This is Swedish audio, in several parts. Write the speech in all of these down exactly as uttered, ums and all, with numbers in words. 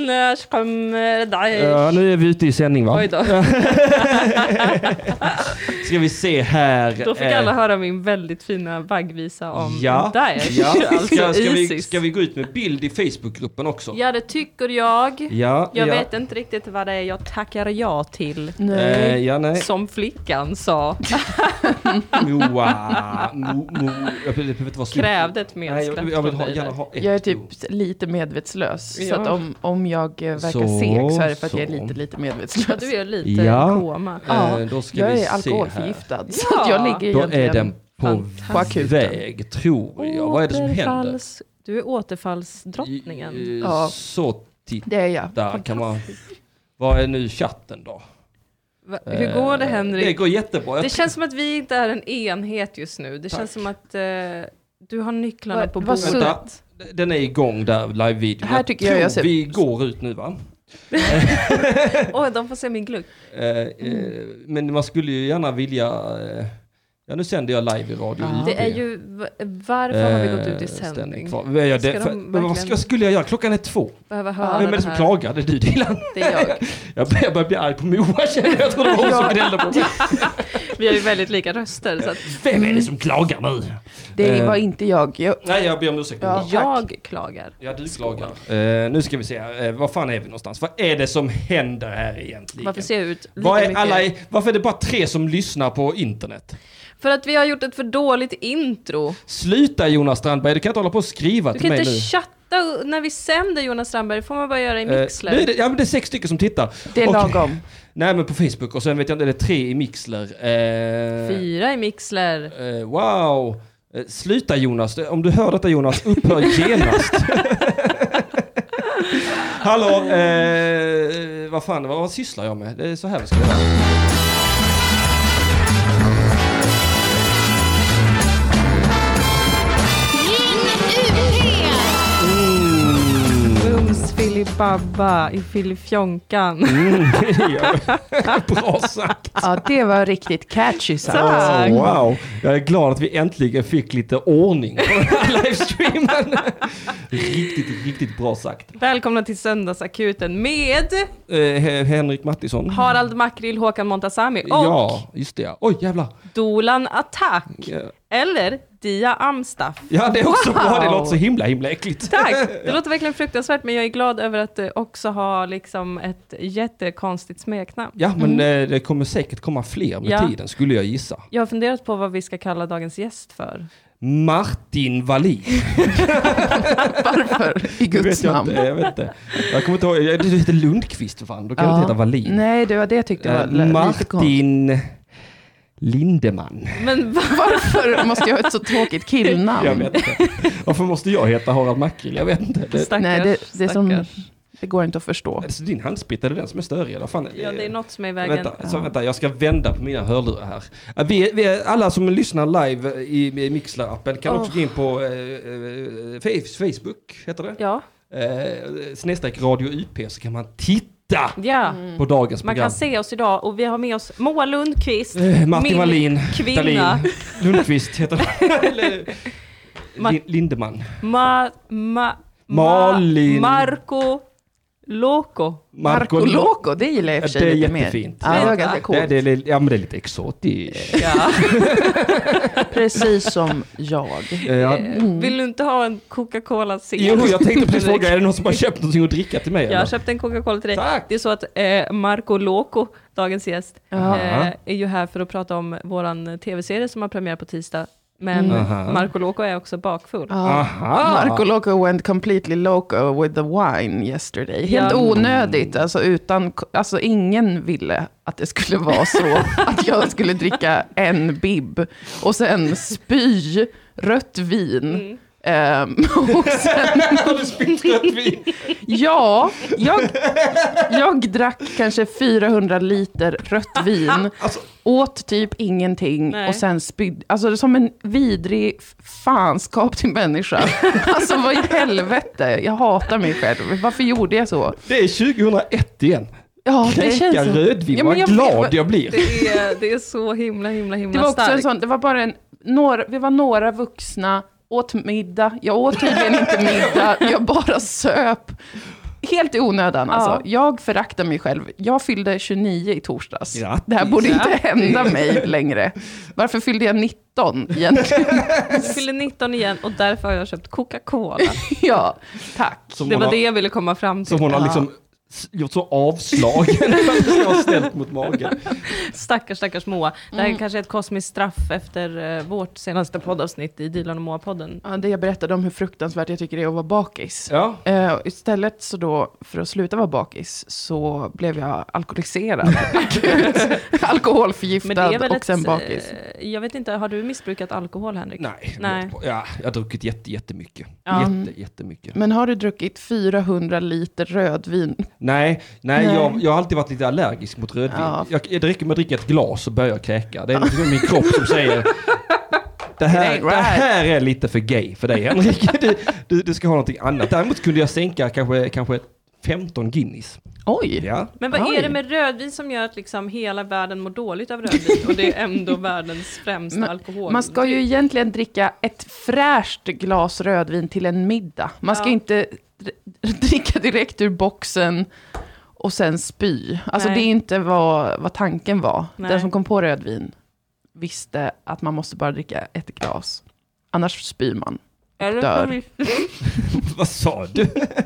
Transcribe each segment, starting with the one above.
När kommer dig? Ja, nu är vi ute i sändning, va? Oj då. Ska vi se här. Då fick alla höra min väldigt fina vaggvisa om ja, Daesh. ja. Alltså Ska, ska, vi, Isis. ska vi gå ut med bild i Facebookgruppen också? Ja, det tycker jag. Ja, jag ja. vet inte riktigt vad det är jag tackar ja till. Nej. Eh, ja, nej. Som flickan sa. Moa. Mo, mo. Jag vet inte vad som... Krävde ett mer Nej, skratt jag, jag vill ha, från gärna dig. ha ett. Jag är typ lite medvetslös. Ja. Så att om, om jag eh, verkar Så, seg så är det för att så. jag är lite, lite Ja, medvetslös. du är lite Ja. koma. Ja, Eh, då ska jag vi är se alkoholförgiftad. här. Så att jag Ja. ligger Då egentligen... är den på, Fantastiskt. På akuten. väg, tror jag. Vad är det som händer? Återfalls- Du är återfallsdrottningen. I- Ja. Så titta Det är jag. där kan man... Vad är nu chatten då? Va, hur går det, Eh, Henrik? Det går jättebra. Jag Det känns som att vi inte är en enhet just nu. Det Tack. känns som att eh, du har nycklarna Va- på vad bordet. sunt. Vänta, den är igång där, live-video. Här tycker jag tror jag ser- vi går ut nu, va? Oj, de får se min glugg. Eh, eh, men man skulle ju gärna vilja... Eh, ja, nu sänder jag live i radio. Ja. Det är ju... v- Varför har vi gått ut i Eh, sändning? ställning kvar. Men jag, Ska det, de för, men vad, verkligen- vad skulle jag göra? Klockan är två. Behöver höra Vem är det det som här. klagar? Det är du, Dilan. Det är jag. Jag börjar, börjar bli arg på Moa, känner jag. Jag tror det var hon som gnällde på mig. Vi har ju väldigt lika röster. Så att Vem är det som klagar nu? Det Eh. var inte jag. jag Nej, jag ber om ursäkt. Ja. jag klagar. Ja, du klagar. Eh, nu ska vi se här. Eh, var fan är vi någonstans? Vad är det som händer här egentligen? Varför ser jag ut lika Vad är mycket? alla i, varför är det bara tre som lyssnar på internet? För att vi har gjort ett för dåligt intro. Sluta, Jonas Strandberg, du kan inte hålla på och skriva Du till kan mig inte nu. chatta när vi sänder, Jonas Strandberg. Det får man bara göra i Eh, Mixler. nu är det, ja, men det är sex stycken som tittar. det är Och- lagom. Nej, men på Facebook. Och sen vet jag inte, det är tre i Mixler. Eh, Fyra i Mixler. eh, wow. Eh, sluta, Jonas. Om du hör detta, Jonas, upphör genast. Hallå, eh, vad fan, vad, vad sysslar jag med? Det är så här vi ska göra. Mums filibabba i filifjonkan. Mm, ja, bra sagt. Ja, det var riktigt catchy sagt. Tack. Oh, wow, jag är glad att vi äntligen fick lite ordning på den här livestreamen. Riktigt, riktigt bra sagt. Välkomna till Söndagsakuten med Eh, He- Henrik Mattisson. Harald Makrill, Håkan Montazami och Ja, just det. Oj, jävlar. Dolan Attack. Ja. Eller Dia Amstaff. Ja, det är också Wow. bra. Det låter så himla, himla äckligt. Tack! Det låter verkligen fruktansvärt, men jag är glad över att eh, också ha liksom ett jättekonstigt smeknamn. Ja, men eh, det kommer säkert komma fler med Ja. tiden, skulle jag gissa. Jag har funderat på vad vi ska kalla dagens gäst för. Martin Wallin. Varför? I Det Guds vet jag namn. inte. Jag vet inte. Jag kommer inte ihåg. jag- Du heter Lundqvist för fan. Då kan du Ja. inte heta Wallin. Nej, det var det jag tyckte var Eh, l- lite konstigt. Martin Lindeman. Men va? Varför måste jag ha ett så tråkigt killnamn? Jag vet inte. Varför måste jag heta Harald Makrill? Jag vet inte. Det, Stackars, Nej, det, det, är som, stackars. det går inte att förstå. alltså, din handsprit är det den som är störig? Eller fan? Ja, det är något som är i vägen. Vänta, så, vänta, jag ska vända på mina hörlurar här. Eh, Vi, vi, är- alla som lyssnar live i, i Mixler-appen kan också Oh. gå in på eh, eh, Face- Facebook, heter det? Ja, Eh, snedstreck Radio U P, så kan man titta ja. på dagens Man program. kan se oss idag och vi har med oss Moa Lundqvist. Eh, Martin min Wallin, kvinna. Dahlin, Lundqvist heter han. Eller, Ma- Lin- Lindeman. Ma, ma, Malin. Ma, Marco Loco. Marco Loco, det gillar jag i och för sig Det är lite mer. jättefint. Ja, det var ganska Det, coolt. det, är- ja, men det är lite exotiskt. Ja. Precis som jag. Eh, ja. Vill du inte ha en Coca-Cola sen? Jo, jag tänkte precis fråga, är det någon som har köpt någonting att dricka till mig? Jag har eller? köpt en Coca-Cola till dig. Tack. Det är så att eh, Marco Loco, dagens gäst, Ja. eh, är ju här för att prata om våran tv-serie som har premiär på tisdag. Men Mm. Aha. Marco Loco är också bakfull. Ja. Aha. Marco Loco went completely loco with the wine yesterday. Helt Ja. onödigt, alltså utan, alltså ingen ville att det skulle vara så att jag skulle dricka en bib och sen spy rött vin. Mm. Ehm, och sen, Har du spytt rött vin? ja, jag, jag drack kanske fyrahundra liter rött vin, Alltså, åt typ ingenting Nej. och sen spydde. Alltså det är som en vidrig f- fanskap till människa. Alltså vad i helvete, jag hatar mig själv. Varför gjorde jag så? det är tjugohundraett igen. Ja, det Kräka känns så. rödvin, Ja, vad men jag- glad jag blir. Det är, det är så himla, himla, himla Det var också en starkt. sån, det var bara en, några, vi var några vuxna, åt middag. Jag åt tydligen inte middag, jag bara söp. helt i onödan Ja. alltså. Jag föraktar mig själv. Jag fyllde tjugonio i torsdags. Grattis. Det här borde inte hända mig längre. Varför fyllde jag nitton egentligen? Jag fyller nitton igen och därför har jag köpt Coca-Cola. Ja, tack. Som Det hon var har, det jag ville komma fram till. Som hon har liksom s- gjort så avslagen att det har ställt mot magen. Stackars, stackars Moa. Det här är Mm. kanske ett kosmiskt straff efter uh, vårt senaste poddavsnitt i Dilan och Moa-podden. Ja, det jag berättade om hur fruktansvärt jag tycker det är att vara bakis. Ja. Uh, istället så då, för att sluta vara bakis, så blev jag alkoholiserad. Akut. Alkoholförgiftad och sen bakis. eh, jag vet inte, har du missbrukat alkohol, Henrik? Nej, Nej. Ja, jag har druckit jätte, jättemycket. Ja. Jätte, jättemycket. Men har du druckit fyrahundra liter rödvin? Nej, nej, Nej. Jag, jag har alltid varit lite allergisk mot rödvin. Ja. Jag, det räcker med att dricka ett glas och börja kräka. Det är något i min kropp som säger det här, It ain't right. det här är lite för gay för dig, Henrik. Du, du, du ska ha någonting annat. Däremot kunde jag sänka kanske, kanske femton Guinness. Oj! Ja. Men vad Oj. är det med rödvin som gör att liksom hela världen mår dåligt av rödvin och det är ändå världens främsta Men alkohol? Man ska ju egentligen dricka ett fräscht glas rödvin till en middag. Man ska Ja. inte dr- dricka direkt ur boxen och sen spy. Alltså Nej. det är inte vad, vad tanken var. Nej. Den som kom på rödvin visste att man måste bara dricka ett glas. Annars spyr man. Eller dör. som vi- Vad sa du?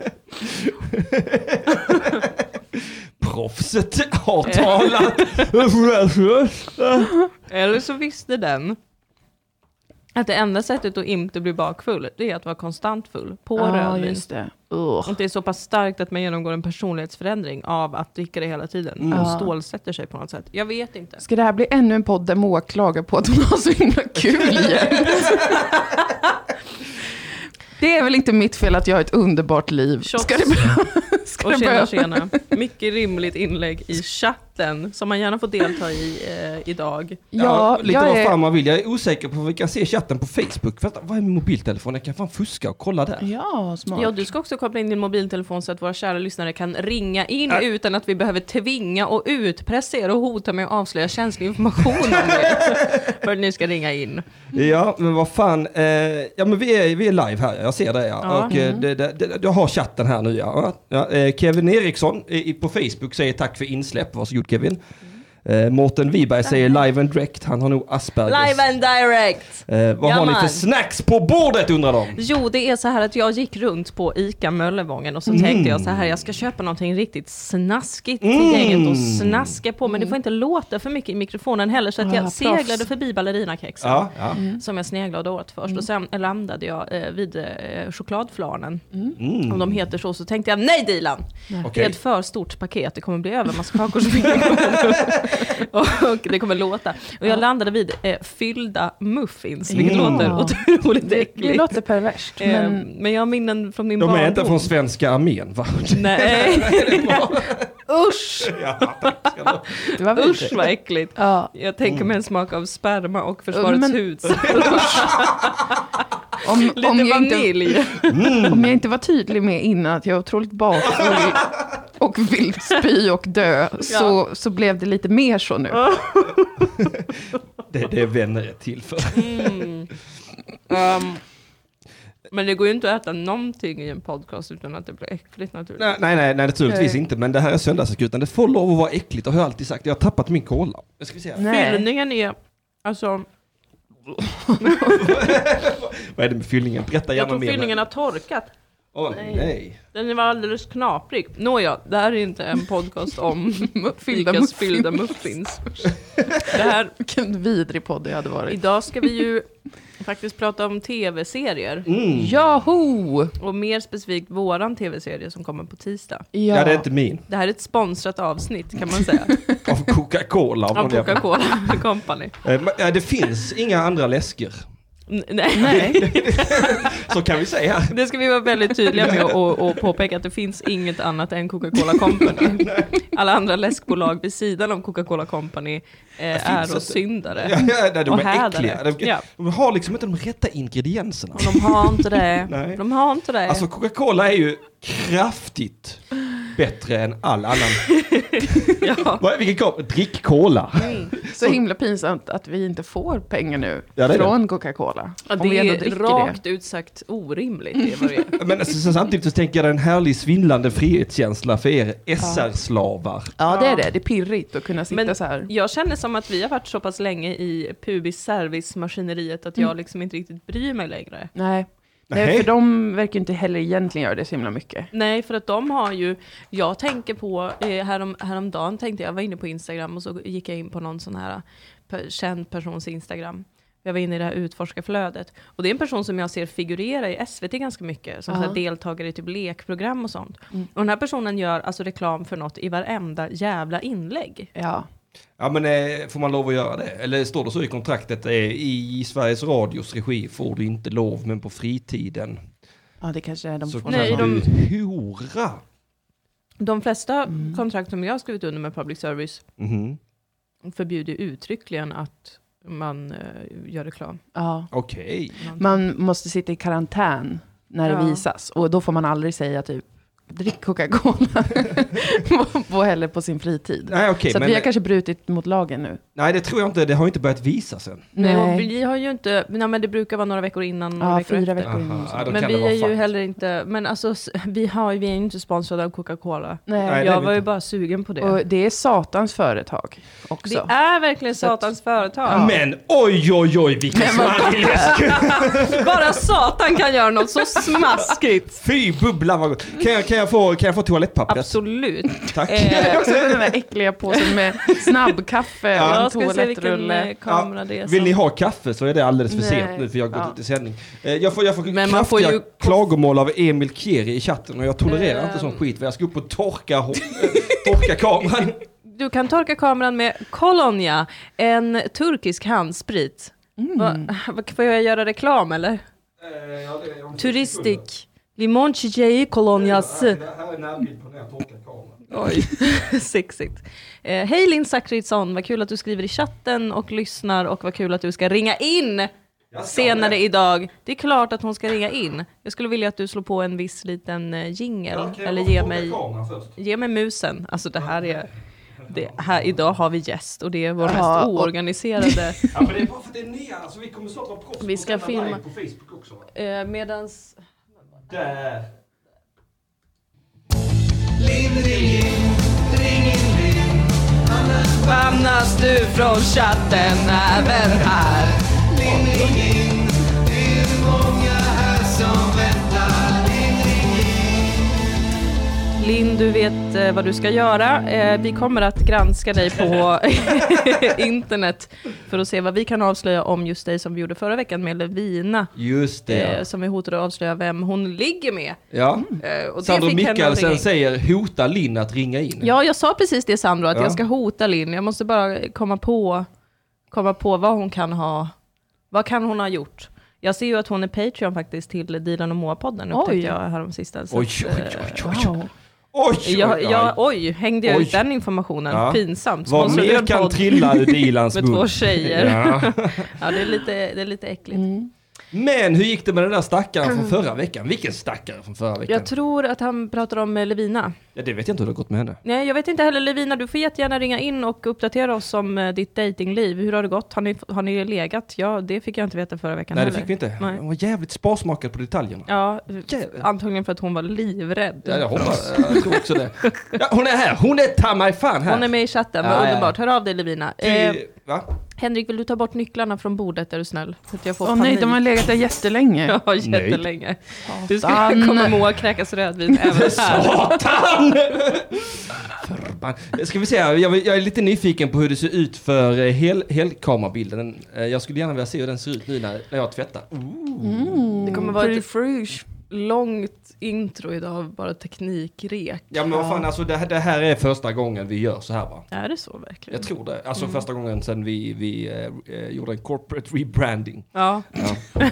Proffset har talat. Eller så visste den att det enda sättet att inte bli bakfull, det är att vara konstant full på Ja, rödvin. just det. Ugh. Och det är så pass starkt att man genomgår en personlighetsförändring av att dricka det hela tiden. Mm. Och Ja. stålsätter sig på något sätt. Jag vet inte. Ska det här bli ännu en podd där Moa klagar på att hon har så himla kul igen? Det är väl inte mitt fel att jag har ett underbart liv. Shots. Ska det börja? Ska Och det tjena, börja? tjena. Mycket rimligt inlägg i chatten som man gärna får delta i eh, idag. Ja, lite jag vad är- fan man vill. Jag är osäker på vad vi kan se chatten på Facebook. Vänta, vad är min mobiltelefon? Jag kan fan fuska och kolla där. Ja, smart. Ja, du ska också koppla in din mobiltelefon så att våra kära lyssnare kan ringa in Äh. utan att vi behöver tvinga och utpressa er och hota med att avslöja känslig information om er. För att ni ska ringa in. Ja, men vad fan. Eh, ja, men vi är, vi är live här. Jag ser det, ja. Ja. Och eh, det, det, det, jag har chatten här nu, ja. ja eh, Kevin Eriksson i, på Facebook säger tack för insläpp. Varsågod, Kevin. Eh, Mårten Wiberg säger live and direct. Han har nog Aspergers. Live and direct! Eh, vad Ja, har ni man. för snacks på bordet, undrar de? Jo, det är så här att jag gick runt på ICA Möllevången och så Mm. tänkte jag så här, jag ska köpa någonting riktigt snaskigt till Mm. gänget och snaska på, men det får inte låta för mycket i mikrofonen heller, så att Ah, jag proffs. seglade förbi ballerinakexen. Ja, ja. Som jag sneglade åt först och sen landade jag eh, vid eh, chokladflarnen. Mm. Om de heter så, så tänkte jag, nej Dilan! Det Okej. är ett för stort paket, det kommer bli över massa kakor som och, och det kommer låta. Och jag landade vid eh, fyllda muffins, vilket Mm. låter otroligt det, äckligt. det låter perverst. Eh, Men men jag har minnen från min De är barndom. inte från svenska armén, va? Nej. Usch! Ja, tack ska du ha. det var väl Usch vad äckligt. Ja. Jag tänker mig en smak av sperma och försvarets Men- hus. Om, Lite om, jag inte, vanilj. om jag inte var tydlig med innan att jag är otroligt bakfull och vill spy och dö, så, så blev det lite mer så nu. Det, det är vänner är till för. Mm. Um, men det går ju inte att äta någonting i en podcast utan att det blir äckligt naturligtvis. Nej, nej, nej, nej naturligtvis Nej. inte. Men det här är söndagsakuten. Det får lov att vara äckligt. Och har jag alltid sagt. Jag har tappat min cola. Jag ska vi se. Nej. Fyllningen är, alltså, Vad är det med fyllningen? Berätta jag gärna tror mer. fyllningen har torkat. Åh, nej. nej. Den var alldeles knaprig. Nåja, det här är inte en podcast om Fyllda Icas muffins. fyllda muffins. Det här, Vilken vidrig podd det hade varit. idag ska vi ju faktiskt prata om tv-serier. Mm. Jaho! Och mer specifikt våran tv-serie som kommer på tisdag. Ja, Ja, det är inte min. Det här är ett sponsrat avsnitt kan man säga. Av Coca-Cola. Av Coca-Cola Company. Eh, men, ja, det finns inga andra läsker. N- nej. Nej. Så kan vi säga. Det ska vi vara väldigt tydliga med och, och påpeka att det finns inget annat än Coca-Cola Company. Alla andra läskbolag vid sidan om Coca-Cola Company eh, är inte. och syndare. Ja, ja, nej, de Och är hädare. äckliga. De, Ja. de har liksom inte de rätta ingredienserna. Och de har inte det. Nej. De har inte det. Alltså Coca-Cola är ju kraftigt bättre än all annan. Ja. Vad- Vilken kom? Drick cola. Mm. Så himla pinsamt att vi inte får pengar nu Ja, det är från Coca-Cola. Ja, Om vi det ändå är dricker rakt det. utsagt orimligt. Det är vad det är. Men alltså, så samtidigt så tänker jag det är en härlig svindlande frihetskänsla för er S R-slavar. Ja, det är det. Det är pirrigt att kunna sitta Men så här. jag känner som att vi har varit så pass länge i pubis servicemaskineriet att jag Mm. liksom inte riktigt bryr mig längre. Nej. Nej. Nej, för de verkar inte heller egentligen göra det så himla mycket. Nej, för att de har ju, jag tänker på, eh, härom, häromdagen tänkte jag, jag var inne på Instagram och så gick jag in på någon sån här per, känd persons Instagram. Jag var inne i det här utforskarflödet. Och det är en person som jag ser figurera i S V T ganska mycket, som Ja. så här deltagare i typ lekprogram och sånt. Mm. Och den här personen gör alltså reklam för något i varenda jävla inlägg. Ja. Ja, men eh, får man lov att göra det? Eller står det så i kontraktet, eh, i Sveriges Radios regi får du inte lov, men på fritiden Ja, det kanske är de så får. kan Nej, du de- hora. De flesta Mm. kontrakt som jag har skrivit under med public service Mhm. förbjuder uttryckligen att man eh, gör reklam. Ja. Okej. Man måste sitta i karantän när det Ja. visas. Och då får man aldrig säga typ drick Coca-Cola på, på heller på sin fritid. Nej, okej, så att men vi har kanske brutit mot lagen nu. nej, det tror jag inte. Det har inte börjat visas än. Nej, och vi har ju inte, nej, men det brukar vara några veckor innan, några Ja, veckor fyra efter. veckor innan. Aha, ja, då Men kan vi det vara är ju fakt. heller inte, men alltså s- vi, har, vi är ju inte sponsrade av Coca-Cola. Nej. Nej, det är Jag vi var ju inte. bara sugen på det. Och det är satans företag Det också. är verkligen Så att- satans företag. Ja. Men oj, oj, oj, vilken smaskläsk! Bara satan kan göra något så smaskigt. Fy bubblan vad gott. Kan jag, kan jag få, kan jag få toalettpappret? Absolut. Tack. Eh, Och så den där äckliga påsen med snabbkaffe och en jag ska se vilken toalettrulle. eh, kamera det är. Vill ni som- ha kaffe så är det alldeles för Nej. sent nu för jag har gått Ja. ut i sändning. Eh, Jag får, jag får Men man får kraftiga ju- klagomål av Emil Keri i chatten och jag tolererar Ehm. inte sån skit för jag ska upp och torka, ho- äh, torka kameran. Du kan torka kameran med Kolonia, en turkisk handsprit. Mm. Va, va, får jag göra reklam eller? Turistik. Limon Chichei Kolonias. Det här är närbild på när jag torkar kameran. Oj, sexigt. Eh, Hej Linn Zachrisson, vad kul att du skriver i chatten och lyssnar och vad kul att du ska ringa in senare idag. Det är klart att hon ska ringa in. Jag skulle vilja att du slår på en viss liten eh, jingle eller ge mig, ge mig musen. Alltså det här är, det här, idag har vi gäst och det är vår Ja, mest och- oorganiserade. Ja, men det är bara för att det är nya, alltså vi kommer snart vara proffs Vi på ska att sända filma. live på Facebook också. Va? Eh, medans... Där. Famnas du från chatten även här? Linn, du vet eh, vad du ska göra. Eh, vi kommer att granska dig på internet för att se vad vi kan avslöja om just dig som vi gjorde förra veckan med Levina. Just det. Eh, som vi hotade att avslöja vem hon ligger med. Ja. Eh, och det Sandro fick henne att ringa Mikkelsen in. säger hota Linn att ringa in. Ja, jag sa precis det Sandro, att Ja. jag ska hota Linn. Jag måste bara komma på, komma på vad hon kan ha, vad kan hon ha gjort. Jag ser ju att hon är Patreon faktiskt till Dilan och Moa-podden, Oj. upptäckte jag här om sista. Så Oj, att, oj, eh, oj, oj, oj. Wow. Oj, oj, Jag, oj. jag, oj, hängde jag Oj. ut den informationen? Ja. Pinsamt. Vad Sponsrade mer en kan podd trilla ur Dilans med mun? två tjejer. Ja. Ja, det är lite, det är lite äckligt. Mm. Men hur gick det med den där stackaren från förra veckan? Vilken stackare från förra veckan? Jag tror att han pratar om eh, Levina. Ja, det vet jag inte hur det har gått med henne. Nej, jag vet inte heller Levina. Du får jättegärna ringa in och uppdatera oss om eh, ditt datingliv. Hur har det gått? Har ni, har ni legat? Ja, det fick jag inte veta förra veckan Nej, det heller. fick vi inte. Nej. Hon var jävligt sparsmakad på detaljerna. Ja, Jävlar. antagligen för att hon var livrädd. Ja, jag hoppas. Jag tror också det. Ja, hon är här. Hon är ta mig fan här. Hon är med i chatten, Ja, vad ja. underbart. Hör av dig Levina. Eh, Ty, va? Henrik, vill du ta bort nycklarna från bordet, är du snäll? Så att jag får Åh nej, panik. de har legat där jättelänge. Ja, jättelänge. Du ska Satan. komma Moa kräkas rödvin även här. Satan! Förbann. Ska vi se, jag, jag är lite nyfiken på hur det ser ut för eh, hel, helkamerabilden. Eh, Jag skulle gärna vilja se hur den ser ut nu när, när jag tvättar. Mm. Det kommer vara Pretty ett- fresh. Långt intro idag av bara teknikrek. Ja, men vad fan, alltså det, här- det här är första gången vi gör så här, va? Är det så verkligen? Jag tror det. Alltså första gången sedan vi, vi eh, eh, gjorde en corporate rebranding. Ja, Ja.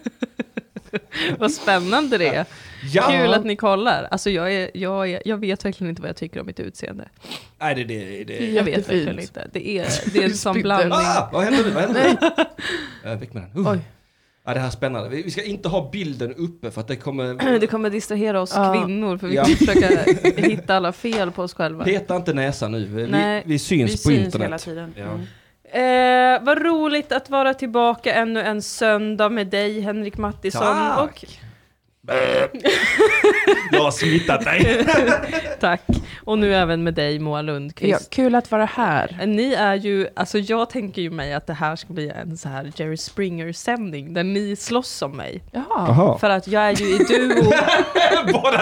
vad spännande det är. Ja. Kul att ni kollar. Alltså jag, är, jag, är, jag vet verkligen inte vad jag tycker om mitt utseende. Nej, det, det, det. Jag vet Jättefint. verkligen inte. Det är, det är en sån Spytte. blandning. Ah, vad hände nu? Vad hände nu? Äh, väck med den. Uh. Oj. Ja, det här är spännande. Vi ska inte ha bilden uppe för att det kommer... Det kommer distrahera oss Ja. kvinnor för vi Ja. kommer försöka hitta alla fel på oss själva. Peta inte näsan nu. Vi, Nej, vi syns Vi på syns internet. hela tiden. Ja. Mm. Eh, vad roligt att vara tillbaka ännu en söndag med dig, Henrik Mattisson. Tack. Och, Jag har smittat dig. tack. Och nu även med dig, Moa Ja, Lundqvist. kul att vara här. Ni är ju, alltså jag tänker ju mig att det här ska bli en så här Jerry Springer-sändning där ni slåss om mig. Jaha. Jaha. För att jag är ju i duo. Båda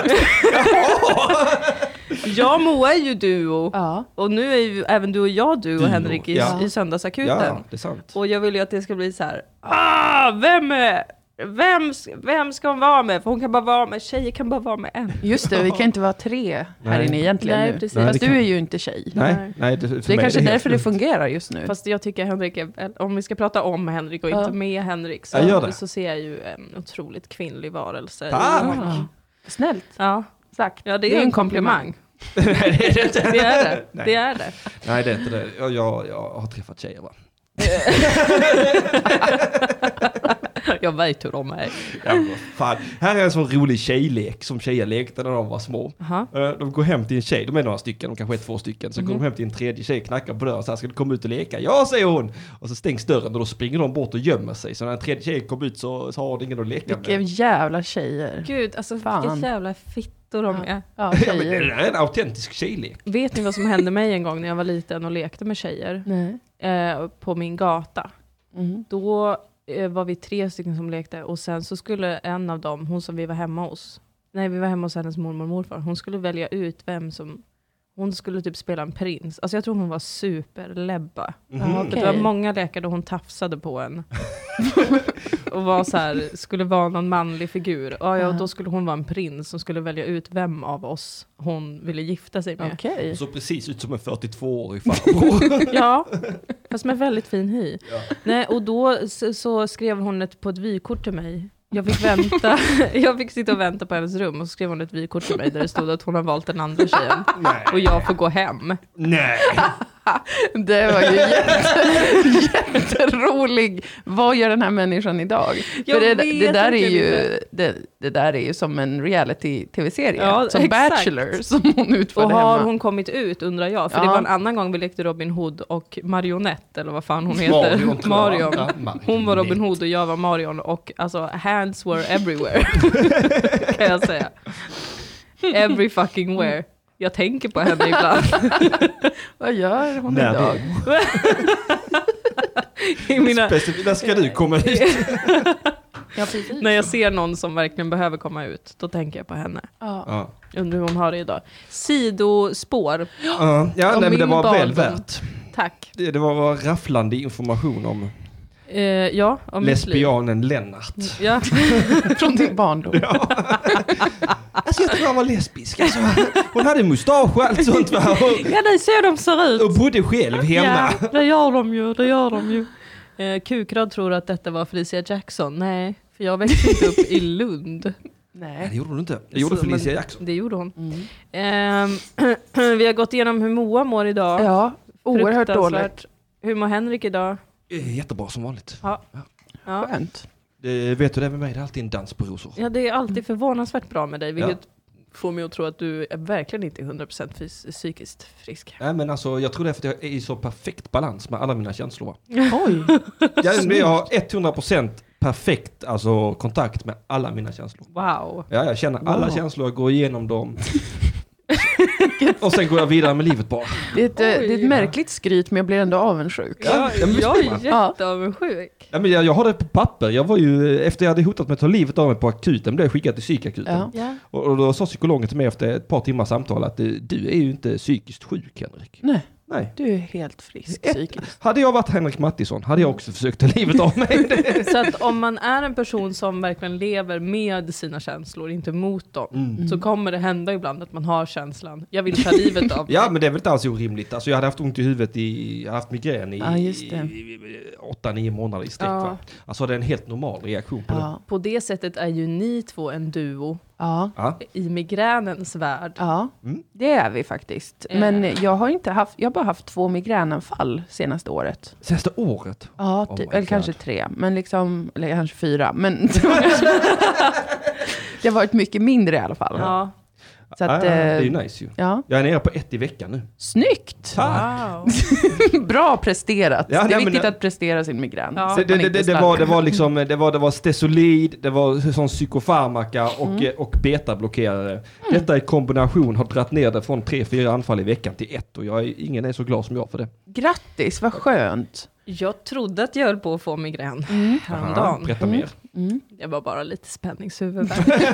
Jag och Moa är ju duo. Ja. Och nu är ju även du och jag duo, Duo, Henrik, i, ja. i Söndagsakuten. Ja, det är sant. Och jag vill ju att det ska bli så här. Ah, vem är... Vem, vem ska hon vara med? För hon kan bara vara med, tjejer kan bara vara med en. Just det, vi kan inte vara tre här Nej. inne egentligen Nej, nu. precis. Nej, Fast det du kan- är ju inte tjej. Nej, Nej. nej det, för Det är mig kanske helt därför det slut. fungerar just nu. Fast jag tycker Henrik är, om vi ska prata om Henrik och Ja. inte med Henrik, så, Ja, gör det. så ser jag ju en otroligt kvinnlig varelse. i Tack. honom. Ah, snällt Ja. sagt. Ja, det är, en komplimang. Nej, det är det inte. Det är det. Nej. Det är det. Nej, det är inte det. Jag, jag, jag har träffat tjejer, va? Jag vet hur de är. Ja, vad fan. Här är en sån rolig tjejlek som tjejer lekte när de var små. Aha. Eh, De går hem till en tjej, de är några stycken, de kanske är två stycken. Så Mhm. går de hem till en tredje tjej, knackar på dörren, så här, ska du komma ut och leka? Ja, säger hon! Och så stängs dörren och då springer de bort och gömmer sig. Så när en tredje tjej kommer ut så, så har de ingen att leka Vilka med. jävla tjejer. Gud, alltså Fan. vilka jävla fittor de är. Ja, Ja, men det tjejer. är en autentisk tjejlek. Vet ni vad som hände mig en gång när jag var liten och lekte med tjejer? Nej. Eh, på min gata. Mm. Då eh, var vi tre stycken som lekte och sen så skulle en av dem, hon som vi var hemma hos, nej vi var hemma hos hennes mormor och morfar, hon skulle välja ut vem som, hon skulle typ spela en prins. Alltså jag tror hon var superlebba. Mhm. Ja, Det okej. var många lekar då hon tafsade på en. Och var så här, skulle vara någon manlig figur. Och ja, och då skulle hon vara en prins som skulle välja ut vem av oss hon ville gifta sig med. Okej. Så precis ut som en fyrtiotvåårig farbror. Ja, fast med väldigt fin hy. Ja. Nej, och då så, så skrev hon ett på ett vykort till mig. Jag fick vänta, jag fick sitta och vänta på hennes rum och så skrev hon ett vykort till mig där det stod att hon har valt den andra tjejen. Nej. Och jag får gå hem. Nej. Det var ju jätte, jätterolig. Vad gör den här människan idag? Jag För det, vet det, där är inte, ju, Lille. det, det där är ju som en reality-tv-serie. Ja, som exakt. Bachelor som hon utförde Och har hemma. hon kommit ut undrar jag. För Ja. det var en annan gång vi lekte Robin Hood och Marionette eller vad fan hon heter. Marion, tror jag. Marion. Ja, Marion. Hon var Robin Hood och jag var Marion och alltså hands were everywhere. Kan jag säga. Every fucking where. Jag tänker på henne ibland. Vad gör hon När idag? I mina, Specifikt, när ska du komma ut? Ja, precis. när jag ser någon som verkligen behöver komma ut, då tänker jag på henne. Ja. Ja, Undrar hur hon har det idag. Sidospår. ja, ja Om nej, men det min var väl barndom. värt. Tack. Det, det var rafflande information om Eh, ja, om mitt liv. lesbianen Lennart. Ja. Från din barndom. Alltså jag tror han var lesbisk. Alltså, hon hade mustasch och allt sånt. Va? Och, ja, det ser de ser ut. och bodde själv hemma. Ja, det gör de ju, det gör de ju. Eh, Kukrad tror att detta var Felicia Jackson. Nej, för jag växte inte upp i Lund. Nej, Nej. det gjorde hon inte. Det gjorde Så, Felicia men Jackson. Det gjorde hon. Mm. Ehm, vi har gått igenom hur Moa mår idag. Ja, oerhört Fruktansvärt. dåligt. Hur mår Henrik idag? Eh, Jättebra som vanligt. Ja. Ja. Skönt. Det, vet du det med mig? Det är alltid en dans på rosor. Ja, det är alltid förvånansvärt bra med dig, vilket Ja. får mig att tro att du är verkligen inte hundra procent fys- psykiskt frisk. Nej, men alltså, jag tror det är för att jag är i så perfekt balans med alla mina känslor. Oj. Jag, jag har hundra procent perfekt alltså, kontakt med alla mina känslor. Wow. Ja, jag känner alla Wow. känslor, jag går igenom dem. Och sen går jag vidare med livet bara. Det är, ett, det är Oj. ett märkligt skryt, men jag blir ändå avundsjuk. Ja, jag, men det jag förstår är man. jätteavundsjuk. Ja, men jag, jag har det på papper. Jag var ju, efter jag hade hotat med att ta livet av mig på akuten, blev jag skickad till psykakuten. Ja. Ja. Och, och då sa psykologen till mig efter ett par timmars samtal att du, du är ju inte psykiskt sjuk, Henrik. Nej, Nej. du är helt frisk Ett- psykiskt. Hade jag varit Henrik Mattisson hade jag också försökt ta livet av mig. Så att om man är en person som verkligen lever med sina känslor, inte mot dem, Mm. så kommer det hända ibland att man har känslan, jag vill ta livet av Ja, men det är väl inte alls orimligt. Alltså, jag hade haft ont i huvudet i, jag hade haft migrän i, Ja, just det. i, i åtta, nio månader i sträck. Ja. Va? Alltså det är en helt normal reaktion på det. Ja. På det sättet är ju ni två en duo. Ja. Ja. i migränens värld. Ja, Mm. det är vi faktiskt. Eh. Men jag har inte haft, jag har bara haft två migränanfall senaste året. Senaste året? Ja, Oh typ, my eller God. kanske tre, men liksom, eller kanske fyra. Men det har varit mycket mindre i alla fall. Ja. Så att, ja, det är ju eh, nice ju. ja. Jag är nere på ett i veckan nu. Snyggt! Tack! Wow. Bra presterat. Ja, det är nej, men viktigt det- att prestera sin migrän. Ja. så Det, att det, man det, inte det, det, var, slarvar. det var liksom, det var, det var Stesolid, det var sån psykofarmaka och, Mm. eh, och betablockerare. Detta i kombination har dratt ner det från tre, fyra anfall i veckan till ett och jag är, ingen är så glad som jag för det. Grattis, vad skönt. Jag trodde att jag höll på att få migrän Mm. Aha, häromdagen. berätta mer. Mm. Det var bara lite spänningshuvud.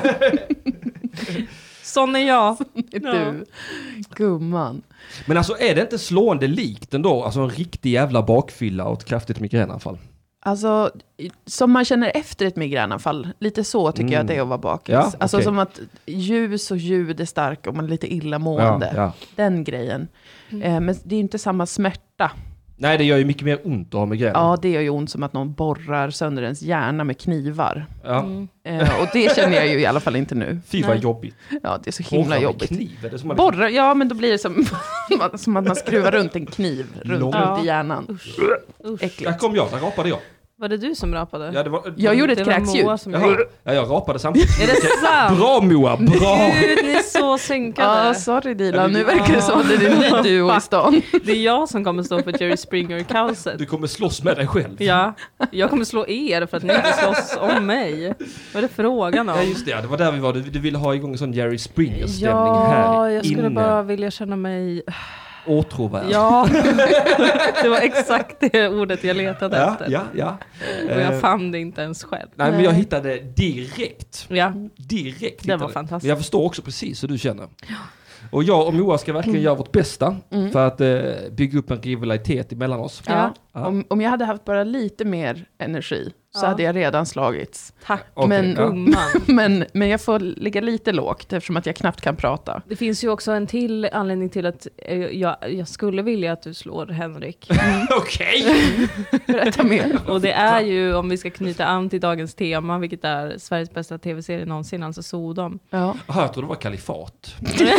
Sån är jag. Du, gumman. Men alltså är det inte slående likt ändå? Alltså en riktig jävla bakfylla och ett kraftigt migränanfall. Alltså, som man känner efter ett migränanfall, lite så tycker Mm. jag att det är att vara bakis. Ja, Alltså okej. som att ljus och ljud är starka och man är lite illamående. Ja, ja. Den grejen. Eh, men det är inte samma smärta. Nej, det gör ju mycket mer ont att ha migrän. Ja, det gör ju ont som att någon borrar sönder ens hjärna med knivar. Ja. Mm. Eh, och det känner jag ju i alla fall inte nu. Fy vad Nej. jobbigt. Ja, det är så himla Borra med jobbigt. Kniv, är det som man Borra, ja men då blir det som, som att man skruvar runt en kniv runt, Lång- runt Ja. i hjärnan. Usch. Usch. Där Äckligt. kom jag, där rapade jag. Var det du som rapade? Ja, det var, Jag gjorde ett det var kräksljud. Moa som Jaha. gjorde. Ja, jag rapade samtidigt. Är det sant? Bra Moa, bra! Gud, ni är så synkade. Ja, sorry Dilan, nu verkar det som att det är en ny duo i stan. Det är jag som kommer stå för Jerry Springer-kaoset. Du kommer slåss med dig själv. Ja, jag kommer slå er för att ni inte slåss om mig. Vad är det frågan om? Ja just det, det var där vi var. Du, du ville ha igång en sån Jerry Springer-stämning Ja, här jag skulle inne. bara vilja känna mig... Åtråvärd. Ja, det var exakt det ordet jag letade ja, efter. ja, ja. Och Eh, jag fann det inte ens själv. Nej, men jag hittade direkt. Ja, Direkt det hittade. var fantastiskt. Men jag förstår också precis hur du känner. Och jag och Moa ska verkligen göra vårt bästa Mm. för att eh, bygga upp en rivalitet emellan oss. Ja. Ja. Om, om jag hade haft bara lite mer energi så Ja. hade jag redan slagits. Tack Okej, Men- ja. gumman. Men, men jag får ligga lite lågt eftersom att jag knappt kan prata. Det finns ju också en till anledning till att eh, jag, jag skulle vilja att du slår Henrik. Okej! Berätta mer. Och det är ju, om vi ska knyta an till dagens tema, vilket är Sveriges bästa tv-serie någonsin, alltså Sodom. Ja. Jaha, jag tror det var kalifat.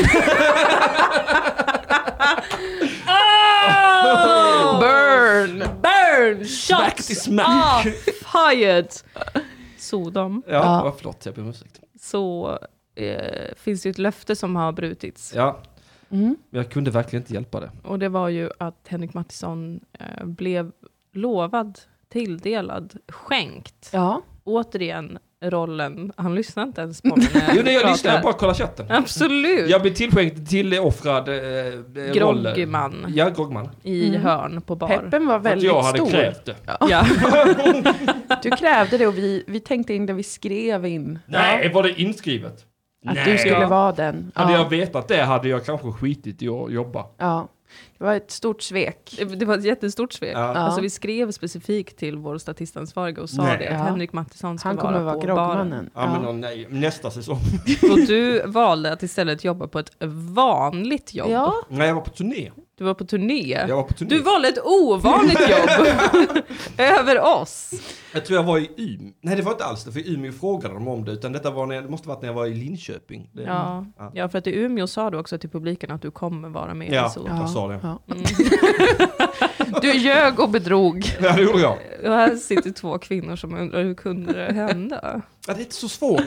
Oh! Burn! Burn! Smack Shots! till smack. Ah, fired! Sodom. Ja, Ja. ja. förlåt, jag ber om ursäkt. Så eh, finns det ju ett löfte som har brutits. Ja, Mm. men jag kunde verkligen inte hjälpa det. Och det var ju att Henrik Mattisson eh, blev lovad, tilldelad, skänkt. Ja. Återigen rollen. Han lyssnar inte ens på mig när Jo, nej, jag pratar. lyssnar, jag bara kolla chatten. Absolut. Jag blir tillskänkt till offrad eh, eh, roller. Groggman. Ja, Groggman. I Mm. hörn på bar. Peppen var För att väldigt jag hade stor. krävt det. Ja. Du krävde det och vi, vi tänkte in det, vi skrev in Nej, var det inskrivet? att Nej. du skulle Ja. vara den. Hade Ja. jag vetat det hade jag kanske skitit i att jobba. Ja. Det var ett stort svek. Det det var ett jättestort svek. Ja. Alltså vi skrev specifikt till vår statistansvariga och sa Nej. det. Att Ja. Henrik Mattisson ska Han vara kommer vara på baren. groggmannen. Ja, men åh, nej, nästa säsong. Och du valde att istället jobba på ett vanligt jobb. Ja. Nej, jag var på turné. Du var på turné. Jag var på turné. Du valde ett ovanligt jobb över oss. Jag tror jag var i Umeå. Nej, det var inte alls det, för Umeå frågade de om det, utan detta var när, det måste varit när jag var i Linköping. Det, Ja. Ja. ja, för att i Umeå sa du också till publiken att du kommer vara med Ja. i Sol. Jag sa det. Ja. Mm. Du ljög och bedrog. Ja, det gjorde jag. Och här sitter två kvinnor som undrar hur kunde det hända? Ja, det är inte så svårt.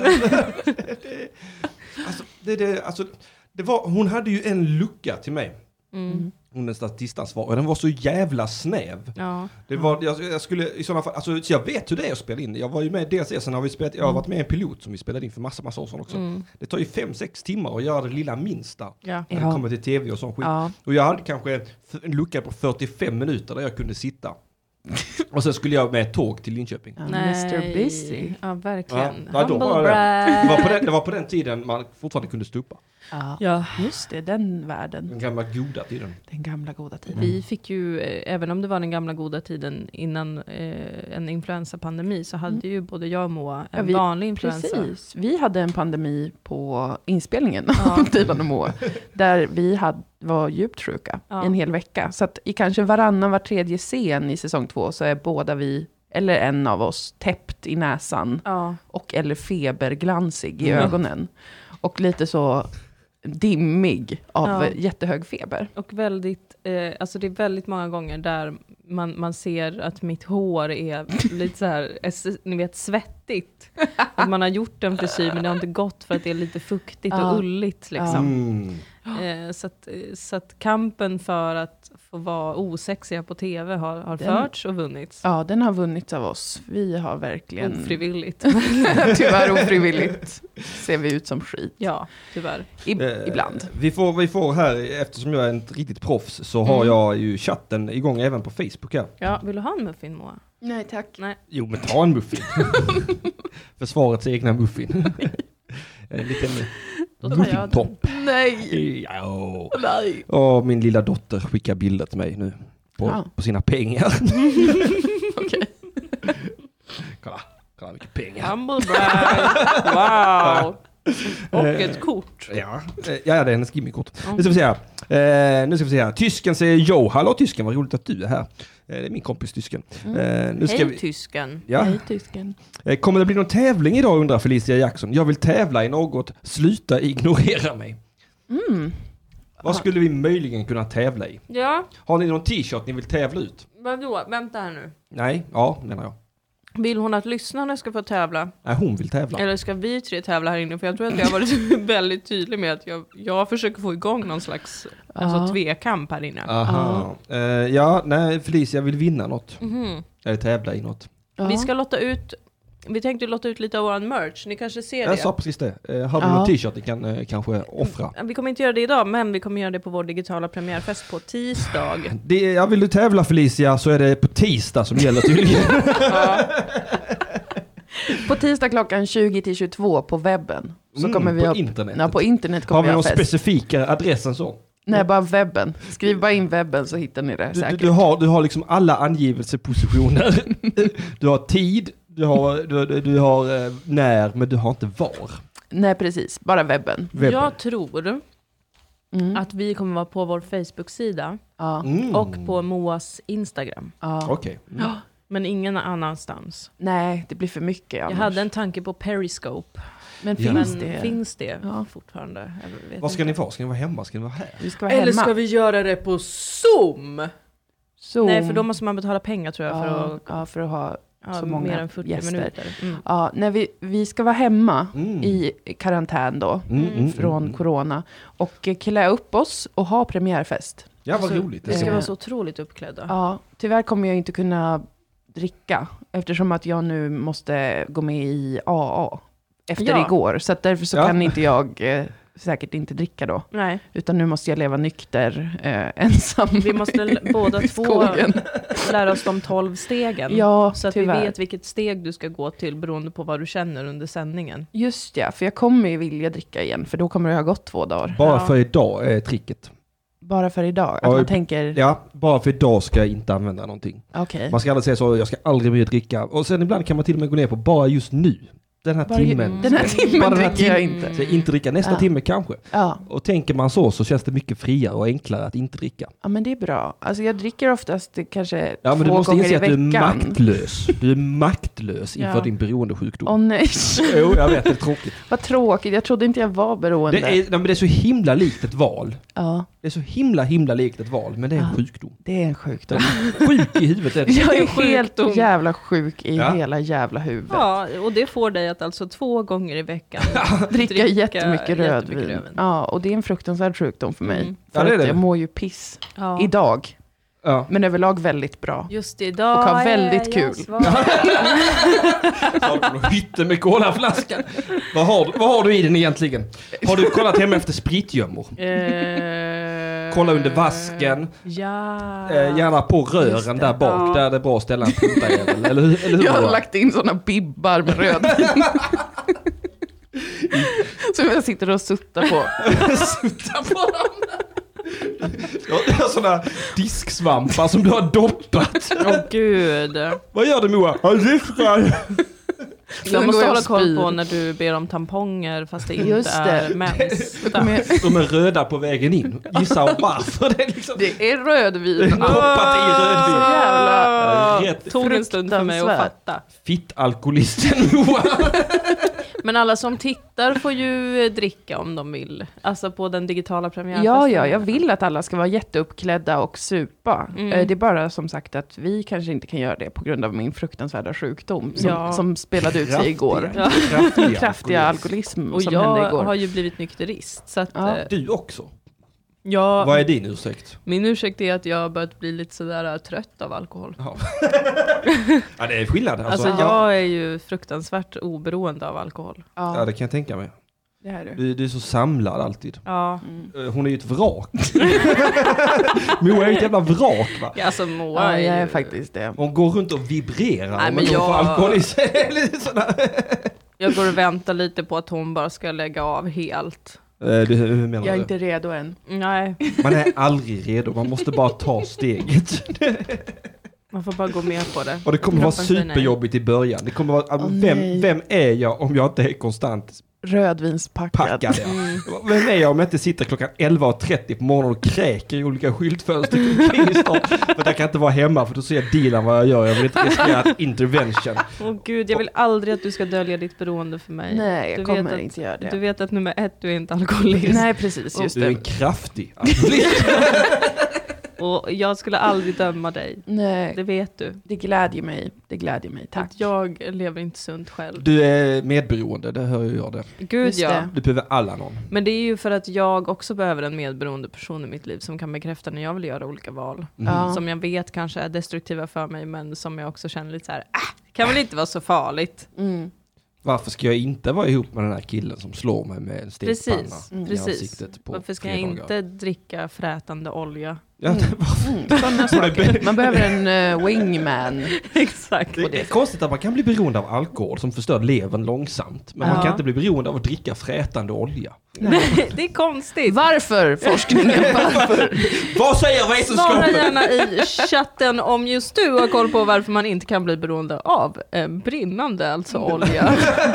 det, alltså, det, det, alltså, det var, hon hade ju en lucka till mig. Mm. Hon är statistansvarig. Den var så jävla snäv. Ja. Det var, jag, jag skulle i sådana fall, alltså, så jag vet hur det är att spela in. Jag var ju med D C, sen har vi spelat, jag har varit med i en pilot som vi spelade in för massa, massa år sedan också. Mm. Det tar ju fem, sex timmar att göra det lilla minsta. Ja. När det Ja. kommer till tv och sån skit. Ja. Och jag hade kanske en lucka på fyrtiofem minuter där jag kunde sitta. Och sen skulle jag med ett tåg till Linköping. Ja, mister Busy. Ja, verkligen. Ja, då Humble var det. brag. Det var, på den, det var på den tiden man fortfarande kunde stuppa. Ja. Ja. Just det, den världen. Den gamla goda tiden. Den gamla goda tiden. Vi fick ju, eh, även om det var den gamla goda tiden innan eh, en influensapandemi, så hade Mm. ju både jag och Moa en Ja, vi- vanlig influensa. Precis. Vi hade en pandemi på inspelningen Ja. av Dilan och Moa. Där vi hade, var djupt sjuka Ja. en hel vecka. Så att i kanske varannan, var tredje scen i säsong två så är båda vi eller en av oss täppt i näsan. Ja. Och eller feberglansig i Mm. ögonen. Och lite så dimmig av Ja. jättehög feber. Och väldigt, eh, alltså det är väldigt många gånger där man, man ser att mitt hår är lite så här, es- ni vet, svettigt. Att man har gjort en frisyr men det har inte gått för att det är lite fuktigt Ja. och ulligt liksom. Mm. Eh, så, att, eh, så att kampen för att få vara osexiga på tv har, har Den- förts och vunnits. Ja, den har vunnits av oss. Vi har verkligen... Ofrivilligt. Tyvärr ofrivilligt ser vi ut som skit. Ja, tyvärr. I, Eh, ibland. Vi får, vi får här, eftersom jag är ett riktigt proffs, så har Mm. jag ju chatten igång även på Facebook här. Ja, vill du ha en muffin, Moa? Nej, tack. Nej. Jo, men ta en muffin. Försvarets egna muffin. En liten Då tar jag den. muffintopp. Nej. Ja. Nej. Och min lilla dotter skickar bilder till mig nu på, Ja. på sina pengar. Okej. Kolla, kolla mycket pengar. Humble brag. Wow. Och ett kort. Ja, eh, ja det är hennes gimmikort. Mm. Nu ska vi se här. Eh, nu ska vi se här. Tysken säger jo, hallå tysken, vad roligt att du är här. Eh, det är min kompis tysken. Eh, nu ska Hej, vi, tysken. ja. Hej, tysken. Eh, kommer det bli någon tävling idag, undrar Felicia Jackson. Jag vill tävla i något, sluta ignorera mig. Mm. Vad skulle vi möjligen kunna tävla i? Ja, Har ni någon t-shirt ni vill tävla ut? vadå? Vänta här nu. Nej, ja, menar jag. Vill hon att lyssnarna ska få tävla? Nej, hon vill tävla. Eller ska vi tre tävla här inne? För jag tror att jag har varit väldigt tydlig med att jag, jag försöker få igång någon slags alltså, Ja. tvekamp här inne. Aha. Eh, ja, nej, Felicia vill vinna något. Mhm. Eller tävla i något. Ja. Vi ska lotta ut, vi tänkte lotta ut lite av våran merch. Ni kanske ser Jag det. sa precis det. Eh, har du Ja. någon t-shirt ni kan eh, kanske offra? Vi kommer inte göra det idag, men vi kommer göra det på vår digitala premiärfest på tisdag. Det, jag vill du tävla Felicia så är det på tisdag som gäller tydligen. Ja. På tisdag klockan tjugo till tjugotvå på webben. Så Mm, kommer vi på ha, internet. Ja, på internet kommer Har vi vi ha någon fest. specifika adress än så? Nej, bara webben. Skriv bara in webben så hittar ni det Du, du, säkert. du, har, du har liksom alla angivelsepositioner. Du har tid, du har, du, du, du har eh, när, men du har inte var. Nej, precis. Bara webben. Webben. Jag tror Mm. att vi kommer vara på vår Facebook-sida Ja. Mm. och på Moas Instagram. Ja. Okej. Mm. Ja. Men ingen annanstans. Nej, det blir för mycket Jag annars. hade en tanke på Periscope. Men Ja. finns Men det? finns det Ja. fortfarande? Jag vet Var ska inte. ni vara? Ska ni vara hemma? Ska ni vara här? Vi ska vara Eller hemma. ska vi göra det på Zoom? Så... Nej, för då måste man betala pengar tror jag för ja, att ja, för att ha... ja, så många mer än fyrtio gäster. minuter. Mm. Ja, när vi, vi ska vara hemma Mm. i karantän då. Mm, mm, Från mm. corona. Och eh, klä upp oss och ha premiärfest. Ja, vad Alltså, roligt. Vi ska Eh. vara så otroligt uppklädda. Ja, tyvärr kommer jag inte kunna dricka. Eftersom att jag nu måste gå med i A A. Efter Ja. igår. Så att därför så Ja. kan inte jag eh, säkert inte dricka då. Nej, Utan nu måste jag leva nykter eh, ensam. vi måste l- båda i två skogen. lära oss de tolv stegen. Ja, Så att tyvärr. vi vet vilket steg du ska gå till beroende på vad du känner under sändningen. Just ja, för jag kommer ju vilja dricka igen. För då kommer det ha gått två dagar. Bara Ja. för idag är tricket. Bara för idag. Att Ja, man tänker, Ja, bara för idag ska jag inte använda någonting. okej. Man ska aldrig säga så, jag ska aldrig mer dricka. Och sen ibland kan man till och med gå ner på bara just nu. Den här Bara ju- timmen. Den här timmen Bara den här dricker jag timmen. inte. Så inte dricka nästa Ja. timme kanske. Ja. Och tänker man så så känns det mycket friare och enklare att inte dricka. ja, men det är bra. Alltså jag dricker oftast kanske Ja, men två du måste gånger inse i att du är veckan. maktlös. Du är maktlös inför Ja. din beroendesjukdom. Åh nej, Jo, jag vet, det är tråkigt. vad tråkigt. Jag trodde inte jag var beroende. Det är, nej, men det är så himla likt ett val. Ja, Det är så himla, himla likt ett val, men det är en Ja. sjukdom. det är en sjukdom. Sjuk i huvudet är det. Jag är Sjukdom. helt jävla sjuk i Ja. hela jävla huvudet. Ja, och det får dig att alltså två gånger i veckan Dricka jättemycket rödvin. rödvin. Ja, och det är en fruktansvärd sjukdom för mig. Mm. För Ja, det är att det. jag mår ju piss. Ja. Idag. Ja. Men överlag väldigt bra. Just idag Och har väldigt är kul. jag svag. Hytte med colaflaskan. Vad har, du- vad har du i den egentligen? Har du kollat hem efter spritgömmor? Eh, Kolla under vasken. Ja. Eh, gärna på Just rören det. där bak, Ja. där det är bra att ställa en prutajävel. Eller hur? Eller hur Jag har Moa? lagt in sådana bibbar med rödvin. Som jag sitter och suttar på. Sutta på dem. Jag har sådana disksvampar som du har doppat. Åh gud. Vad gör du Moa? Jag diskar. Jag måste jag hålla koll spyr. på när du ber om tamponger fast det inte Just det. är mens. Då kommer jag- De är röda på vägen in. Gissa varför det är liksom... Det är rödvin. Koppat i rödvin. Så jävla- Ja, rätt. Tog en stund för mig att Fruktansvärt. fatta. Fittalkoholisten Moa. Men alla som tittar får ju eh, dricka om de vill. Alltså på den digitala premiärfesten. Ja, ja, jag vill att alla ska vara jätteuppklädda och supa. Mm. Eh, Det är bara som sagt att vi kanske inte kan göra det på grund av min fruktansvärda sjukdom som, Ja. som spelade ut sig igår. Ja. Kraftiga, Kraftiga alkoholism Och som hände jag igår. har ju blivit nykterist. Så att, Ja. eh, Du också. jag, Vad är din ursäkt? min ursäkt är att jag har börjat bli lite sådär eh, trött av alkohol. Ja, ja det är skillnad. Alltså, Alltså ja. jag är ju fruktansvärt oberoende av alkohol. ja, Ja, det kan jag tänka mig. det är du. Du, du är så samlad alltid. Ja, Eh, Hon är ju ett vrak. Moa är ju ett jävla vrak va? ja alltså Moa Ja, jag är är ju... faktiskt det. Hon går runt och vibrerar. Nej, om men hon jag- får alkohol i sig. Lite sådär. Jag går och väntar lite på att hon bara ska lägga av helt. Eh, du, hur menar Jag är du? inte redo än. Nej, Man är aldrig redo, man måste bara ta steget. man får bara gå med på det. Och det kommer vara Kroppen säger nej. superjobbigt i början. Det kommer vara, Åh, vem, nej. vem är jag om jag inte är konstant Rödvinspackad. packad? Ja. Vem är jag om jag inte sitter klockan elva och trettio på morgonen och kräker i olika skyltfönster omkring i stan? För jag kan inte vara hemma för då ser dealen vad jag gör. Jag vill inte riskera ett intervention. Åh gud, jag vill aldrig att du ska dölja ditt beroende för mig. Nej, jag Du kommer vet att- inte göra det. Du vet att nummer ett, du är inte alkoholist. Nej, precis. Just Du är det. en kraftig alkoholist. Och jag skulle aldrig döma dig. Nej, Det vet du. det glädjer mig. Det glädjer mig. Tack. Att jag lever inte sunt själv. Du är medberoende, det hör ju jag det. Gud Just ja. det. Du behöver alla någon. Men det är ju för att jag också behöver en medberoende person i mitt liv som kan bekräfta när jag vill göra olika val. Mm. Ja. Som jag vet kanske är destruktiva för mig, men som jag också känner lite så här, ah, det kan väl inte vara så farligt. Mm. Varför ska jag inte vara ihop med den här killen som slår mig med en stekpanna Precis, i precis. ansiktet på Varför ska jag fredagar? inte dricka frätande olja? Ja, det, varför? Mm. Sådana saker. Man behöver en uh, wingman. Exakt. Det är konstigt att man kan bli beroende av alkohol som förstör levern långsamt. Men man Ja. kan inte bli beroende av att dricka frätande olja. Nej, det är konstigt. Varför forskningen? Varför? Vad säger Svara vetenskapen? gärna i chatten om just du har koll på varför man inte kan bli beroende av eh, brinnande, alltså olja.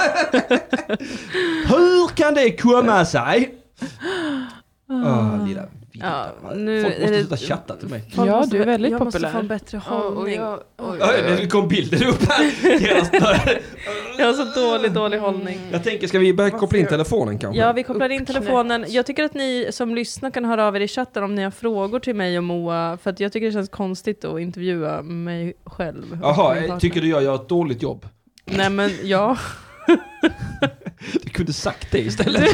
Hur kan det komma sig? Ah, lilla Ja, vidare. nu Folk är måste det- sluta chatta till mig. Folk Ja, måste- du är väldigt jag populär. måste få en bättre Ja, och hållning. jag- oj, Oj, oj, oj. nu kom bilden upp här. Genast började- Jag har så dålig, dålig hållning. Jag tänker, ska vi börja koppla in telefonen kanske? Ja, vi kopplar in Uppknäppt. telefonen. Jag tycker att ni som lyssnar kan höra av er i chatten om ni har frågor till mig och Moa. För att jag tycker det känns konstigt att intervjua mig själv. och min Jaha, partner. tycker du jag gör ett dåligt jobb? Nej men ja. Du kunde sagt det istället.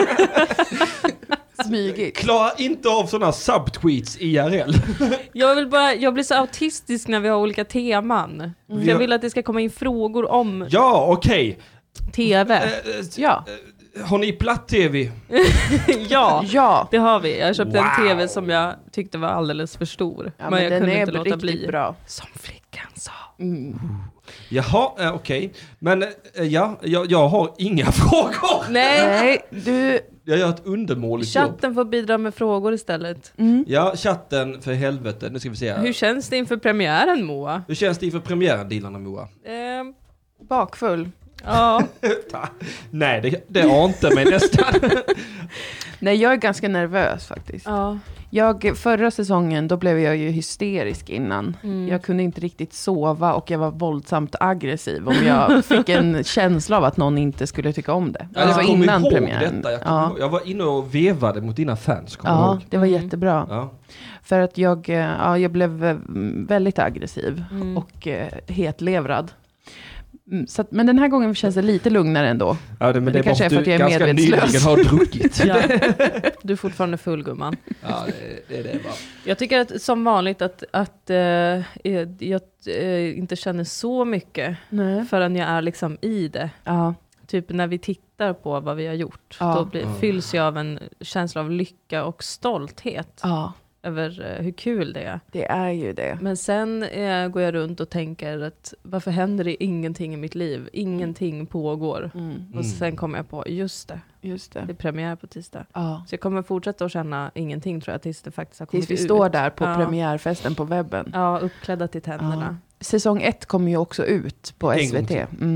Smygigt. Klara inte av sådana subtweets I R L. Jag vill bara, jag blir så autistisk när vi har olika teman. För jag vill att det ska komma in frågor om Ja, okej. T V. Eh, eh, Ja. Har ni platt-tv? Ja, Ja. det har vi. Jag köpte Wow. en T V som jag tyckte var alldeles för stor. Ja, men jag den kunde är inte låta riktigt bli. bra. Som flickan sa. Mm. Jaha, eh, okej. Men eh, ja, jag, jag har inga frågor. Nej, Nej, du... Jag gör ett undermåligt jobb. chatten får bidra med frågor istället. Mm. Ja, chatten för helvete. Nu ska vi se. Hur känns det inför premiären, Moa? Hur känns det inför premiären, Dilan och Moa? Ehm, Bakfull. ja. Nej, det, det ante mig nästan. Nej, jag är ganska nervös faktiskt. ja. Jag, förra säsongen, då blev jag ju hysterisk innan. Mm. Jag kunde inte riktigt sova och jag var våldsamt aggressiv om jag fick en känsla av att någon inte skulle tycka om det. Ja, det jag var kommer innan ihåg premiären. Detta. Jag, kommer ja. ihåg. Jag var inne och vevade mot dina fans, kommer du ja, ihåg? det var Mm. jättebra. Ja. För att jag, eh, ja, jag blev eh, väldigt aggressiv Mm. och eh, hetlevrad. Mm, så att, men den här gången känns det lite lugnare ändå. Ja, det, men det det, är kanske bara är för att jag är ganska medvetslös. nyligen har druckit. Ja. Du är fortfarande full, gumman. Ja, det, det är det bara. Jag tycker att som vanligt att, att eh, jag eh, inte känner så mycket Nej. förrän jag är liksom i det. Ja. Typ när vi tittar på vad vi har gjort. Ja. Då blir, fylls jag av en känsla av lycka och stolthet ja, över eh, hur kul det är. det är ju det. Men sen eh, går jag runt och tänker att varför händer det ingenting i mitt liv? Ingenting pågår. Mm, Och sen kommer jag på, just det, just det är det. premiär på tisdag. Ja. Så jag kommer fortsätta att känna ingenting tror jag tills det faktiskt har kommit Tills vi ut. står där på Ja. premiärfesten på webben. Ja, uppklädda till tänderna. Säsong ett kommer ju också ut på En S V gång T. till. Mm.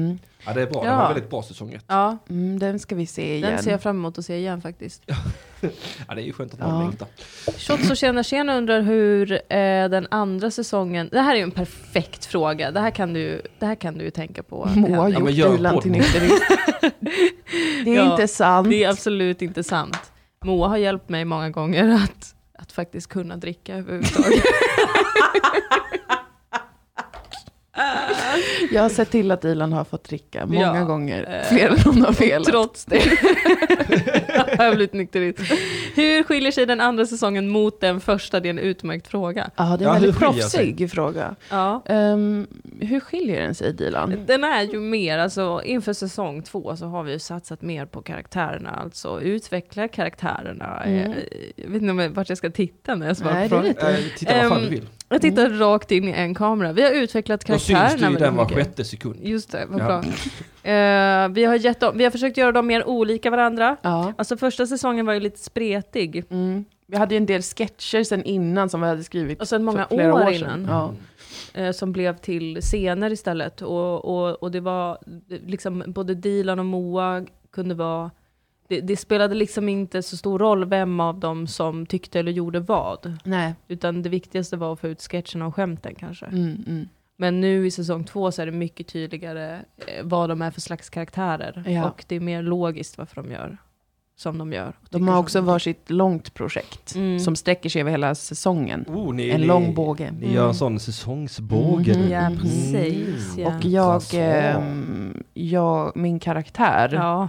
Ja, det är bra. Ja. Det var väldigt bra säsong ett. Ja, Mm, den ska vi se igen. den ser jag fram emot att se igen faktiskt. Ja, det är ju skönt att man Ja. längtar. Shots och tjena tjena undrar hur eh, den andra säsongen... Det här är ju en perfekt fråga. Det här kan du, det här kan du ju tänka på. Moa har Ja, men gjort gör Dilan podd, till Moa. nykterist. Det är Ja, inte sant. Det är absolut inte sant. Moa har hjälpt mig många gånger att, att faktiskt kunna dricka överhuvudtaget. Jag har sett till att Dilan har fått dricka många Ja, gånger. eh, Fler än hon har velat. Trots det. Jag har blivit nykterist. Hur skiljer sig den andra säsongen mot den första? Det är en utmärkt fråga. Ja, det är en Ja, hur väldigt skiljer sig? proffsig fråga. Ja. Um, hur skiljer den sig, Dilan? Den är ju mer, alltså inför säsong två så har vi ju satsat mer på karaktärerna, alltså utveckla karaktärerna. Mm. Jag, jag vet inte om jag, vart jag ska titta när jag svarar Nej, på det är frågan. lite- Äh, titta vad fan Ehm, du vill. Jag tittar rakt in i en kamera. Vi har utvecklat Då syns karaktärerna du ju väldigt den var mycket. sjätte sekund. Just det, vad Ja. bra. Eh, vi, har gett dem, vi har försökt göra dem mer olika varandra. Ja. Alltså första säsongen var ju lite spretig. Mm. Vi hade ju en del sketcher sen innan som vi hade skrivit Och sen många för flera år år innan. sedan. Ja. eh, som blev till scener istället. Och, och, och det var liksom både Dilan och Moa kunde vara... Det, det spelade liksom inte så stor roll vem av dem som tyckte eller gjorde vad. Nej. Utan det viktigaste var att få ut sketcherna och skämten kanske. Mm, mm. Men nu i säsong två så är det mycket tydligare eh, vad de är för slags karaktärer. Ja. Och det är mer logiskt varför de gör som de gör. De Tycker har som också de varsitt långt projekt Mm. som sträcker sig över hela säsongen. Oh, ni, En ni, lång båge. Ni gör en sån säsongsbåge Mhm. nu. Ja, Mm. precis. Ja. Och jag, Alltså. ehm, jag, min karaktär ja,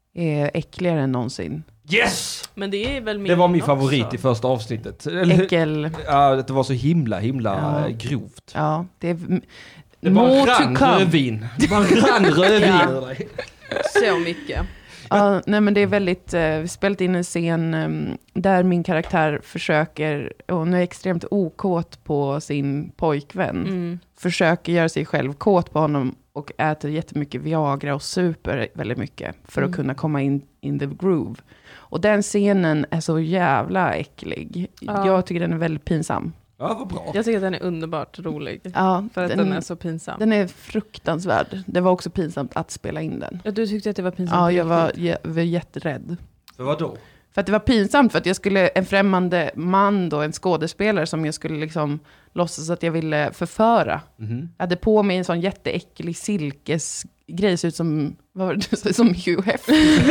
är äckligare än någonsin. Yes! men det är väl min Det var min också. favorit i första avsnittet. Eller- Äckel. Ja, det var så himla, himla Ja. eh, grovt. Ja, det är m- Det bara more rann to come. rödvin. Det bara rann rödvin Ja. ur dig. Så mycket. Ja, nej men det är väldigt, eh, vi har spelat in en scen um, där min karaktär försöker, och hon är extremt okåt på sin pojkvän, Mm. försöker göra sig själv kåt på honom och äter jättemycket Viagra och super väldigt mycket för Mm. att kunna komma in in the groove. Och den scenen är så jävla äcklig. Ja. Jag tycker den är väldigt pinsam. Ja, vad bra. Jag tycker att den är underbart rolig. Ja, För att den, den, är så pinsam. den är fruktansvärd. Det var också pinsamt att spela in den. Ja, du tyckte att det var pinsamt. Ja, på jag var, riktigt. jag var jätterädd. För vad då? För att det var pinsamt för att jag skulle, en främmande man då, en skådespelare som jag skulle liksom låtsas att jag ville förföra. Mhm. Jag hade på mig en sån jätteäcklig silkesgrej, ser ut som, vad var det du sa, som Hugh Hefner.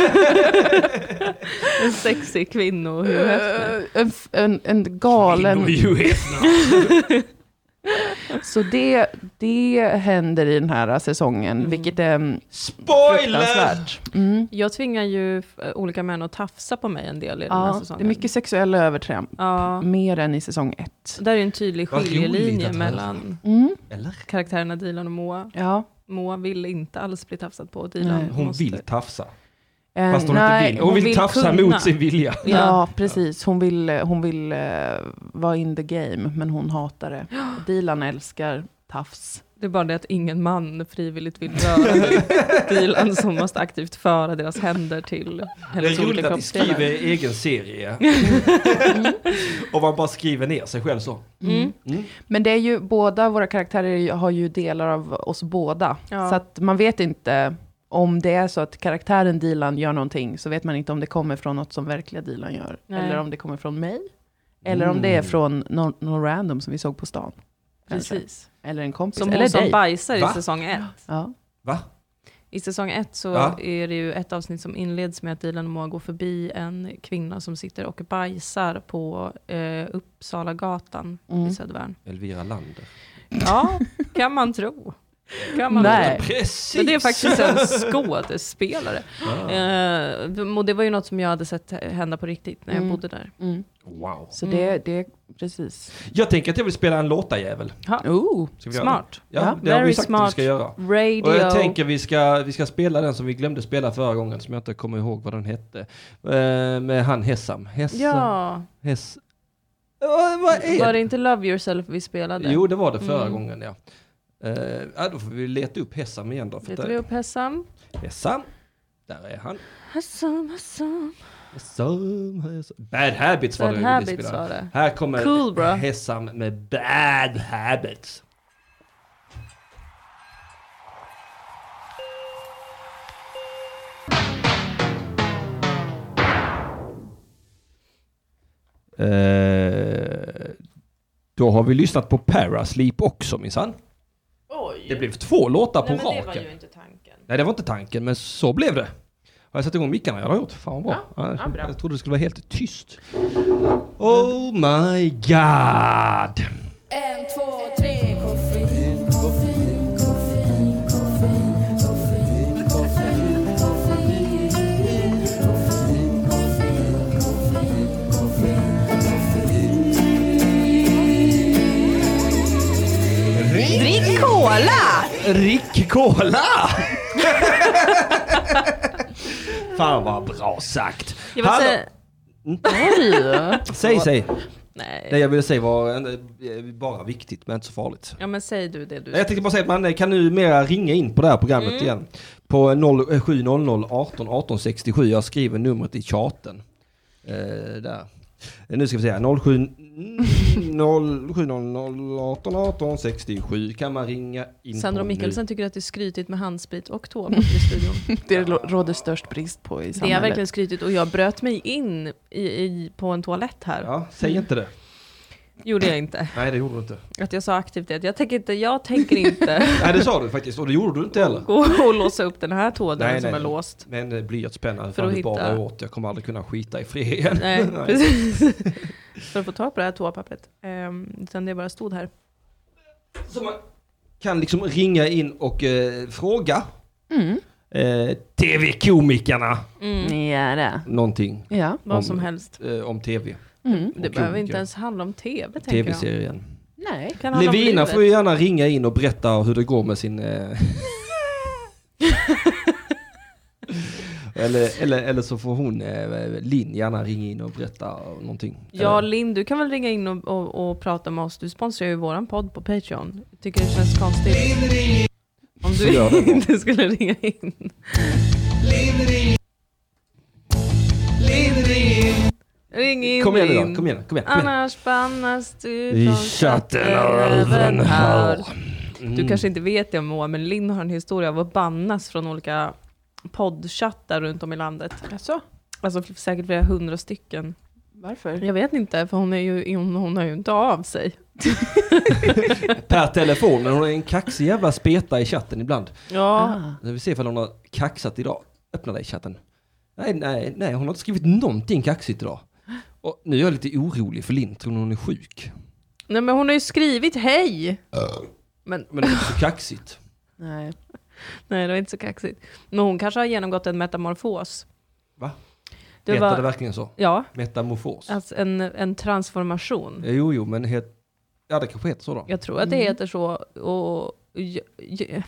En sexig kvinno. Hur häftigt. en, f- en, en galen... Kvinnor ju Hefner. Så det, det händer i den här säsongen, Mm. vilket är mm, Spoiler! fruktansvärt. Mm. Jag tvingar ju f- olika män att tafsa på mig en del i den här Ja, säsongen. det är mycket sexuella övertramp. Ja, Mer än i säsong ett. där är en tydlig Vad roligt skiljelinje att höra. mellan Mm. Eller? karaktärerna Dilan och Moa. Ja. Moa vill inte alls bli tafsad på. Dilan Nej. Hon måste. vill tafsa. Eh, Fast hon nej, inte vill. Hon, vill, tafsa kunna. mot sin vilja. Ja, Ja. precis. Hon vill, hon vill uh, vara in the game, men hon hatar det. Dilan älskar tafs. Det är bara det att ingen man frivilligt vill röra Dilan som måste aktivt föra deras händer till Det hennes är roligt olika att ni skriver kroppsdelar. egen serie. Och man bara skriver ner sig själv så. Mm. Mm. Men det är ju, båda våra karaktärer har ju delar av oss båda. Ja. Så att man vet inte, om det är så att karaktären Dilan gör någonting, så vet man inte om det kommer från något som verkliga Dilan gör. Nej. Eller om det kommer från mig. Eller om det är Mm. från någon, någon random som vi såg på stan. Kanske. Precis. Eller en kompis. Som eller hon som dig. bajsar i Va? säsong ett. Ja. Va? I säsong ett så Ja. är det ju ett avsnitt som inleds med att Dilan och Moa går förbi en kvinna som sitter och bajsar på eh, Uppsalagatan Mm. i Södervärn. Elvira Lander. Ja, kan man tro. Kan man Nej. tro. Precis! Men det är faktiskt en skådespelare. Ah. Eh, och det var ju något som jag hade sett hända på riktigt när jag Mm. bodde där. Mm. Wow. Så Mm. det, det, precis. Jag tänker att jag vill spela en låtarjävel. Ha, Oh. Ska vi göra det? smart. Ja, Ja, det har vi very sagt att vi smart. ska göra. Radio. Och jag tänker vi ska, vi ska spela den som vi glömde spela förra gången, som jag inte kommer ihåg vad den hette. Eh, med han Hessam. Hessam. Ja, Hess... Oh, vad är var det? det inte Love Yourself vi spelade? Jo, det var det förra Mm. gången, ja. Eh, ja. Då får vi leta upp Hessam igen då. För Letar att, vi upp Hessam? Hessam. Där är han. Hessam, Hessam. Hessam, Hessam. Bad Habits var Bad det vi Habits spelade. var det. Här kommer Cool, bro. Hessam med Bad Habits. Eh, då har vi lyssnat på Parasleep också, minsann. Oj. Det blev två låtar på Nej, men raken. det var ju inte tanken. Nej, det var inte tanken, men så blev det. Har jag satt igång mickarna? Jag har gjort. Fan vad bra. Ja, ja, bra. Jag trodde det skulle vara helt tyst. Oh my god! En, två, tre, koffein, koffein, koffein, koffein, koffein, koffein, koffein, koffein, koffein, koffein, koffein. Drick cola! Rick Cola! Fan vad bra sagt. Jag vill säga... Oj. Säg, säg. Nej. Det jag ville säga var eh, bara viktigt, men inte så farligt. Ja, men säg du det du... Jag tänkte bara säga att man kan nu mera ringa in på det här programmet Mm. igen. På noll sju noll noll arton arton sextiosju. Jag skriver numret i chatten. Eh, där. Nu ska vi se här. noll sju noll noll arton arton sextiosju kan man ringa in Sandra på Mikkelsen tycker att det är skrytigt med handsprit och toapapper i studion. Det råder störst brist på i Det är samhället. verkligen skrytigt och jag bröt mig in i, i, på en toalett här. nu. Ja, säg inte det. Gjorde jag inte. Nej, det gjorde du inte. Att jag sa aktivt det. Jag tänker inte, jag tänker inte Nej, det sa du faktiskt. Och det gjorde du inte heller. gå och låsa upp den här tådörren Nej, som nej. är låst. Men eh, blyertsspännande För för att att bara hitta- åt. Jag kommer aldrig kunna skita i fred igen. Nej, precis. För att få ta på det här toapappret. Um, utan det bara stod här. Så man kan liksom ringa in och eh, fråga Mm. eh, T V-komikerna Mm. Ja, det. någonting Ja. Vad Om- som helst. eh, om tv. Mm. Det och behöver komiker. inte ens handla om tv, tänker jag. Tv-serien. Nej. Kan handla om Levina livet. får ju gärna ringa in och berätta hur det går med sin... Eh... eller, eller, eller så får hon, eh, Linn, gärna ringa in och berätta någonting. Ja, Eller- Linn, du kan väl ringa in och, och, och prata med oss. Du sponsrar ju våran podd på Patreon. Tycker det känns konstigt. Om Så gör du det. inte skulle ringa in. Ring in, Kom igen nu Linn. då, kom igen, kom igen. Kom igen. Annars bannas du I från chatten även här. Mm. Du kanske inte vet det, Moa, men Linn har en historia av att bannas från olika poddchattar runt om i landet. Alltså, Alltså säkert flera hundra stycken. varför? Jag vet inte, för hon, är ju, hon, hon har ju inte av sig. Per telefon, men hon är en kaxig jävla speta i chatten ibland. Ja, Ah. När vi ser om hon har kaxat idag. Öppna dig chatten. Nej, nej, nej, hon har inte skrivit någonting kaxigt idag. Och nu är jag lite orolig för Linn, tror hon är sjuk. nej men hon har ju skrivit hej. Men Men det är inte så kaxigt. Nej. nej, det var inte så kaxigt. Men hon kanske har genomgått en metamorfos. Va? Det Heter var, det verkligen så? ja, Metamorfos? alltså en, en transformation. Jo, jo, men het... ja, det kanske heter så då. Jag tror att det heter så. Och, j, j,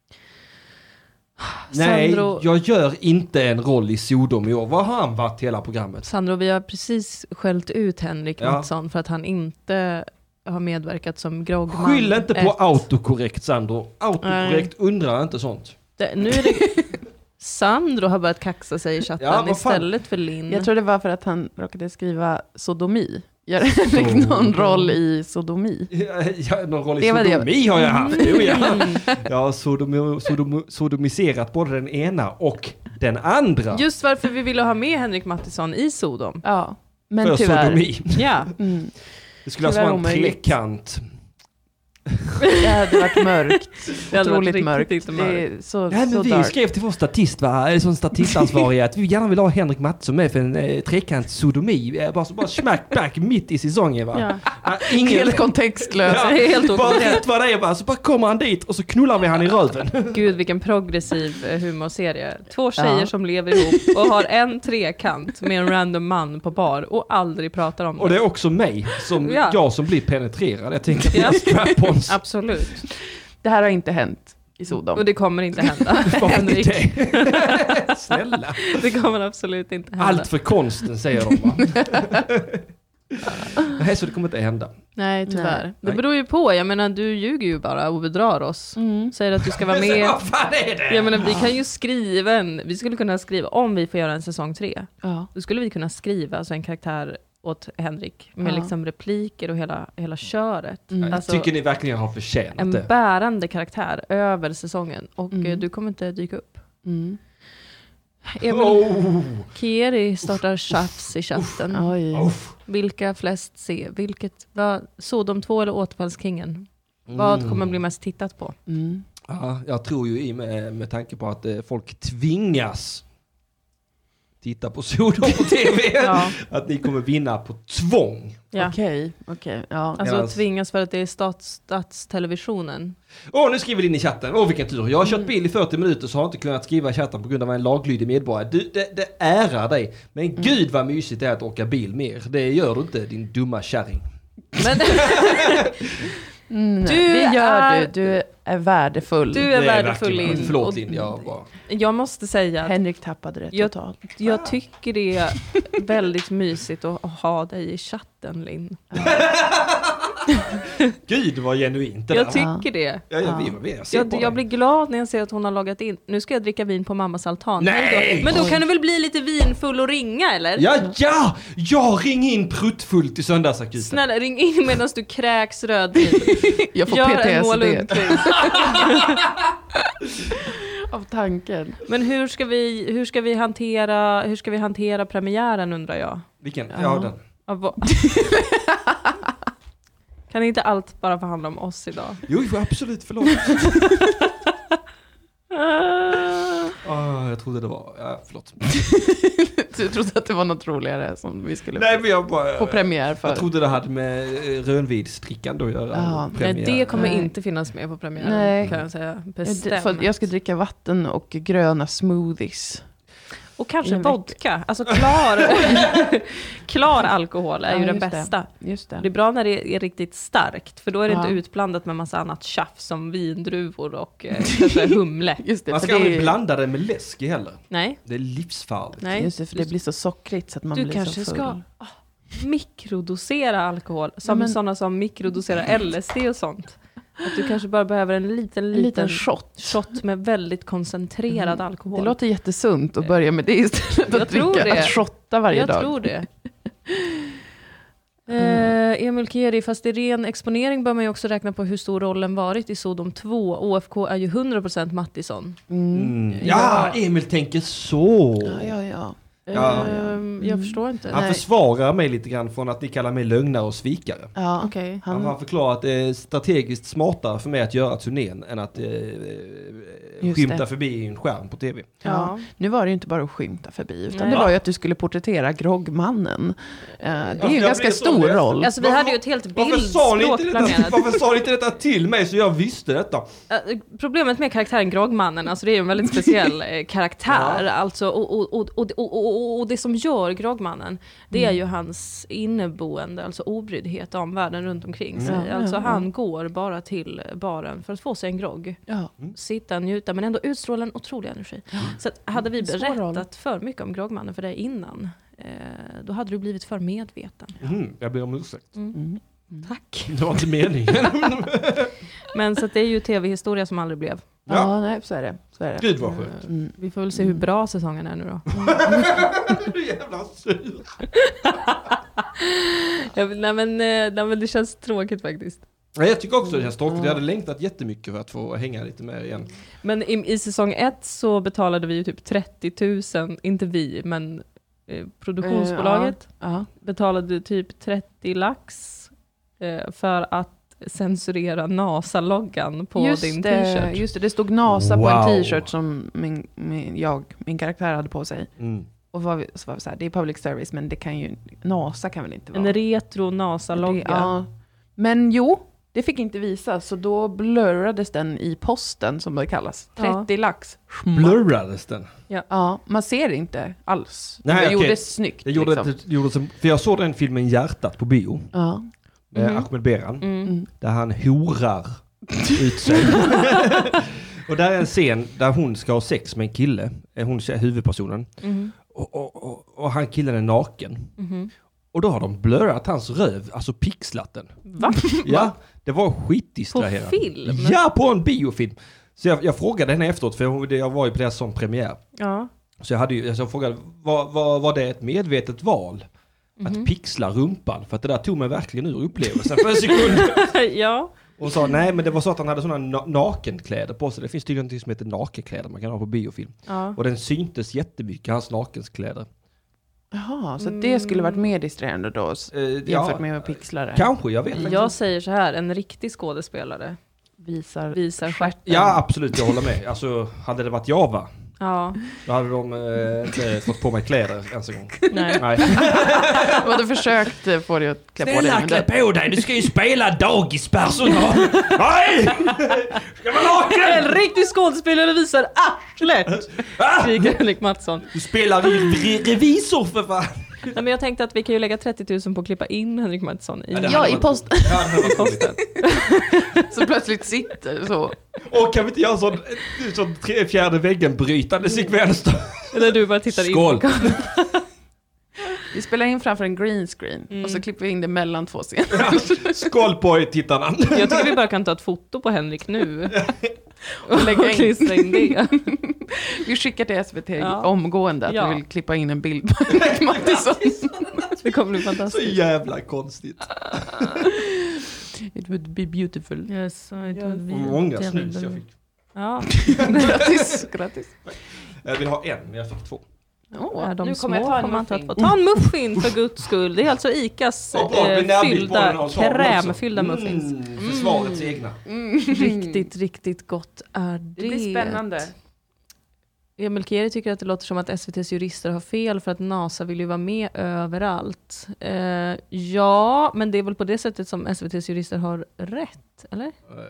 Nej, Sandro, jag gör inte en roll i Sodom i år. Vad har han varit hela programmet? Sandro, vi har precis skällt ut Henrik Ja. Mattsson för att han inte har medverkat som groggman. Skyll inte på ett. autokorrekt, Sandro. Autokorrekt undrar inte sånt. Det, nu är det... Sandro har börjat kaxa sig i chatten Ja, vad fan. istället för Linn. Jag tror det var för att han råkade skriva sodomi. Gör Henrik någon roll i sodomi? Ja, ja, någon roll i Det var det. sodomi har jag haft. Jo, ja. Jag har sodom, sodom, sodomiserat både den ena och den andra. Just varför vi ville ha med Henrik Mattisson i Sodom. Ja, men för tyvärr. sodomi. Ja, Mm. Det skulle alltså Tyvärr vara en omöjligt. trekant. Det hade varit mörkt. det hade varit Otroligt riktigt mörkt. inte Det mörkt. är så, Nej, så men vi dark. skrev till vår statist, va? Eller som statistansvarig att vi gärna vill ha Henrik Mattsson med för en eh, trekant sodomi. Eh, Bara, så, bara smack back mitt i säsongen, va? Ja. Ja, ingen... Helt kontextlöst. Ja, Det är helt bara otroligt. rätt vad det är, va? Så bara kommer han dit och så knullar vi han i röven. Gud, vilken progressiv eh, humorserie. Två tjejer Ja. som lever ihop och har en trekant med en random man på bar och aldrig pratar om det. Och det är också mig, som Ja. jag som blir penetrerad. Jag tänker att Ja. jag strap-ons. Absolut. Det här har inte hänt i Sodom. Och det kommer inte hända, Varför Henrik. inte det? Snälla. Det kommer absolut inte hända. Allt för konsten, säger de, va? Nej, så det kommer inte hända. Nej, tyvärr. Nej. Det beror ju på. Jag menar, du ljuger ju bara och bedrar oss. Mm. Säger att du ska vara med. Vad fan är det? Jag menar, vi kan ju skriva en... Vi skulle kunna skriva, om vi får göra en säsong tre, Ja. då skulle vi kunna skriva alltså en karaktär åt Henrik med Ja. liksom repliker och hela, hela köret. Mm. Alltså, Tycker ni verkligen jag har förtjänat en det? bärande karaktär över säsongen. Och Mm. eh, du kommer inte dyka upp. Mm. Emil Oh, Kieri startar tjafs i chatten. Oj. uff. Vilka flest se? Vilket, vad, Sodom två eller Återfallskingen? Vad kommer bli mest tittat på? Mm. Ja, jag tror ju i med, med tanke på att eh, folk tvingas titta på Sodom på tv. Ja. Att ni kommer vinna på tvång. Ja. Okej, okej. Ja. Alltså Medans- tvingas för att det är stats, statstelevisionen. Åh, nu skriver det in i chatten. Åh, vilken tur. Jag har kört bil i fyrtio minuter så har inte kunnat skriva i chatten på grund av en laglydig medborgare. Du, det, det ärar dig. Men Mm. gud vad mysigt det är att åka bil mer. Det gör du inte, din dumma kärring. Men Mm, Du det gör är- du. Du är värdefull. du är Det värdefull verkligen- in. Förlåt Och Linn, jag bara... jag måste säga att Henrik tappade det Jag- totalt. jag tycker det är väldigt mysigt att ha dig i chatten, Linn. Gud vad genuint det Jag där. tycker det. Ja, jag, jag, jag, ser Jag, på jag dig. blir glad när jag ser att hon har lagat in. Nu ska jag dricka vin på mammas altan. Nej! Hej då. Men då kan du väl bli lite vinfull och ringa, eller? Ja, ja! Ja, ring in pruttfullt i söndagsakuten. Snälla, ring in medan du kräks rödvin. Jag får Gör P en T S Moa D Lundqvist. av tanken. Men hur ska vi, hur ska vi hantera, hur ska vi hantera premiären, undrar jag? Vilken? Ja, Ja. den. Av vad- Kan inte allt bara få handla om oss idag? Jo, absolut, förlåt. Ah, jag trodde det var... Ja, förlåt. Du trodde att det var något roligare som vi skulle Nej, men jag bara... få premiär för. Jag trodde det hade med eh, rödvinsdrickande att göra. Ja. Nej, Premiär. det kommer Nej. inte finnas med på premiären, Nej. kan jag säga. Jag, Bestämt. för jag ska dricka vatten och gröna smoothies. Och kanske I en vecka. vodka. Alltså klar, klar alkohol är Ja, ju den just det. bästa. Just det. Det är bra när det är riktigt starkt, för då är det Ja. inte utblandat med massa annat tjafs som vindruvor och eh, kanske humle. Just det, Man för ska det, aldrig blanda det med läsk heller. Nej, Det är livsfarligt. nej. just det, för det blir så sockrigt så att man Du blir kanske så full. ska ah, mikrodosera alkohol, som men- sådana som mikrodoserar L S D och sånt. Att du kanske bara behöver en liten, En liten, liten shot. shot med väldigt koncentrerad Mm. alkohol. Det låter jättesunt att börja med det istället Jag att tror dricka, det. att shotta varje Jag dag. tror det. Eh, Emil Keri, fast i ren exponering bör man ju också räkna på hur stor rollen varit i Sodom två. O F K är ju hundra procent Mattisson. Mm. Mm. Ja, Emil tänker så. Ja, ja, ja. Ja. Ehm, jag förstår inte. Han Nej. försvarar mig lite grann från att ni kallar mig lögnare och svikare. ja. Okej. Han Han, har förklarat att det är strategiskt smartare för mig att göra turnén än att eh, Just skymta det. förbi en skärm på tv. Ja. Nu var det ju inte bara att skymta förbi, utan Nej. det var ju att du skulle porträttera groggmannen. Eh, det är Ja, ju en jag ganska blev så stor ledsen. roll. Alltså vi Varför- hade ju ett helt Varför sa, ni bildspråk inte detta, planerat. varför sa ni inte detta till mig så jag visste detta? Eh, Problemet med karaktären Groggmannen, alltså det är ju en väldigt speciell eh, karaktär. Ja. Alltså, och, och, och, och, och, och, och det som gör Groggmannen, det Mm. är ju hans inneboende, alltså obryddhet om världen runt omkring sig. Ja, Alltså ja, ja. han går bara till baren för att få sig en grogg. Ja. Sitta, njuta, men ändå utstråla en otrolig energi. Så att hade vi En svår roll. berättat för mycket om Groggmannen för dig innan, eh, då hade du blivit för medveten. Mm, jag ber om ursäkt. Mm. Tack. Det var inte meningen. Men så att det är ju tv-historia som aldrig blev. Ja. Ja. nej, så är det. Så är det. Gud vad skönt. Mm. Vi får väl se hur bra säsongen är nu då. Du är jävla sur. Ja, nej, men, eh, nej men det känns tråkigt faktiskt. Nej, jag tycker också det känns tråkigt. Jag hade längtat jättemycket för att få hänga lite mer igen. Men i, i säsong ett så betalade vi ju typ trettio tusen, inte vi, men eh, produktionsbolaget Ja. betalade typ trettio lax eh, för att censurera NASA-loggan på Just din det, t-shirt. just det, det stod NASA på Wow. en t-shirt som min, min, jag, min karaktär hade på sig. Mm. Och var vi, så var vi så här, det är public service, men det kan ju, NASA kan väl inte vara. En retro NASA-logga. Det- ja. Men jo, det fick inte visas, så då blurrades den i posten, som det kallas. Ja. trettio lax. Blurrades den? Ja, man ser det inte alls. Nej, det okej. gjordes snyggt. Det gjorde, liksom. det gjorde som, för jag såg den filmen Hjärtat på bio. Ja. Med Mhm. Ahmed Beran. Mm. Mm. Där han horar ut sig. Och där är en scen där hon ska ha sex med en kille. Är hon är huvudpersonen. Mhm. Och, och, och, och han killen är naken. Mhm. Och då har de blurrat hans röv, alltså pixlat den. Va? Ja, det var På skitdistraherande. film? Ja, på en biofilm. Så jag, jag frågade henne efteråt, för jag, jag var ju på deras sån premiär. Ja. Så jag, hade ju, så jag frågade, var, var, var det ett medvetet val? Mhm. Att pixla rumpan? För att det där tog mig verkligen ur upplevelsen för en sekund. Ja. Och sa, nej men det var så att han hade sådana na- nakenkläder på sig. Det finns tydligen något som heter nakenkläder man kan ha på biofilm. Ja. Och den syntes jättemycket, hans nakenskläder. Jaha, så det skulle varit mer distraherande då Eh, jämfört ja, med pixlare. kanske, jag vet faktiskt. Jag säger så här, en riktig skådespelare Visar. visar stjärten. Ja, absolut, jag håller med. Alltså, hade det varit Java, Ja, då hade de eh, inte fått på mig kläder ens en gång. nej. Nej. Du hade försökt eh, få dig att klä på dig. men det- på dig, du ska ju spela dagispersonal. Nej! Ska vara naken! En riktig skådespelare visar arslet! Ah! Skriker Henrik Mattsson. Du spelar ju re- revisor för fan. Nej, men jag tänkte att vi kan ju lägga trettio tusen på att klippa in Henrik Mattsson i, Ja, det Ja, hade i varit- post. Ja, det hade varit posten. Så plötsligt sitter så. Och kan vi inte göra en sån, sån tre fjärde väggen brytande sekvens då? Eller du bara tittar Skål. in på Vi spelar in framför en green screen Mm. och så klipper vi in det mellan två scener. Skål på tittarna. Jag tycker vi bara kan ta ett foto på Henrik nu Och lägga och in. klistra in det. Vi skickar till S V T Ja. omgående att Ja. vi vill klippa in en bild på Henrik Mattisson. Det kommer bli Så fantastiskt. jävla konstigt. It would be beautiful. Yes, it would be Många terrible. snus jag fick. Ja, Grattis, grattis. Jag vill ha en, men jag fick två. Oh, är de nu små kommer jag ta en får man ta muffin. två. Ta en muffin för guds skull. Det är alltså Icas Ja, bra, det blir eh, närbild på den fyllda, och så har vi också. krämfyllda muffins. Mm, försvarets egna. Riktigt, riktigt gott är det. Det blir spännande. Emil Keri tycker att det låter som att S V T:s jurister har fel för att NASA vill ju vara med överallt. Eh, ja, men det är väl på det sättet som S V T:s jurister har rätt, eller? Uh,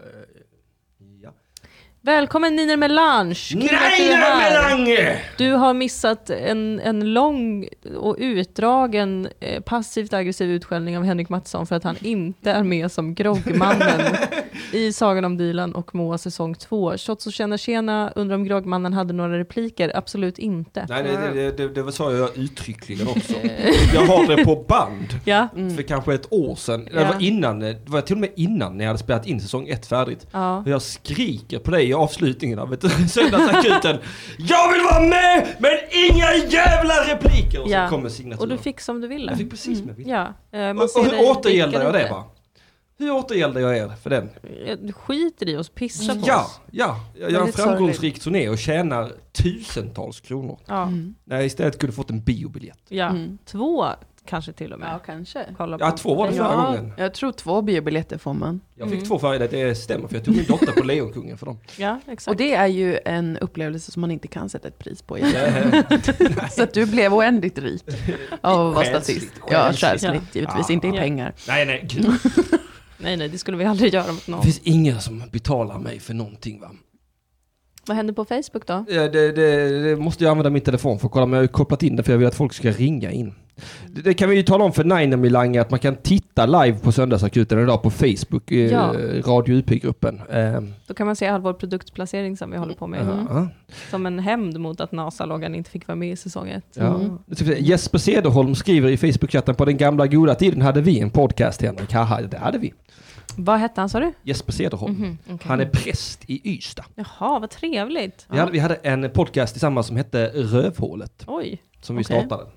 ja. Välkommen Niner Melange! Kul att du Nej, är här. Melange! Du har missat en, en lång och utdragen eh, passivt aggressiv utskällning av Henrik Mattsson för att han inte är med som groggmannen i Sagan om Dilan och Moa säsong två. Shots och tjena tjena, undrar om groggmannen hade några repliker? Absolut inte. Nej, det, det, det, det var så jag uttryckligen också. Jag har det på band. Ja, För kanske ett år sedan. Det Ja. var innan, det var till och med innan när jag hade spelat in säsong ett färdigt. ja. Och jag skriker på dig i avslutningen av ett söndagsakuten. Jag vill vara med, men inga jävla repliker! Och så Ja. kommer Och signaturen. du fick som du ville. Jag fick precis som jag ville. Ja, eh, man Och, ser och dig hur återgäldar dricka jag det lite. va? Hur återgäldar jag er för den? Eh, Du skiter i oss, pissa på Ja, oss. ja. Jag gör en Väldigt framgångsrik turné och tjänar tusentals kronor. Ja, Mm. När jag istället skulle fått en biobiljett. ja. Mm. Två kanske till och med. Ja, kanske. Kolla Ja, på två var det förra Ja, gången. jag tror två biobiljetter får man. Jag fick Mm. två förra, det stämmer för jag tog min dotter på Lejonkungen för dem. Ja, exakt. Och det är ju en upplevelse som man inte kan sätta ett pris på. Eh, Så att du blev oändligt rik av att vara Själsligt, statist. Ja, själsligt. själsligt givetvis, Ja. inte i Ja. pengar. Nej, nej, gud. Nej, nej, det skulle vi aldrig göra mot någon. Det finns ingen som betalar mig för någonting va? Vad händer på Facebook då? Ja, det, det, det måste jag använda min telefon för att kolla om jag har kopplat in det för jag vill att folk ska ringa in. Det, det kan vi ju tala om för Niner Milange att man kan titta live på Söndagsakuten idag på Facebook, eh, Ja. Radio U P-gruppen. Eh, Då kan man se all vår produktplacering som vi håller på med idag. ja. Som en hämnd mot att NASA-loggan inte fick vara med i säsong ett. Ja. Mm. Det ska vi säga. Jesper Cederholm skriver i Facebook-chatten på den gamla goda tiden hade vi en podcast, Henrik. Haha, det hade vi. Vad hette han, sa du? Jesper Cederholm. Mhm, okej. Han är präst i Ystad. Jaha, vad trevligt. Vi hade, vi hade en podcast tillsammans som hette Rövhålet. Oj. Som vi Okej. startade.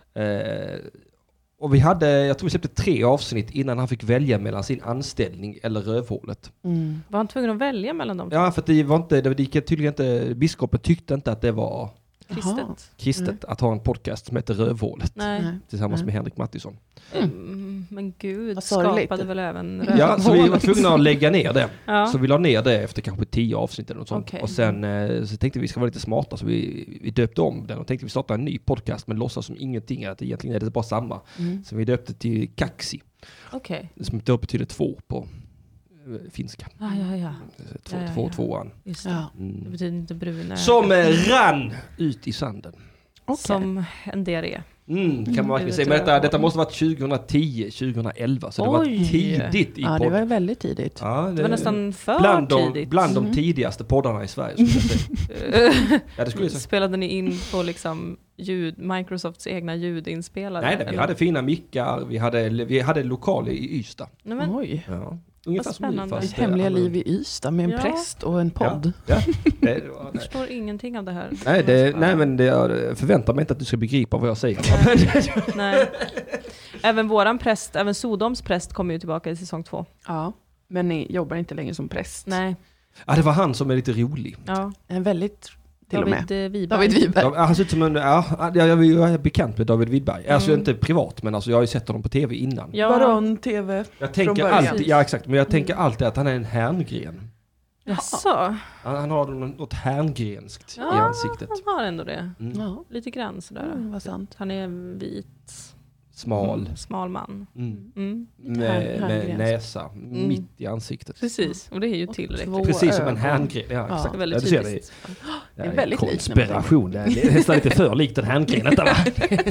Eh, och vi hade, jag tror vi släppte tre avsnitt innan han fick välja mellan sin anställning eller rövhålet. Mm. Var han tvungen att välja mellan dem? Ja, för att det var inte, det gick tydligen inte, biskopen tyckte inte att det var Kristet? kristet att ha en podcast som heter Rövhålet Nej. Nej. tillsammans Nej. med Henrik Mattisson. Mm, men gud, Vad sorgligt. skapade väl även Ja, så vi var rövhålet. tvungna att lägga ner det. Ja. Så vi la ner det efter kanske tio avsnitt eller något sånt. Okej. Och sen eh, så tänkte vi vi ska vara lite smarta så vi, vi döpte om den och tänkte vi starta en ny podcast men låtsas som ingenting, att egentligen är det bara samma. Mm. Så vi döpte till Kaxi, Okej. som då betyder två på eh, finska. Ah, ja, ja. Två, Ja, ja, två, ja. tvåan. Just det. Ja. Det Mm. betyder inte bruna. Som eh, rann ut i sanden. Okay. Som en diarré. Mm, kan man det verkligen vet säga. Men jag. detta, detta måste ha varit tjugohundratio, tjugohundraelva. Så det var Oj. tidigt i Ja, det podd. var väldigt tidigt. Ja, Det var nästan för bland de, tidigt. bland de Mm. tidigaste poddarna i Sverige skulle jag säga. Ja, det skulle jag säga. Spelade ni in på liksom ljud, Microsofts egna ljudinspelare? Nej, nej, vi eller? hade fina mickar, vi hade, vi hade lokal i Ystad. Nej, men, Oj, Ja. Ungefär som nu, spännande. fast, ditt eh, hemliga annorlunda. liv i Ystad med en Ja. präst och en podd. Ja, det, det var, jag nej. förstår ingenting av det här. Nej, det, nej, men det, jag förväntar mig inte att du ska begripa vad jag säger. Nej. Även våran präst, även Sodoms präst kommer ju tillbaka i säsong två. Ja, men ni jobbar inte längre som präst. Nej, Ja, det var han som är lite rolig. ja. En väldigt till och med. David eh, Wiberg. David Wiberg. Ja, han ser ut som en, ja, jag, jag, jag är bekant med David Wiberg. Alltså Mm. inte privat, men alltså, jag har ju sett honom på tv innan. Ja. Baron T V. Jag tänker början. alltid, ja exakt, men jag tänker alltid att han är en härngren. Jaså? Han, han har något härngrenskt i Ja, ansiktet. han har ändå det. Mm. Ja, Lite grann sådär. mm, vad sant. Han är en vit, Smal. mm, smal man. Mm. Mm. Lite Med, här- med härngrensk. näsa mitt i ansiktet. Precis, och det är ju Och tillräckligt. två Precis som en ögon. härngren. Ja, Ja. exakt. Det är Ja, väldigt du ser det. typiskt. Det är väldigt likt konspiration. Det är nästan lite för likt en härngren. Detta, va?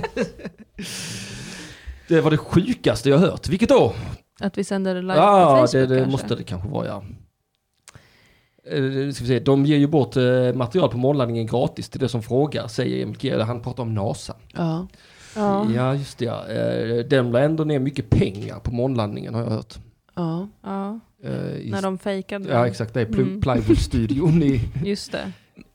Det var det sjukaste jag hört. Vilket då? Att vi sänder live Ja, på Facebook det, det kanske? måste det kanske vara, ja. Eh, Nu ska vi se. De ger ju bort eh, material på månlandningen gratis till det som frågar, säger Emil G. Han pratar om NASA. Ja. Ja. Ja, just det. Ja. Eh, Den la ändå ner mycket pengar på månlandningen, har jag hört. Ja. Ja, Eh, i- när de fejkade. Ja, exakt. Det är Ply- Mm. Plywood-studion i, Just det.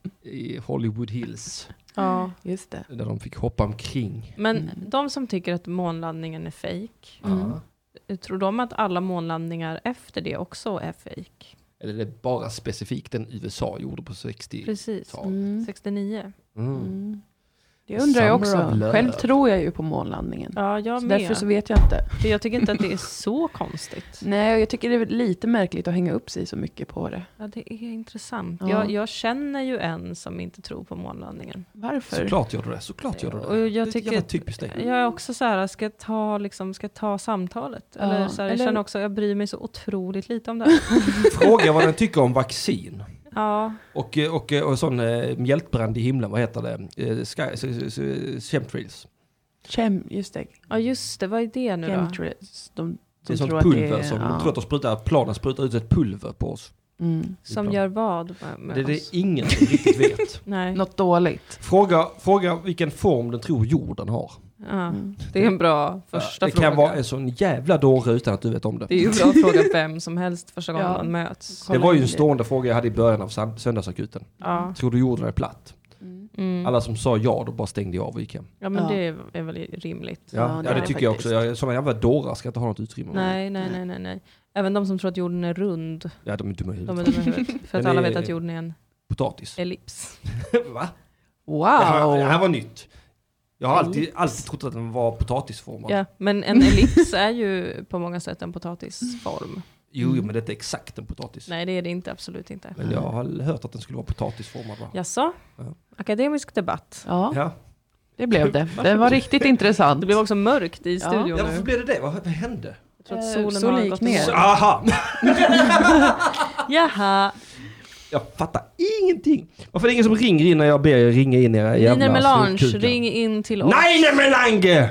i Hollywood Hills. Ja. Just det. Där de fick hoppa omkring. Men Mm. de som tycker att månlandningen är fejk, Mm. Ja. tror de att alla månlandningar efter det också är fejk? Eller det är bara specifikt den U S A gjorde på sextio-talet. Precis. Mm. sextionio. Mm. Mm. Det undrar jag Summer of också. love. Själv tror jag ju på månlandningen. Ja, jag Så med. därför så vet jag inte. För jag tycker inte att det är så konstigt. Nej, och jag tycker det är lite märkligt att hänga upp sig så mycket på det. Ja, det är intressant. Ja. Jag, jag känner ju en som inte tror på månlandningen. Varför? Såklart gör du det. Såklart gör du det. Och jag Det är tycker- jävla typiskt dig. Jag är också så här, ska jag ta, liksom, ska jag ta samtalet? Ja, Eller så här, jag eller- känner också, jag bryr mig så otroligt lite om det här. Fråga vad den tycker om vaccin. Ja, Och, och, och sån eh, mjältbrand i himlen, vad heter det? Eh, sky, s- s- s- chemtrails. Chem, just det. ja just det, vad är det nu då? Chemtrails. De, Det är de sånt tror att pulver det är, som, ja. de tror att de sprutar, planen sprutar ut ett pulver på oss. Mm. Som gör vad med, med Det är det oss? ingen som riktigt vet. Nej, Något dåligt. Fråga, fråga vilken form den tror jorden har. ja, Mm. det är en bra första det fråga. kan vara en sån jävla dåre utan att du vet om det. Det är ju bra att fråga vem som helst första gången Ja. man möts. Det var ju en Kolla in stående fråga jag hade i början av sand- söndagsakuten. Ja, Tror du jorden är platt? Mm. mm. Alla som sa ja, då bara stängde jag av och gick hem. ja men Ja. det är, är väl rimligt. Ja, Ja, ja, det det, är det tycker jag faktiskt. också. Jag, sådana jävla dårar ska inte ha något utrymme. Nej, nej, nej, nej, nej. Även de som tror att jorden är rund, Ja, de är dumma i de huvudet. är dumma i huvudet. För att Men alla det- vet att jorden är en Potatis. ellips. Va? Wow! Det, här, det här var nytt. Jag har alltid, alltid trott att den var potatisformad. Ja, men en ellips är ju på många sätt en potatisform. Jo, jo, men det är inte exakt en potatis. Nej, det är det inte, absolut inte. Men jag har hört att den skulle vara potatisformad, va? Jaså? Ja. Akademisk debatt. Ja, Ja. det blev det. Det var riktigt intressant. Det blev också mörkt i Ja. studion Ja, varför nu. blev det det? Vad, vad hände? Jag tror att Eh, solen solen har gick gått ner. ner. Aha! Jaha. Jag fattar ingenting. Varför är det ingen som ringer in när jag ber er ringa in era jävla Niner Melange, surkukar? ring in till oss. Nej, Melange!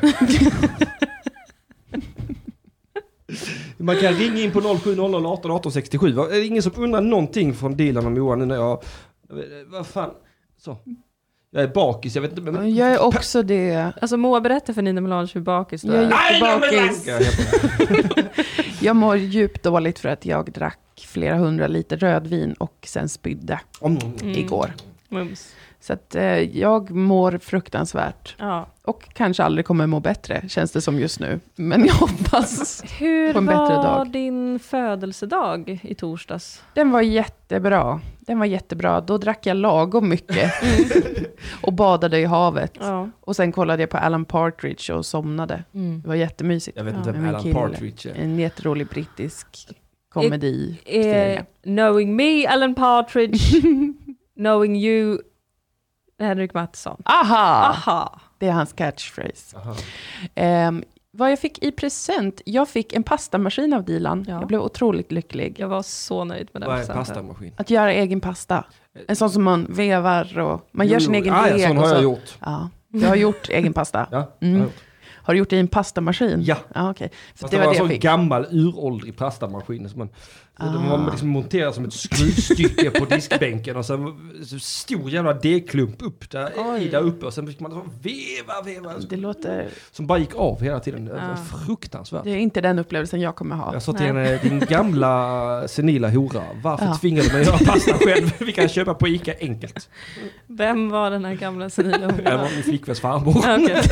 Man kan ringa in på noll sju noll noll arton arton sextiosju. Är det ingen som undrar någonting från Dilan och Moa nu när jag... Vad fan? Så. Jag är bakis, jag vet inte... Men... Jag är också det. Alltså Moa, berätta för Nina Melange hur bakis du Jag är. är Nej, jättebakis. Melange! Jag mår djupt dåligt för att jag drack flera hundra liter rödvin och sen spydde Mm. Mm. igår. Mums. Så att eh, jag mår fruktansvärt. Ja. Och kanske aldrig kommer må bättre, känns det som just nu. Men jag hoppas. Hur På en bättre var dag. din födelsedag i torsdags? Den var jättebra. Den var jättebra. Då drack jag lagom mycket. Och badade i havet. Ja. Och sen kollade jag på Alan Partridge och somnade. Mm. Det var jättemysigt. Jag vet Ja. inte Med vem min Alan kille. Partridge är. En jätterolig brittisk komedi. Eh, knowing me, Alan Partridge. Knowing you, Henrik Mattisson. Aha! Aha. Det är hans catchphrase. Aha. Ehm, vad jag fick i present, jag fick en pastamaskin av Dilan. Ja. Jag blev otroligt lycklig. Jag var så nöjd med den Vad är en presenten. pastamaskin? Att göra egen pasta. En sån som man vevar och man gör Jo, sin jo. egen ah, ja, deg. sån och har så. jag gjort. Ja, jag har gjort egen pasta. Ja, Mm. har jag gjort. Har du gjort det i en pastamaskin? Ja. Ja, okej. För Fast det det var var det en jag sån fick. gammal uråldrig pastamaskin som man, så den Ah. var liksom monterad som ett skruvstycke på diskbänken och sen så stor jävla degklump upp där, Oj. i där uppe och sen fick man så veva, veva Det låter... som bara gick av hela tiden. Det var Ja. fruktansvärt. Det är inte den upplevelsen jag kommer ha. Jag sa till Nej. henne, din gamla senila hora, varför Ja. tvingar du mig att göra pasta själv? Vi kan köpa på Ica enkelt. Vem var den här gamla senila Det var horan? min flickväns farmor. Ja, okej.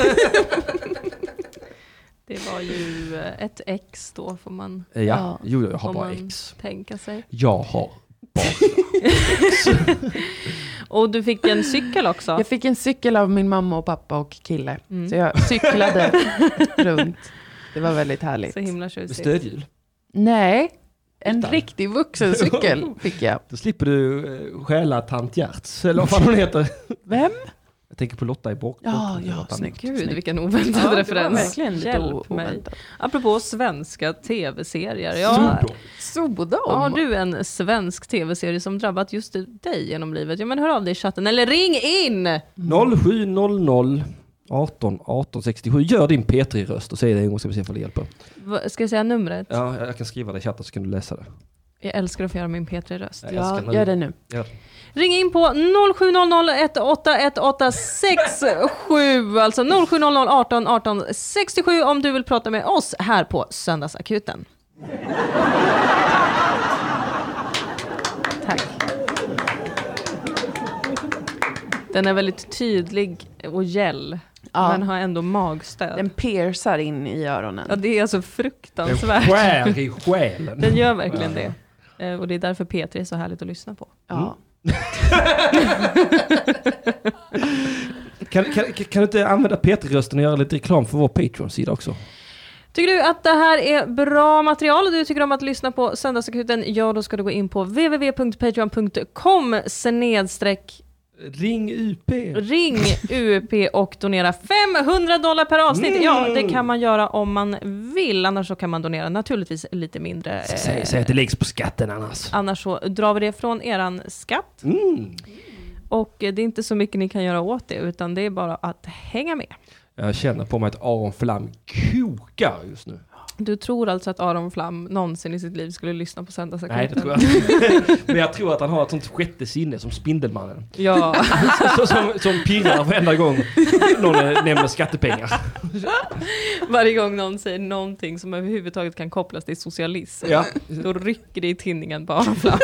Det var ju eh, ett ex då, får man Ja, Ja. jo, jag har Om bara man- ex. tänka sig. Jag har bara Och du fick en cykel också. Jag fick en cykel av min mamma och pappa och kille. Mm. Så jag cyklade runt. Det var väldigt härligt. Så himla Med tjusigt. stödhjul? Nej, en Utan. riktig vuxencykel fick jag. Då slipper du eh, stjäla tant Gerts, eller vad fan hon heter. Vem? Jag tänker på Lotta i Bork. Ja, Bork- ja, Tant- snyggt. Gud, snyggt. vilken oväntad Ja, det var referens. verkligen lite Hjälp mig. oväntat. Apropå svenska tv-serier. Ja, Sudo. Sodom. har du en svensk tv-serie som drabbat just dig genom livet? Ja, men hör av dig i chatten. Eller ring in! noll sju noll noll arton arton sextiosju. Gör din P tre-röst och säg det en gång så vi ser om det hjälper. Va- Ska jag säga numret? Ja, jag kan skriva det i chatten så kan du läsa det. Jag älskar att få göra min P tre-röst. Jag älskar Ja, när gör du- det nu. Ja. Ring in på noll sju noll noll ett åtta ett åtta sex sju, alltså noll sju noll noll arton arton sextiosju om du vill prata med oss här på Söndagsakuten. Tack. Den är väldigt tydlig och gäll, Ja. men har ändå magstöd. Den piercar in i öronen. Ja, det är alltså Den fruktansvärt. skär i själen. Den gör verkligen det. Eh, Och det är därför P tre är så härligt att lyssna på. Ja. Kan, kan, kan du inte använda P tre-rösten och göra lite reklam för vår Patreon-sida också? Tycker du att det här är bra material och du tycker om att lyssna på Söndagsakuten, ja då ska du gå in på w w w punkt patreon punkt com snedstreck Ring U P. ring U P och donera femhundra dollar per avsnitt. Mm. Ja, det kan man göra om man vill. Annars så kan man donera naturligtvis lite mindre. Säg, säg att det läggs på skatten annars. Annars så drar vi det från eran skatt. Mm. Och eh, det är inte så mycket ni kan göra åt det, utan det är bara att hänga med. Jag känner på mig att Aron Flam kokar just nu. Du tror alltså att Aron Flam någonsin i sitt liv skulle lyssna på Söndagsakuten? Nej, det tror jag inte. Men jag tror att han har ett sånt sjätte sinne som Spindelmannen. Ja. Så, som, som pirrar varenda gång någon eh, nämner skattepengar. Varje gång någon säger någonting som överhuvudtaget kan kopplas till socialism, Ja. då rycker det i tinningen på Aron Flam.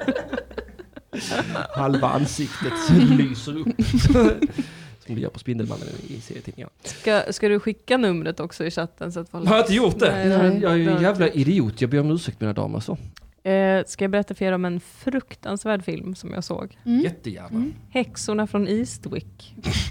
Halva ansiktet lyser upp. Som det gör på Spindelmannen i serietidningar. Ska, ska du skicka numret också i chatten? Så att folk... Har jag inte gjort det? Nej, nej, jag är ju det har en jävla inte. idiot. Jag ber om ursäkt mina damer. Så. Eh, ska jag berätta för er om en fruktansvärd film som jag såg? Mm. Jättegärna. Häxorna från Eastwick.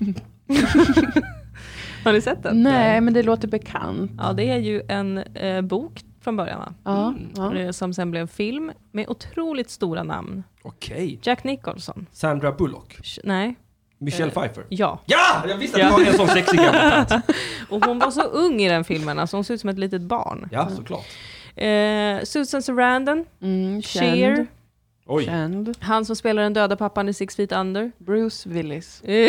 Har ni sett den? Nej, men det låter bekant. Ja, det är ju en eh, bok från början, va? Ja, Mm. ja. Eh, Som sen blev film med otroligt stora namn. Okej. Jack Nicholson. Sandra Bullock. Sh- nej, Michelle Eh. Pfeiffer. ja. Ja! Jag visste att Ja. det var en sån sexig gammal tant. Och hon var så ung i den filmen, alltså hon ser ut som ett litet barn. Ja, såklart. Eh, Susan Sarandon, Mm, Cher, känd. Oj. Känd. han som spelar den döda pappan i Six Feet Under. Bruce Willis. Eh,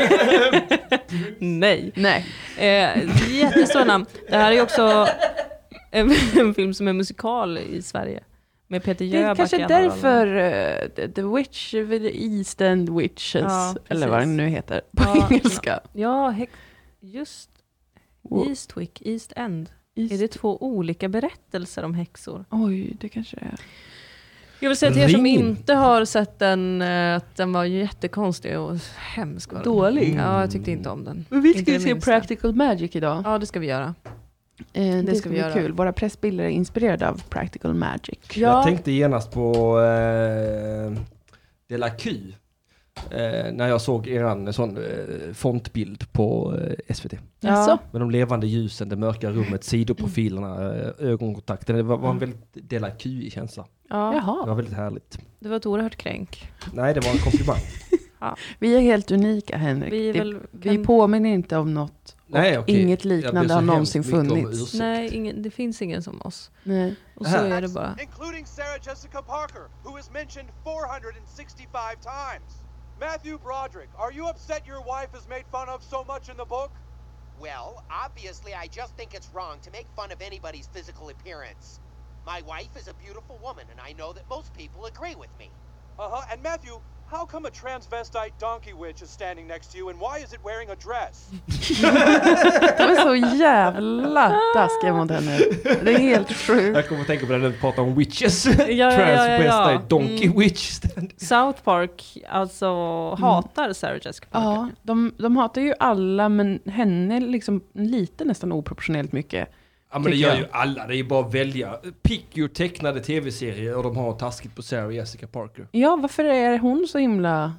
Nej. Nej. Eh, jättestora namn. Det här är ju också en, en film som är musikal i Sverige. Med Peter Det är Jöback kanske i en av därför uh, the, the Witch, the East End Witches, Ja, eller vad det precis. nu heter på Ja, engelska. Ja, hex, just Wow. Eastwick, East End. East. Är det två olika berättelser om häxor? Oj, det kanske är. Jag vill säga till er som Ring. inte har sett den, eh, att den var jättekonstig och hemsk. Var den. Dålig. Ja, jag tyckte inte om den. Men vi Inte ska ju det se minsta. Practical Magic idag. Ja, det ska vi göra. Eh, det, det ska ska bli vi göra. kul. Våra pressbilder är inspirerade av Practical Magic. Jag tänkte genast på eh, De La Q. Eh, när jag såg eran sån eh, fontbild på eh, S V T. Jaså? Med de levande ljusen, det mörka rummet, sidoprofilerna, eh, ögonkontakten. Det var, var en väldigt De La Q i känsla. Ja, Det Jaha. var väldigt härligt. det var ett oerhört kränk. Nej, det var en komplimang. Vi är helt unika, Henrik. Vi är Det- väl- vi kan- påminner inte om något. Nej, okej. Inget Jag ber liknande så har hemskt någonsin mycket om funnits. ursäkt. Nej, ingen, det finns ingen som oss. Nej. Och så Här. är det bara. including Sarah Jessica Parker, who is mentioned four hundred sixty-five times. Matthew Broderick, are you upset your wife is made fun of so much in the book? Well, obviously, I just think it's wrong to make fun of anybody's physical appearance. My wife is a beautiful woman, and I know that most people agree with me. Uh-huh. And Matthew, how come a transvestite donkey witch is standing next to you, and why is it wearing a dress? De är så jävla taskiga mot henne. Det är helt sjukt. Jag kommer att tänka på det när vi pratar om witches. ja, ja, ja, ja. Transvestite Donkey Mm. Witch. South Park alltså hatar Sarah Jessica Parker. Ja, de, de hatar ju alla, men henne liksom lite nästan oproportionellt mycket. Ja, men det Tycker gör jag. ju alla. Det är ju bara att välja. Pick your tecknade tv-serier och de har taskigt på Sarah Jessica Parker. Ja, varför är hon så himla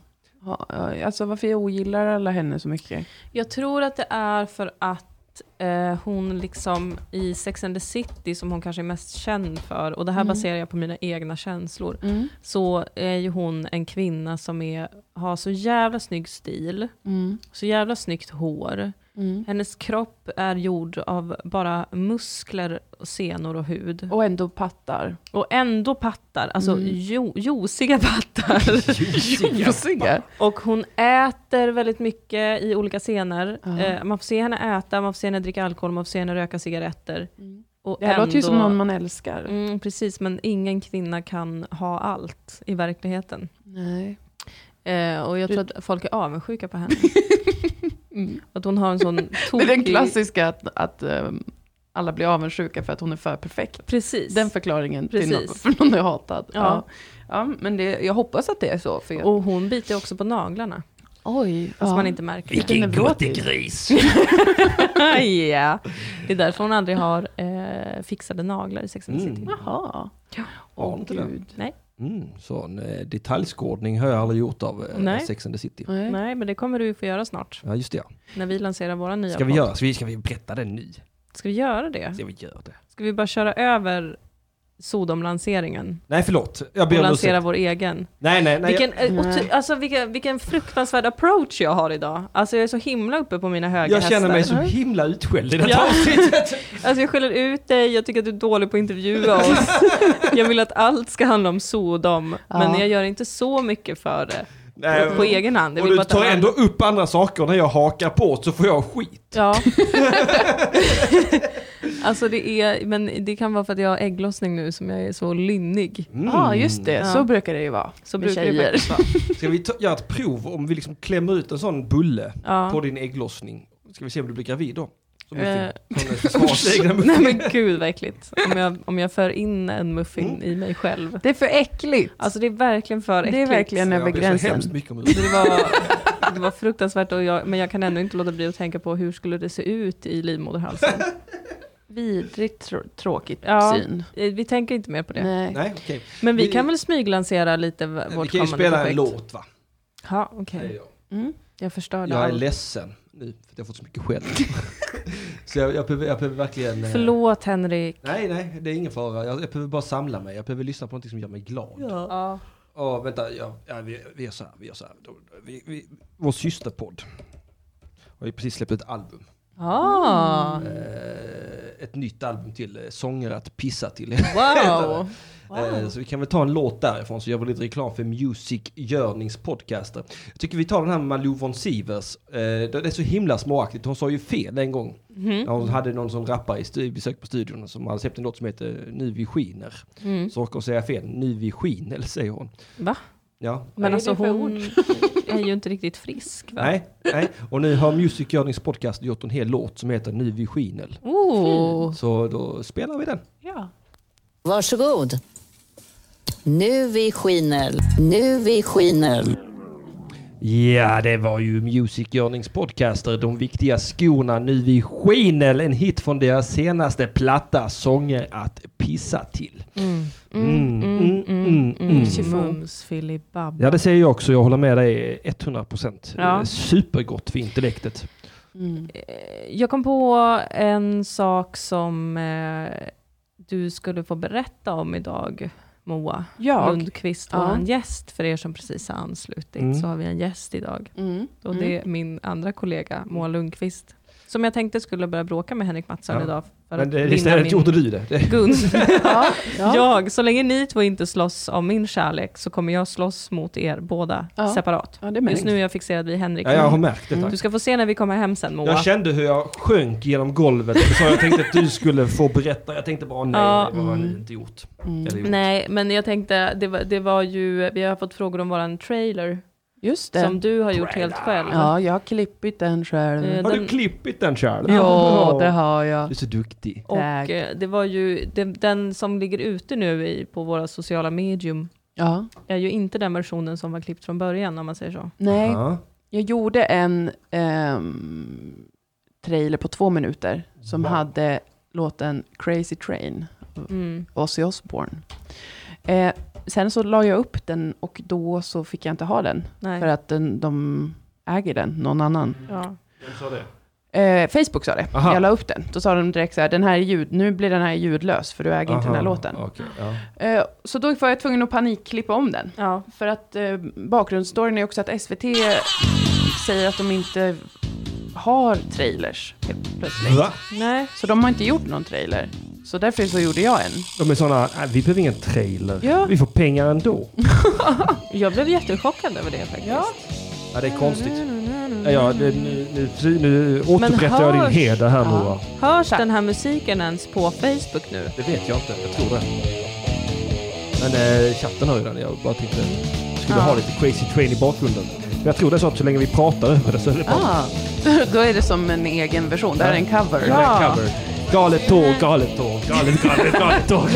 Ja, alltså varför jag ogillar alla henne så mycket? Jag tror att det är för att eh, hon liksom i Sex and the City, som hon kanske är mest känd för, och det här Mm. baserar jag på mina egna känslor, Mm. så är ju hon en kvinna som är, har så jävla snygg stil, Mm. så jävla snyggt hår. Mm. Hennes kropp är gjord av bara muskler, senor och hud. Och ändå pattar. Och ändå pattar, alltså Mm. jo, josiga pattar. Josiga. Och hon äter väldigt mycket i olika scener. Ja. Eh, man får se henne äta, man får se henne dricka alkohol, man får se henne röka cigaretter. Mm. Och Det här låter ju som någon man älskar. Mm, precis, men ingen kvinna kan ha allt i verkligheten. Nej. Eh, och jag Du- tror att folk är avundsjuka på henne. Mm. Att hon har en sån Det tokig... är den klassiska att, att um, alla blir avundsjuka för att hon är för perfekt. Precis. Den förklaringen till Precis. någon, för någon är hatad. Ja. Ja. Ja, men det, jag hoppas att det är så. För jag, Och hon biter också på naglarna. oj. Fast ja. man inte märker. Vilken neurotisk. gris. Ja. Det är därför hon aldrig har eh, fixade naglar i Sex and the City. Mm. Jaha. Har Åh, inte det? gud. Nej. Mm, sån eh, detaljskådning har jag aldrig gjort av eh, Nej. Sex and the City. Nej. Nej, men det kommer du få göra snart. Ja, just det. När vi lanserar våra nya Ska vi podd. göra? Ska vi, ska vi berätta den ny? Ska vi göra det? Ska vi göra det? Ska vi bara köra över Sodom-lanseringen Nej, förlåt. Jag och ber om lansera ursäkt. vår egen? Nej, nej, nej. Vilken, jag, eh, och ty, alltså, vilken, vilken fruktansvärd approach jag har idag. Alltså jag är så himla uppe på mina höga jag känner mig så hästar. himla utskälld i det här Ja. avsnittet. Alltså jag skäller ut dig, jag tycker att du är dålig på att intervjua oss. Jag vill att allt ska handla om Sodom, Ja. men jag gör inte så mycket för det. Nej, På egen hand. Jag och vill du bara ta tar hand- ändå upp andra saker när jag hakar på, så får jag skit. Ja. Alltså det är, men det kan vara för att jag har ägglossning nu som jag är så lynnig. Mm. Ja, ah, just det. Ja. Så brukar det ju vara. Så med brukar det tjejer. faktiskt vara. Ska vi ta, göra ett prov om vi liksom klämmer ut en sån bulle Ja. på din ägglossning? Ska vi se om du blir gravid då? Som Eh. muffin. Som en försvarsegna muffin. Nej men gud vad äckligt. Om jag, om jag för in en muffin Mm. i mig själv. Det är för äckligt. Alltså det är verkligen för äckligt. det är verkligen Jag över ber så gränsen. hemskt mycket om Så ursäkt. det var, det var fruktansvärt, och jag, men jag kan ändå inte låta bli att tänka på hur skulle det se ut i livmoderhalsen. Vidrigt trå- tråkigt Ja. syn. Eh, Vi tänker inte mer på det. Nej. Nej, okej. Men vi Vi- kan väl smyglansera lite v- Vi vårt kan ju kommande spela projekt. en låt, va? Ja, okej. Säger jag. Mm. Jag förstörde Jag är allt. ledsen nu, för att jag har fått så mycket skäll. Så jag, jag, behöver, jag behöver verkligen... eh, Förlåt Henrik. Nej, nej, det är ingen fara. Jag, jag behöver bara samla mig. Jag behöver lyssna på något som gör mig glad. Ja. Ja. Åh, vänta, ja, ja, vi, vi gör så här. Vi gör så här. Då- Vi, vi, vår systerpodd har ju precis släppt ett album. Ah. Eh, ett nytt album till, eh, sånger att pissa till. Wow. Eh, så vi kan väl ta en låt därifrån, så gör vi lite reklam för Music Görnings podcaster. Jag tycker vi tar den här med Malou von Sivers. Eh, det är så himla småaktigt. Hon sa ju fel en gång. Mhm. När hon hade någon som rappare i stu- besök på studion som hade släppt en låt som heter Nu vi skiner. Mm. Så råkade hon säga fel. Nu vi skiner, säger hon. Va? Ja. Men är alltså det för hon är ju inte riktigt frisk va? Nej, nej. Och nu har Music Görnings podcast gjort en hel låt som heter Nu vi skiner. Oh. Så då spelar vi den. Ja. Varsågod. Nu vi skiner, nu vi skiner. Ja, det var ju Music Görnings podcaster, de viktiga skorna Nu vi skiner, en hit från deras senaste platta, Sånger att pissa till. Mm. Mm, mm, mm, mm. Mums filibabba. Ja, det säger jag också, jag håller med dig hundra procent. Ja. Supergott för intellektet. Mm. Jag kom på en sak som eh, du skulle få berätta om idag, Moa Jag? Lundqvist, Ja. vår gäst. För er som precis har anslutit Mm. så har vi en gäst idag. Mm. Och det är min andra kollega, Moa Lundqvist. Som jag tänkte skulle börja bråka med Henrik Mattsson Ja. idag. För Men att det, vinna istället min gjorde du det. det. gunst. Ja. Ja. Jag, så länge ni två inte slåss om min kärlek så kommer jag slåss mot er båda Ja. separat. Ja, det märks. Just nu är jag fixerad vid Henrik. Ja, jag har märkt det. Mm. Tack. Du ska få se när vi kommer hem sen, Moa. Jag kände hur jag sjönk genom golvet. Så jag tänkte att du skulle få berätta. Jag tänkte bara nej, Ja. det var Mm. inte gjort. Mm. Eller gjort. Nej, men jag tänkte, det var, det var ju, vi har fått frågor om våran trailer Just det. som du har gjort helt själv. Ja, jag har klippit den själv. Eh, Har den- du klippit den, Charles? Ja, det har jag. Du är så duktig. Och Tack. eh, det var ju, det, den som ligger ute nu i, på våra sociala medium Ja. är ju inte den versionen som var klippt från början, om man säger så. Nej, Ja. jag gjorde en ehm, trailer på två minuter som Wow. hade låten Crazy Train, Mm. Ozzy Osbourne. Eh, sen så la jag upp den och då så fick jag inte ha den. Nej. För att den, de äger den, någon annan. Ja. Vem sa det? Eh, Facebook sa det. Aha. Jag la upp den. Då sa de direkt så här, den här är ljud, nu blir den här ljudlös för du äger inte den här låten. Okay, ja. Eh, så då var jag tvungen att panikklippa om den. Ja. För att eh, bakgrundsstoryn är också att S V T säger att de inte har trailers helt plötsligt. Va? Nej. Så de har inte gjort någon trailer. Så därför så gjorde jag en. De är sådana, nej, vi behöver ingen trailer. Ja. Vi får pengar ändå. Jag blev jättechockad över det faktiskt. Ja. Ja, det är konstigt. Ja, ja det, nu, nu, nu återupprättar jag din hörs- heder här, Ja. Moa. Hörs Tack. den här musiken ens på Facebook nu? Det vet jag inte, jag tror det. Men eh, chatten har ju den, jag bara tänkte skulle Ja. ha lite Crazy Train i bakgrunden. Men jag tror det är så att så länge vi pratar över det så är det bara Ah, då är det som en egen version. Det här är en cover. det är en cover. Galet tåg, galet tåg, galet, galet, galet tåg.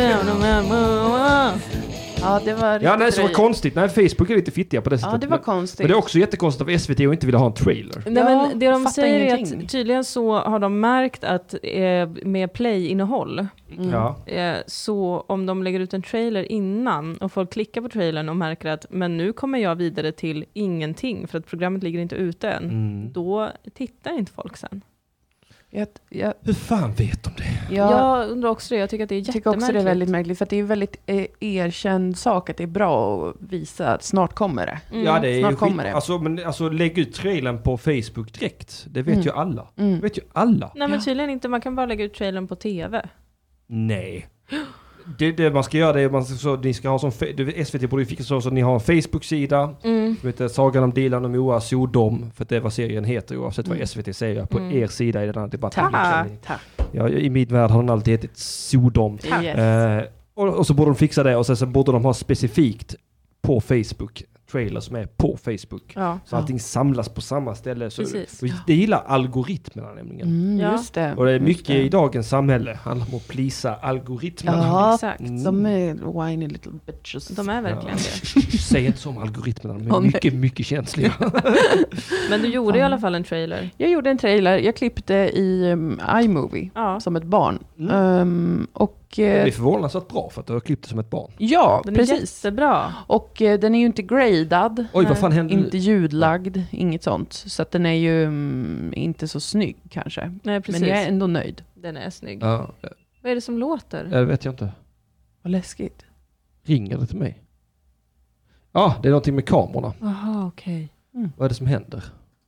Ja, det var Ja, riktigt nej, så var röj. konstigt. Nej, Facebook är lite fittiga på det sättet. Ja, det var Men- konstigt. Men det är också jättekonstigt av S V T att inte vilja ha en trailer. Nej, Ja, men det de fattar säger är ingenting. att tydligen så har de märkt att eh, med play-innehåll, Mm. Ja. eh, så om de lägger ut en trailer innan och folk klickar på trailern och märker att men nu kommer jag vidare till ingenting för att programmet ligger inte ute än, Mm. då tittar inte folk sen. Jag, jag, Hur fan vet de det? jag Jag undrar också det, jag tycker att det är tycker jättemärkligt. också det är väldigt märkligt. För att det är väldigt eh, erkänd sak att det är bra att visa att snart kommer det. Mm. Ja, det är Snart ju kommer skit. det. Alltså, men, alltså lägg ut trailern på Facebook direkt. Det vet Mm. ju alla. Mm. Det vet ju alla. Nej men Ja. tydligen inte, man kan bara lägga ut trailern på tv. Nej. Det, det man ska göra det är man ska, så, ni ska ha som fe- du vet, S V T borde ju fixa så, så att ni har en Facebook-sida Mm. som heter Sagan om Dilan och Moa Sodom, för att det är vad serien heter oavsett vad Mm. S V T säger på Mm. er sida i den här debatten. Tack. Tack. Ja, i min värld har den alltid hetat Sodom. Yes. Eh, och, och så borde de fixa det och sen så borde de ha specifikt på Facebook trailers som är på Facebook. Ja. Så allting samlas på samma ställe. Så, Precis. och det gillar algoritmerna nämligen. Mm, Ja. just det. Och det är Just mycket det. i dagens samhälle handlar om att plisa algoritmerna. Ja, Exakt. Mm. de är whiny little bitches. De är verkligen Ja. det. Säg inte så om algoritmerna, de är Åh, nej. mycket, mycket känsliga. Men du gjorde i alla fall en trailer. Jag gjorde en trailer. Jag klippte i um, iMovie Ja. som ett barn. Mm. Um, och Det eh, blir förvånansvärt bra för att du har klippt det som ett barn. ja, Den är precis. jättebra. Och eh, den är ju inte gradad. Oj, vad fan hände Inte nu? ljudlagd, inget sånt. Så att den är ju mm, inte så snygg kanske. Nej, precis. Men jag är ändå nöjd. Den är snygg. Ja, Vad är det som låter? det vet jag inte. Vad läskigt. Ringer det till mig? Ja, det är någonting med kamerorna. Jaha, okej. Vad är det som händer?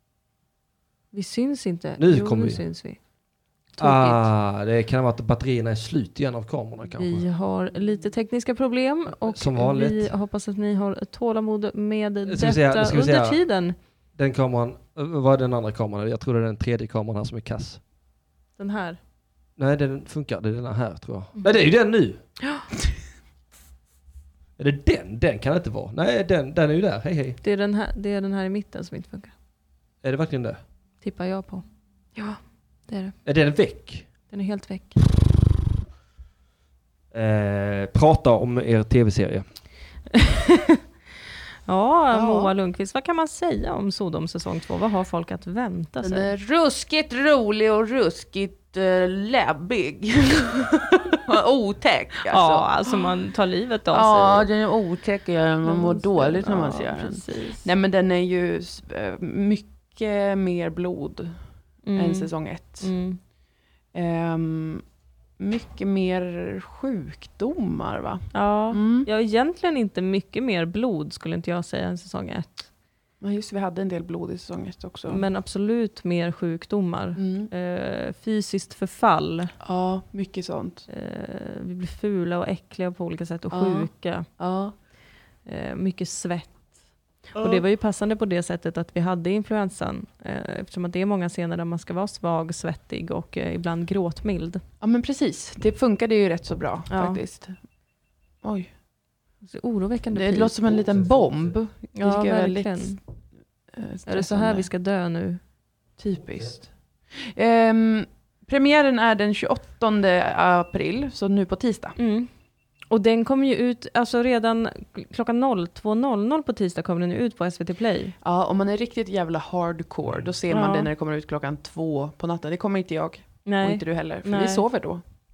Vi syns inte. Nu jo, kommer nu vi. syns vi. Tokigt. Ah, det kan vara att batterierna är slut igen av kamerorna kanske. Vi har lite tekniska problem och Som vanligt. vi hoppas att ni har tålamod med Ska vi detta säga- ska vi under säga- tiden. Den kameran, vad är den andra kameran? Jag tror det är den tredje kameran här som är kass. Den här. Nej, den funkar. Det är den här tror jag. Mm. Nej, det är ju den nu! Är det den? Den kan det inte vara. Nej, den, den är ju där. Hej, hej. Det är, den här. det är den här i mitten som inte funkar. Är det verkligen det? Tippar jag på. Ja, det är det. Är den väck? Den är helt väck. Eh, prata om er tv-serie. Ja, Ja. Moa Lundqvist. Vad kan man säga om Sodom säsong två? Vad har folk att vänta Den sig? är ruskigt rolig och ruskigt uh, läbbig. Otäck alltså. Ja, alltså man tar livet av Ja, sig. den är otäck. ja. Man mår dåligt när man ser den. Precis. Nej, men den är ju äh, mycket mer blod Mm. än säsong ett. Mm. Ehm, mycket mer sjukdomar, va? Ja. Mm. ja, egentligen inte mycket mer blod skulle inte jag säga än säsong ett. Men just vi hade en del blod i säsong ett också. Men absolut mer sjukdomar. Mm. Eh, fysiskt förfall. Ja, mycket sånt. Eh, vi blir fula och äckliga på olika sätt och Ja. sjuka. Ja. Eh, mycket svett. Och det var ju passande på det sättet att vi hade influensan. Eh, eftersom att det är många scener där man ska vara svag, svettig och eh, ibland gråtmild. Ja, men precis. Det funkade ju rätt så bra Ja. faktiskt. Oj. Så oroväckande Det pip. låter som en liten bomb. Ja, Vilket är väldigt, verkligen. eh, Är det så stressande. här vi ska dö nu? Typiskt. Ehm, premiären är den tjugoåttonde april, så nu på tisdag. Mm. Och den kommer ju ut, alltså redan klockan två noll noll på tisdag kommer den ju ut på S V T Play. Ja, om man är riktigt jävla hardcore, då ser man Ja. det när det kommer ut klockan två på natten. Det kommer inte jag, och Nej. inte du heller, för Nej. vi sover då.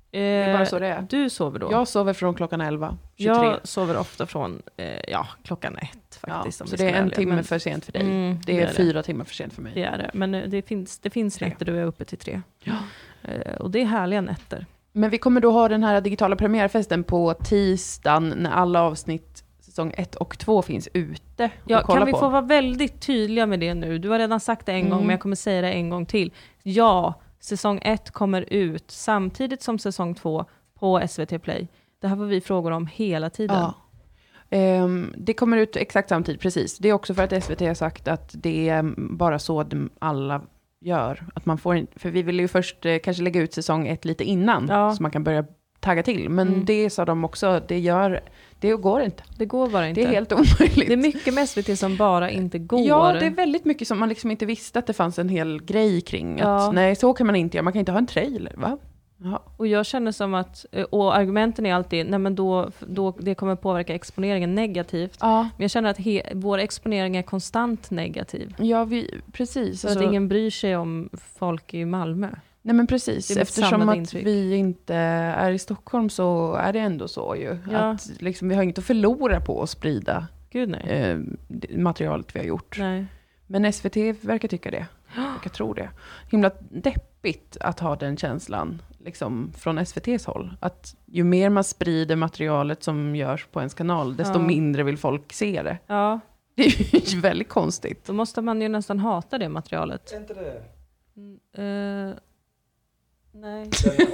är bara så det är. Du sover då? Jag sover från klockan elva, tjugotre. Jag sover ofta från eh, ja, klockan ett faktiskt. Ja, om så vi det är ska en välja. timme Men, för sent för dig. Mm, det är, det är fyra timmar för sent för mig. det är det. Men eh, det finns, det finns Tre. nätter då jag är uppe till tre. Ja. Eh, och det är härliga nätter. Men vi kommer då ha den här digitala premiärfesten på tisdagen när alla avsnitt säsong ett och två finns ute. Ja, och kolla kan vi på. få vara väldigt tydliga med det nu? Du har redan sagt det en Mm. gång, men jag kommer säga det en gång till. Ja, säsong ett kommer ut samtidigt som säsong två på S V T Play. Det här får vi frågor om hela tiden. Ja. Ehm, det kommer ut exakt samtidigt, precis. Det är också för att S V T har sagt att det är bara så de alla gör. Att man får, för vi vill ju först eh, kanske lägga ut säsong ett lite innan, Ja. så man kan börja tagga till. Men Mm. det sa de också, det gör, det går inte. Det går bara inte. Det är helt omöjligt. Det är mycket med S V T som bara inte går. Ja, det är väldigt mycket som man liksom inte visste att det fanns en hel grej kring. Att, Ja. nej, så kan man inte göra. Man kan inte ha en trailer, va? Ja. Och jag känner som att, och argumenten är alltid, nej men då, då det kommer påverka exponeringen negativt. Ja, Men jag känner att he, vår exponering är konstant negativ. ja vi, precis. Så Alltså, att ingen bryr sig om folk i Malmö. nej men precis, Det är mitt eftersom samlade att intryck. vi inte är i Stockholm så är det ändå så ju. Ja. Att liksom, vi har inget att förlora på att sprida Gud nej. eh, det materialet vi har gjort. Nej. Men S V T verkar tycka det. Verkar tro det. Himla deppigt att ha den känslan liksom, från S V T:s håll. Att ju mer man sprider materialet som görs på ens kanal, desto Ja. mindre vill folk se det. Ja, Det är ju väldigt konstigt. då måste man ju nästan hata det materialet. Är inte det? Mm, eh, nej.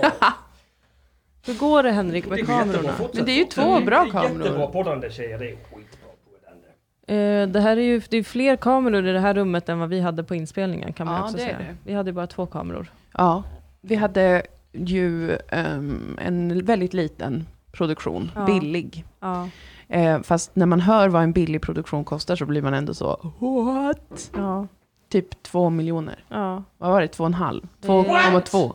Hur går det Henrik med kamerorna? Men det är ju två bra kameror. Jättebra poddande tjejer, det är skitbra poddande. Eh, det här är ju det är fler kameror i det här rummet än vad vi hade på inspelningen kan man Ja, också det är säga. det. Vi hade bara två kameror. Ja, vi hade ju ehm, en väldigt liten produktion, Ja. billig. Ja. Eh, fast när man hör vad en billig produktion kostar så blir man ändå så, what? Ja. Typ två miljoner. Ja. Vad var det? Två och en halv? Två komma två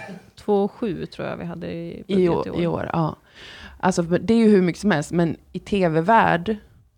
två komma sju tror jag vi hade i i budget år, i år. Ja. Alltså det är ju hur mycket som helst, men i tv-värld,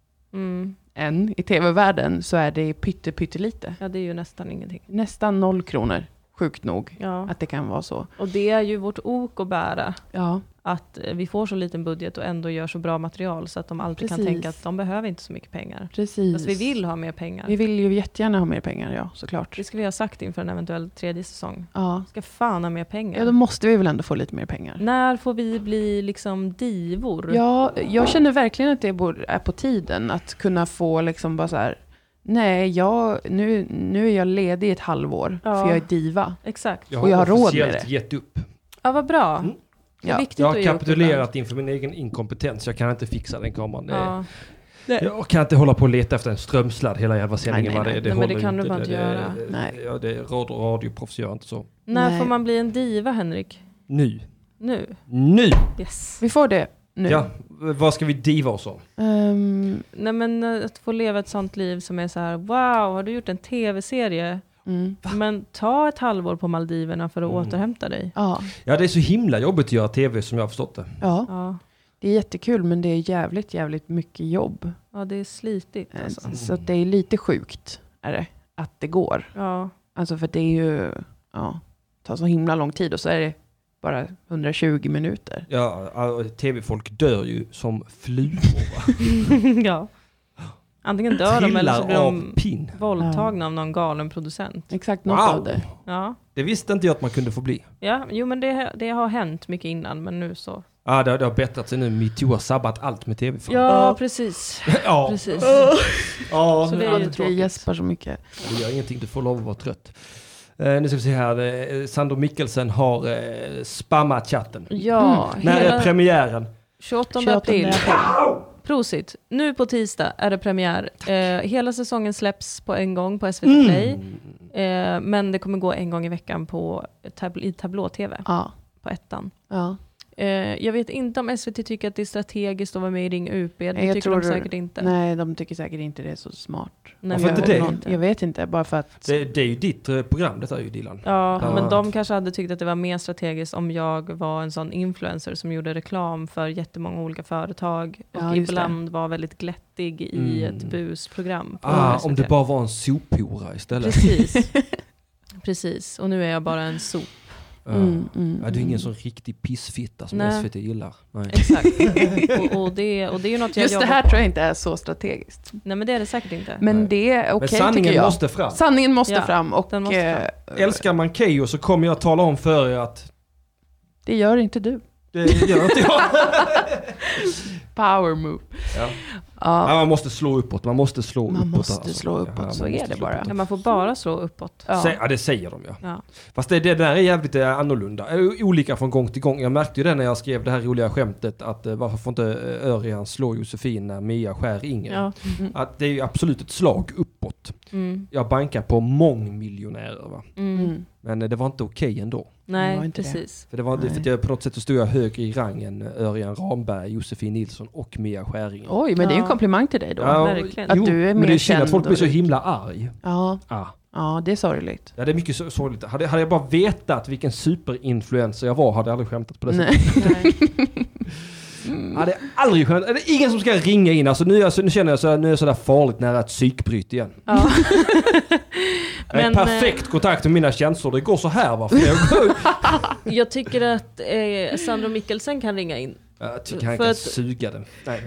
Mm. än i tv-världen så är det pytte, pyttelite. Ja, det är ju nästan ingenting. Nästan noll kronor, sjukt nog, Ja. att det kan vara så. Och det är ju vårt ok att bära. Ja, Att eh, vi får så liten budget och ändå gör så bra material så att de alltid kan Precis. tänka att de behöver inte så mycket pengar. precis. Fast vi vill ha mer pengar. Vi vill ju jättegärna ha mer pengar, ja, såklart. Det skulle vi ha sagt inför en eventuell tredje säsong. Ja. Vi ska fan ha mer pengar. Ja, då måste vi väl ändå få lite mer pengar. När får vi bli liksom divor? Ja, jag känner verkligen att det borde- är på tiden att kunna få liksom bara så här, nej, jag, nu, nu är jag ledig ett halvår Ja. för jag är diva. Exakt. Och jag har råd med officiellt det. gett upp. Ja, vad bra. Mm. Det är Ja. viktigt Jag att har ge upp kapitulerat inför min egen inkompetens. Jag kan inte fixa den kameran. Det är- Ja. Jag kan inte hålla på och leta efter en strömsladd hela jävla sändningen. Nej, va? nej, Det, nej. det Nej, men det håller kan du bara inte det, göra. Det, Nej. Ja, det är radio, radioproffs gör inte så. När Nej. får man bli en diva, Henrik? Nu. Nu? Nu! Yes. Vi får det nu. Ja, vad ska vi diva oss om? Ehm, Nej, men eh, att få leva ett sånt liv som är så här: wow, har du gjort en tv-serie? mm. Men ta ett halvår på Maldiverna för att Mm. återhämta dig. Ja, Ja, det är så himla jobbigt att göra tv som jag har förstått det. ja, Ja, det är jättekul men det är jävligt, jävligt mycket jobb. ja det är slitigt Eh, alltså. Så att det är lite sjukt är det, att det går. Ja, Alltså för det är ju, ja, tar så himla lång tid och så är det bara hundratjugo minuter. Ja, all- tv-folk dör ju som flugor. va? ja. Antingen dör de eller så blir Trillar av de pinn. våldtagna av någon galen producent. Exakt, något Wow. av det. Ja, Det visste inte jag att man kunde få bli. ja jo men det, det har hänt mycket innan, men nu så. Ja, det, har- det har bättrat sig nu. MeToo har sabbat allt med tv-folk. Ja, precis. ja. precis. Ja, Så det är Ja, ju jag tråkigt. gäspar så mycket. det gör ingenting, du får lov att vara trött. Eh, nu ska vi se här, eh, Sandro Mikkelsen har eh, spammat chatten. Ja, När är hela premiären? tjugoåttonde april. Prosit. Nu på tisdag är det premiär. Eh, hela säsongen släpps på en gång på S V T Play. Eh, men det kommer gå en gång i veckan på tab- i tablå-tv Ja, på ettan. ja. Eh, jag vet inte om S V T tycker att det är strategiskt att vara med i Ring U P. Det Nej, jag tycker tror de det- säkert inte. Nej, de tycker säkert inte det är så smart. Nej, Varför men inte jag det? vet Jag vet inte, bara för att... Det, det är ju ditt eh, program, detta är ju Dilan. Ja, Ja. men de kanske hade tyckt att det var mer strategiskt om jag var en sån influencer som gjorde reklam för jättemånga olika företag och Ja, just det. ibland var väldigt glättig i Mm. ett busprogram på Ah, S V T. om det bara var en sophora istället. Precis. Precis, och nu är jag bara en sop. Mm, mm, ja, det är ingen sån riktig pissfitta som Nej. S V T gillar. Nej. Exakt. och, och, det, och det är ju något jag Just det jobbar här på. tror jag inte är så strategiskt. Nej, men det är det säkert inte. Men Nej. det är Men okej sanningen tycker jag. måste fram. Sanningen måste Ja, fram. Och den måste fram. eh, Älskar man Keyyo så kommer jag tala om för er att det gör inte du. det gör inte jag. Power move. Ja. Ja. Ja, man måste slå uppåt. Man måste slå Man uppåt. måste alltså. slå uppåt, Ja, man så är måste det slå bara. uppåt. Ja, man får bara slå uppåt. Ja. Sä- Ja, det säger de ja. Ja. Fast det, det där är jävligt eh, annorlunda. Eh, Olika från gång till gång. Jag märkte ju det när jag skrev det här roliga skämtet att eh, varför får inte eh, Örjan slå Josefin när Mia skär Inger? Ja. Att det är ju absolut ett slag uppåt. Mm. Jag bankar på mångmiljonärer va. Mm. Mm. Men eh, det var inte okej ändå. Det var Nej, inte det. precis. För det var Nej. för att jag, på något sätt så stod jag högre i rang än Örjan Ramberg, Josefin Nilsson och Mia Skäringer. Oj, men det är ju en Ja. komplimang till dig då. Ja, verkligen. Att jo, du är men mer det är synd att känd folk blir så och- himla arg. Ja, Ah. ja, det är sorgligt. Ja, det är mycket så- sorgligt. Hade, hade jag bara vetat vilken superinfluencer jag var hade jag aldrig skämtat på det sättet. Nej. Nej. Hade jag aldrig skämtat. Det är ingen som ska ringa in. Alltså, nu, är jag, så- nu känner jag så nu är jag så där farligt nära ett psykbryt igen. Ja. Jag är Men, perfekt kontakt med mina känslor. Det går så här va. För jag, Jag tycker att eh, Sandro Mikkelsen kan ringa in. jag tycker han För kan att- suga den. Nej.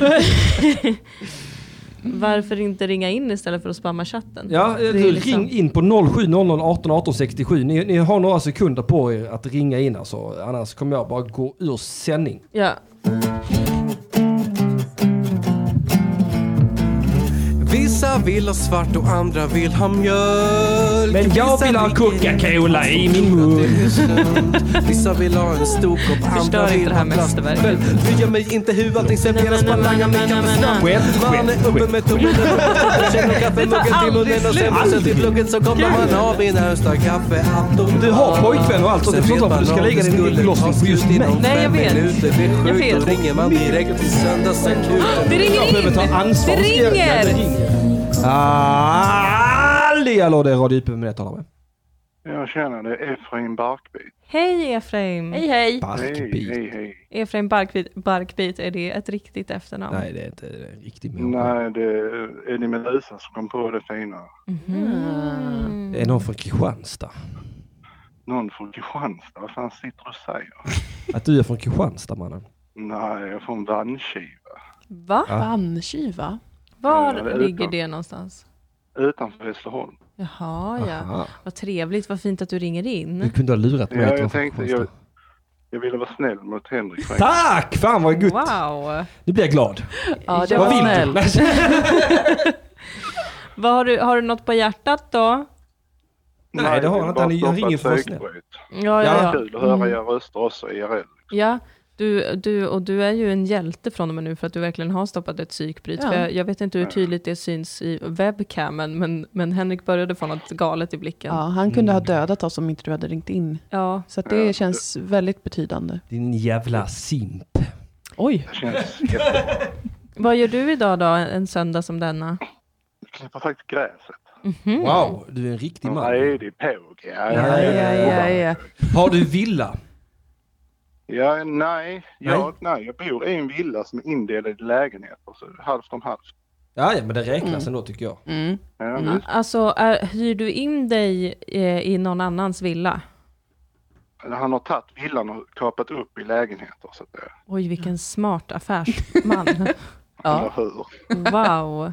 Varför inte ringa in istället för att spamma chatten? Ja, Det är du, liksom- ring in på noll sju noll noll arton arton sextiosju. Ni, ni har några sekunder på er att ringa in alltså. Annars kommer jag bara gå ur sändning. Ja. Vissa vill ha svart och andra vill ha mjölk. Men jag Vissa vill ha Coca-Cola i min mun. Vissa vill ha en stor kopp, andra Förstör inte vill det här ha mästerverket. plastbäll. Bryr mig inte hur allting serveras, bara langar mig kaffe snabbt. Skett, Man är skett, uppe skett. med tummen och känner kaffemuggen till munnen och sen bussen till plugget så kopplar man av i närmsta kaffeautomat. Du har pojkvän och allt så du förstår inte varför du ska lägga din inlossning på just mig. Nej, jag vet. Minuter vid Jag sju, vet. då ringer man direkt till söndagsakuten. Det ringer Jag behöver ta in! ansvar. Det Ska jag- ringer! Ja, det ringer. Alli, hallå, det är Radio U P med det talar med. Jag känner det. Efraim Barkbit. Hej Efraim! Hej, hej. Hej, Barkbit. hej, hej. Efraim Barkbit, Barkbit, är det ett riktigt efternamn? Nej, det är inte det är en riktig människa. Nej, det är Eddie Meduza som kom på det fina. Mm. Det är någon från Kristianstad. Någon från Kristianstad. Vad fan sitter du och säger? Att du är från Kristianstad, mannen. Nej, jag är från Vanskiva. Va? Ja. Vanskiva. Var Ja, det är ligger utan. det någonstans? Utanför Hässleholm. Jaha, ja. Aha. Vad trevligt, vad fint att du ringer Du in. kunde ha lurat mig. Ja, att du var jag från tänkte, Kristianstad. jag, jag ville vara snäll mot Henrik. faktiskt. Tack! Fan vad gott! Wow! Nu blir jag glad. Ja, det Vad var vill snällt. du? Vad har, du, har du något på hjärtat då? Nej, det har han inte. Han- han ringer för snäll. Ja, Det ja, är ja. kul att höra Mm. era röster också I R L. Ja, du, du, och du är ju en hjälte från och med nu för att du verkligen har stoppat ett psykbryt. Ja. För jag, jag vet inte hur tydligt det syns i webcamen, men, men Henrik började få något galet i blicken. Ja, han kunde ha dödat oss om inte du hade ringt in. Ja. Så att det känns väldigt betydande. Din jävla simp. Oj. Det känns jättebra. Vad gör du idag då, en söndag som denna? Jag klipper faktiskt gräset. Mhm. Wow, du är en riktig man. Nej, det är påg. Ja, Ja, ja, ja, ja. Har du villa? Ja, nej. Jag, nej. jag bor i en villa som är indelad i lägenheter. Så halvt om halvt. Ja, ja, men det räknas ändå tycker jag. Mm. Ja, Mm. visst. Alltså, är, hyr du in dig eh, i någon annans villa? Han har tagit villan och kapat upp i lägenheter. Så att det, Oj, vilken smart affärsman. Ja. eller hur? Wow.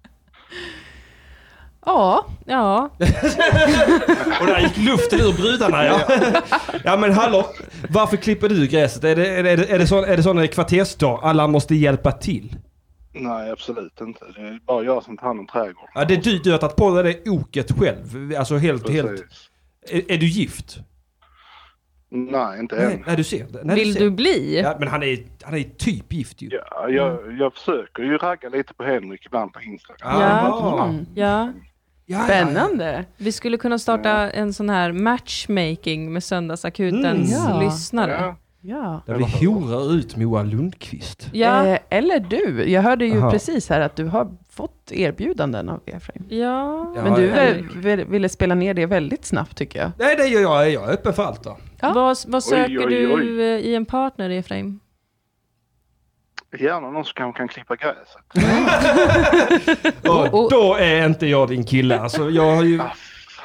Ja, Ja, Och där gick luften ur brudarna, ja. Ja, men hallå. Varför klipper du gräset? Är det, är det, är det, sån, är det sån en kvartersdag? Alla måste hjälpa till. Nej, absolut inte. Det är bara jag som tar hand om trädgården. Ja, det är du, du har tagit på dig det oket själv. Alltså helt, helt. Precis. Är, är du gift? Nej, inte Nej, än. nej, du ser. Nej, vill ser. du bli? Ja, men han är, han är typ gift ju. Ja, jag, jag försöker ju ragga lite på Henrik ibland på Instagram. Ah. Mm. Ja. Ja, Spännande. Vi skulle kunna starta en sån här matchmaking med Söndagsakutens Mm, ja. lyssnare. Ja. Ja. Där vi horar ut Moa Lundqvist. Ja, Eh, eller du. Jag hörde ju Aha. precis här att du har fått erbjudanden av Efraim. ja. Ja, Men du ja. väl, väl, ville spela ner det väldigt snabbt tycker jag. Nej, det gör jag. Jag är öppen för allt då. Ja. Vad, vad söker oj, oj. du eh, i en partner, Efraim? Gärna någon som kan, kan klippa gräset. Och och- då är inte jag din kille. Alltså, jag har ju...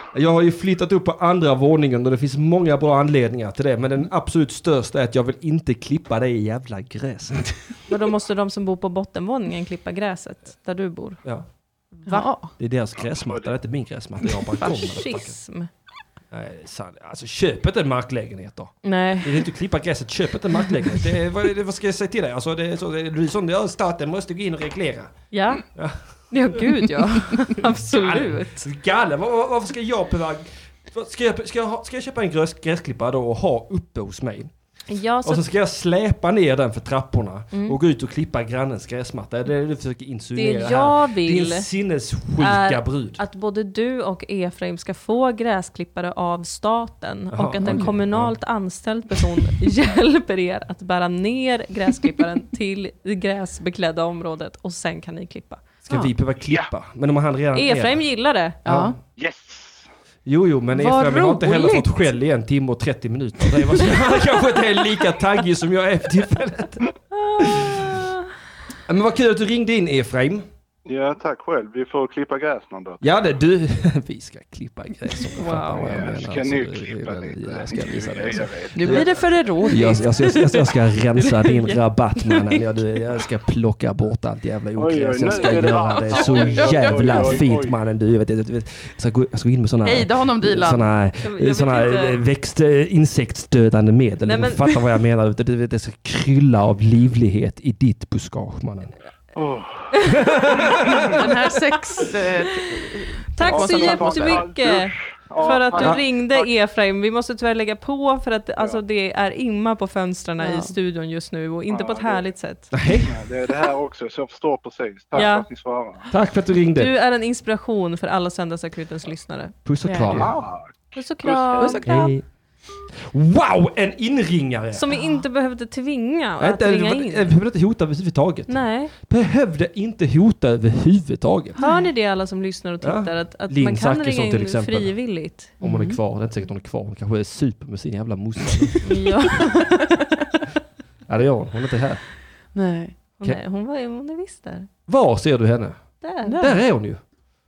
Jag har ju flyttat upp på andra våningen och det finns många bra anledningar till det. Men den absolut största är att jag vill inte klippa det i jävla gräset. Men då måste de som bor på bottenvåningen klippa gräset där du bor. Ja. Va? Det är deras gräsmatta, det är inte min gräsmatta. Jag har balkong. Fascism. Nej, sant. Alltså köp inte en marklägenhet då. Nej. Det är inte att klippa gräset, köp inte en marklägenhet. Det är, vad, det, vad ska jag säga till dig? Alltså, det är så, det är sånt där staten måste gå in och reglera. Ja. Ja, ja gud ja. Absolut. Galle, var, varför ska jag behöva... Ska jag, ska, jag ha, ska jag köpa en gräs, gräsklippare då och ha uppe hos mig? Ja, så och så ska jag släpa ner den för trapporna mm. och gå ut och klippa grannens gräsmatta. Det är det du försöker insinuera det jag här. vill Din sinnessjuka brud. Att både du och Efraim ska få gräsklippare av staten. Aha, och att en okay, kommunalt ja. anställd person hjälper er att bära ner gräsklipparen till det gräsbeklädda området. Och sen kan ni klippa. Ska ja. vi behöva klippa? Ja. Men om han redan Efraim gillar det. Ja. ja. Yes. Jo, jo, men Efraim har inte heller fått skäll i en timme och trettio minuter. Det var så, han kanske inte är lika taggig som jag är för tillfället. Men vad kul att du ringde in, Efraim. Ja, tack själv. Vi får klippa gräs någon dag. Ja, det du. Vi ska klippa gräs. Wow. Jag ska nu klippa lite. Jag ska visa det. Nu blir det för erotiskt. Jag, jag, jag, jag ska rensa din rabatt, mannen. Jag, jag ska plocka bort allt jävla ogräs. Jag ska göra det så jävla fint, mannen. Du vet, jag, jag, jag, ska gå, jag ska gå in med såna Hejda honom, Dilan. Såna, såna växt, insektsdödande medel. Nej, men... Fattar vad jag menar. Du vet, det ska krylla av livlighet i ditt buskage, mannen. Oh. Den här sex... Eh, Tack så jättemycket för att du ja. ringde, Efraim. Vi måste tyvärr lägga på för att ja. alltså, det är imma på fönstren ja. i studion just nu och inte ja, på ett det, härligt sätt. Nej. Ja, det är det här också, så jag förstår precis. Tack ja. för att ni svarar. Tack för att du ringde. Du är en inspiration för alla Söndagsakutens lyssnare. Puss och kram. Ja. Puss och kram. Puss och kram. Wow, en inringare! Som vi inte behövde tvinga att inte, ringa in. Jag behövde inte hota överhuvudtaget. Nej. Behövde inte hota överhuvudtaget. Hör ni det alla som lyssnar och tittar? Ja. Att, att man kan ringa in frivilligt. Om hon är kvar, det är inte säkert hon är kvar. Hon kanske är super med sin jävla morsa. Ja. Ja, det gör hon. Hon är inte här. Nej. Hon är, hon var, hon är visst där. Var ser du henne? Där. Där, där är hon ju.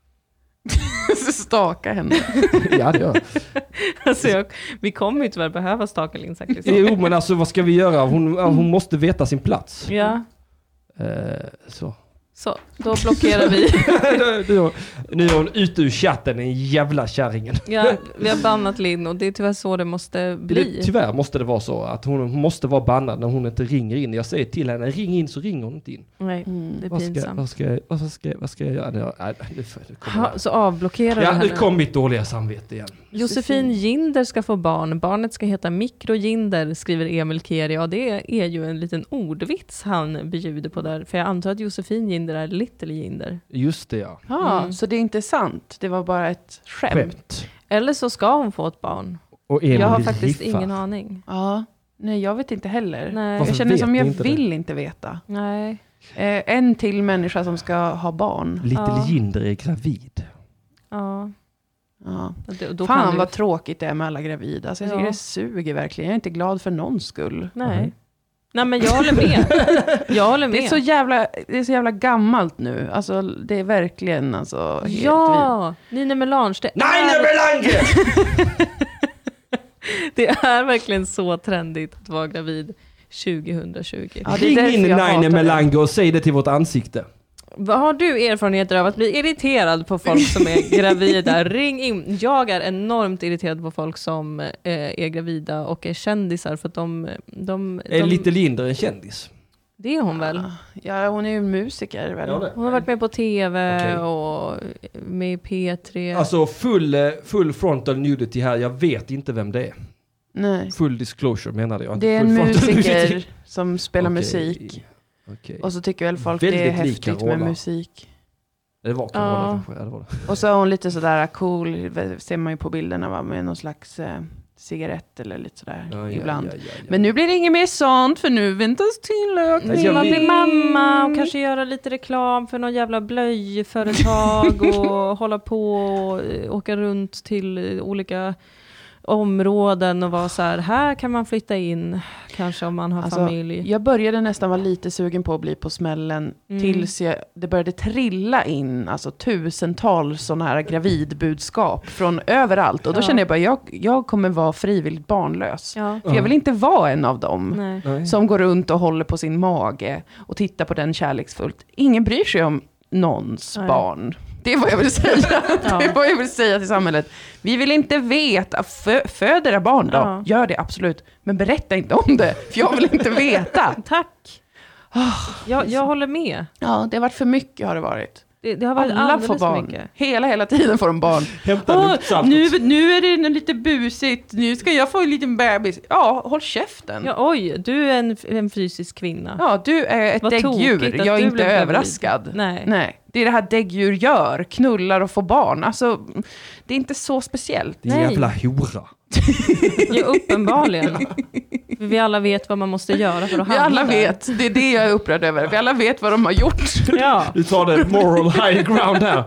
Staka henne. Ja, det gör alltså jag, vi kommer ju tyvärr behöva staka Linn Zachrisson. Jo, men alltså vad ska vi göra? Hon, hon måste veta sin plats. Ja. Uh, så. Så, då blockerar vi. Nu är hon ute ur chatten, den jävla kärringen. Ja, vi har bannat Linn och det är tyvärr så det måste bli. Det, tyvärr måste det vara så att hon måste vara bannad när hon inte ringer in. Jag säger till henne, ring in så ringer hon inte in. Nej, mm, det är vad pinsamt. Ska, vad, ska, vad, ska, vad, ska, vad ska jag göra? Nej, nej, det, det ha, så avblockerar ja, henne. Nu kom mitt dåliga samvete igen. Josefin Ginder ska få barn. Barnet ska heta Mikroginder, skriver Emil Keri. Ja, det är ju en liten ordvits han bjuder på där. För jag antar att Josefin Ginder är Little Ginder. Just det, ja. Ja, mm. så det är inte sant. Det var bara ett skämt. skämt. Eller så ska hon få ett barn. Och Emil jag har faktiskt riffar. ingen aning. Ja, nej jag vet inte heller. Nej. Jag känner som jag inte vill det? inte veta. Nej. Eh, en till människa som ska ha barn. Little ja. Ginder är gravid. Ja. Ja. Då, då Fan kan vad du... tråkigt det är med alla gravida. Alltså, jag tycker ja. det suger verkligen. Jag är inte glad för någons skull. Nej. Mm. Nej, men jag håller med. Jag håller med. Det är så jävla, det är så jävla gammalt nu. Alltså, det är verkligen alltså, helt ja, Nina Melange. Det Nej, är... Melange! Det är verkligen så trendigt att vara gravid tjugohundratjugo. Ja, ring in Nina Melange och säg det till vårt ansikte. Vad har du erfarenheter av att bli irriterad på folk som är gravida? Ring in. Jag är enormt irriterad på folk som eh, är gravida och är kändisar för att de... de, de Är lite Linder en kändis? Det är hon väl? Ja, hon är ju musiker väl? Ja, hon har varit med på tv okay. och med i P tre. Alltså full, full frontal nudity här. Jag vet inte vem det är. Nej. Full disclosure menade jag. Det är en musiker som spelar okay. musik. Okay. Och så tycker väl folk väldigt det är häftigt med musik. Det var Carola ja. kanske. Ja, det var det. Och så är hon lite sådär cool, ser man ju på bilderna va, med någon slags eh, cigarett eller lite sådär ja, ibland. Ja, ja, ja, ja. Men nu blir det inget mer sånt för nu väntas tillökning. Man blir mamma och kanske göra lite reklam för någon jävla blöjföretag och hålla på och åka runt till olika områden och vara så här, här kan man flytta in kanske om man har Alltså, familj. jag började nästan vara lite sugen på att bli på smällen Mm. tills jag, det började trilla in alltså tusentals sådana här gravidbudskap från överallt. Och då Ja. kände jag bara, jag, jag kommer vara frivilligt barnlös. Ja. För jag vill inte vara en av dem Nej. Nej. som går runt och håller på sin mage och tittar på den kärleksfullt. Ingen bryr sig om någons Nej. barn. Det är vad jag vill säga. Ja. Det är vad jag vill säga till samhället. Vi vill inte veta. Fö, föd era barn då. Ja. Gör det absolut. Men berätta inte om det. För jag vill inte veta. Tack. Jag, jag håller med. Ja, det har varit för mycket har det varit. Det, det har varit Alla alldeles får för barn. mycket. Hela, hela tiden får de barn. Hämta Åh, luktsaltet. nu, nu är det lite busigt. Nu ska jag få en liten bebis. Ja, håll käften. Ja, oj, du är en, en fysisk kvinna. Ja, du är ett Vad däggdjur. tokigt att Jag är du inte blev gravid. överraskad. Nej. Nej. Det är det här däggdjur gör. Knullar och får barn. Alltså, det är inte så speciellt. Din Nej. jävla hora. Ja, uppenbarligen. För vi alla vet vad man måste göra för att Vi hamna alla där. vet. Det är det jag är upprörd över. Vi alla vet vad de har gjort. Ja. Du tar det moral high ground här.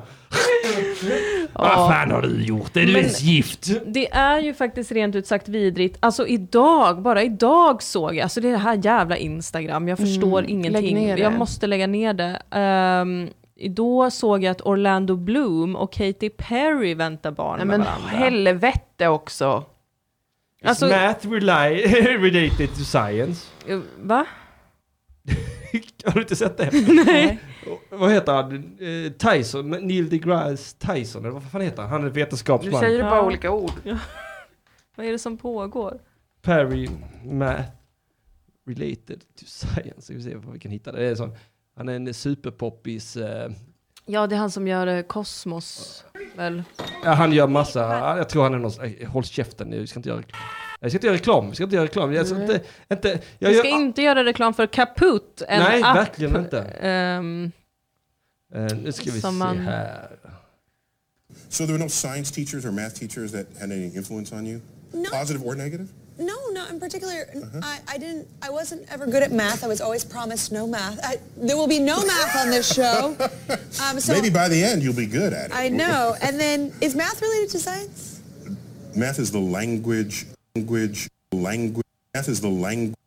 Vad fan har du gjort? Är du Men- ens gift? Det är ju faktiskt rent ut sagt vidrigt. Alltså idag, bara idag såg jag, alltså det är det här jävla Instagram, jag förstår Mm, lägg ingenting. ner det. Jag måste lägga ner det. Um, då såg jag att Orlando Bloom och Katy Perry väntar barn Nej, med men varandra. helvete också. Alltså- Math rely, related to science. Uh, Va? Har du inte sett det? Nej. Vad heter han? Eh, Tyson? Neil deGrasse Tyson? Eller vad fan heter han? Han är Du vetenskapsman. säger bara Ja. olika ord. Vad är det som pågår? Perry Math related to science. Ska vi se vad vi kan hitta det. Det är sån, han är en superpoppis. Eh, Ja, det är han som gör eh, Kosmos, väl? ja, han gör massa. Jag tror han är någon. Eh, håll käften nu. Vi ska inte göra Jag ska inte göra reklam. Vi ska inte göra reklam. Jag ska inte, inte, jag Vi ska gör, inte göra reklam för Kahoot, en Nej, app. verkligen inte. ehm, Eh, nu ska vi Som se man- här. So there were no science teachers or math teachers that had any influence on you? No. Positive or negative? No, not in particular. I, I didn't. I wasn't ever good at math. I was always promised no math. I, there will be no math on this show. Um, so Maybe by the end you'll be good at it. I know. And then, is math related to science? Math is the language, language, language. Math is the language.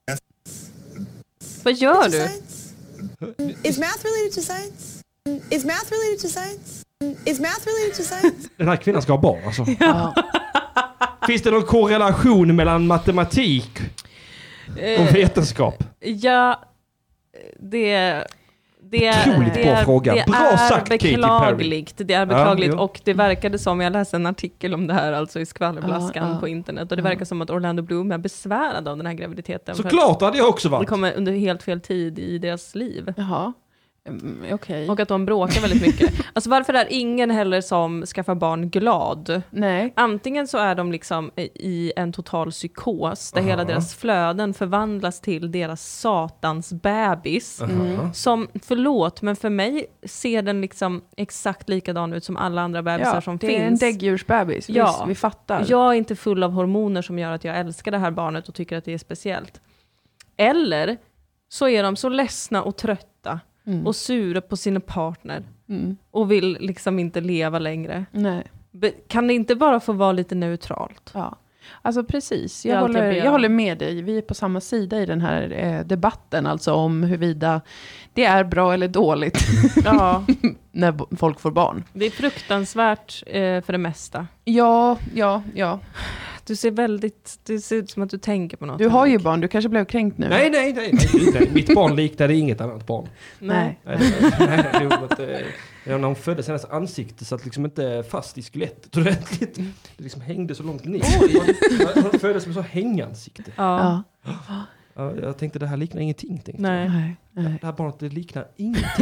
Vad gör To du? science? Is math related to science? Is math related to science? Is math related to science? Den här kvinnan ska ha barn alltså. Ja. Finns det någon korrelation mellan matematik och vetenskap? Ja, det... Det är, Otroligt det bra är, fråga. det Bra är sagt, Katy Perry. beklagligt. Det är beklagligt jo. och det verkade som, jag läste en artikel om det här alltså i skvallerblaskan Ja, ja. på internet och det verkar som att Orlando Bloom är besvärad av den här graviditeten. för Såklart hade jag också att Det varit. kommer under helt fel tid i deras liv. Jaha. Mm, Okej. Och att de bråkar väldigt mycket. Alltså varför är ingen heller som skaffar barn glad? Nej. Antingen så är de liksom i en total psykos där Aha. hela deras flöden förvandlas till deras satans bebis. Aha. Som, förlåt, men för mig ser den liksom exakt likadan ut som alla andra bebisar Ja, som det finns. är en däggdjursbebis. Ja. Visst, vi fattar. Jag är inte full av hormoner som gör att jag älskar det här barnet och tycker att det är speciellt. Eller så är de så ledsna och trötta Mm. och sura på sina partner Mm. och vill liksom inte leva längre. Nej. Be- Kan det inte bara få vara lite neutralt? Ja. Alltså precis, Det är jag allt jag håller, ber jag om. håller med dig. Vi är på samma sida i den här eh, debatten, alltså om huruvida det är bra eller dåligt Ja, när bo- folk får barn. det är fruktansvärt eh, för det mesta. Ja, ja, ja. Du ser väldigt, det ser ut som att du tänker på något. Du har ju Henrik. barn, du kanske blev kränkt nu. Nej, nej, nej, nej, gud, nej. Mitt barn liknade inget annat barn. Nej. Nej. Nej, det- nej, det var att, eh, när hon föddes, hennes ansikte satt liksom inte fast i skelettet ordentligt. Det liksom hängde så långt ner. Hon, hon föddes med så hängansikte. Ja. Ja. Ja, jag tänkte det här liknar ingenting. Tänkte jag. Nej. Nej, nej. Det här barnet det liknar ingenting.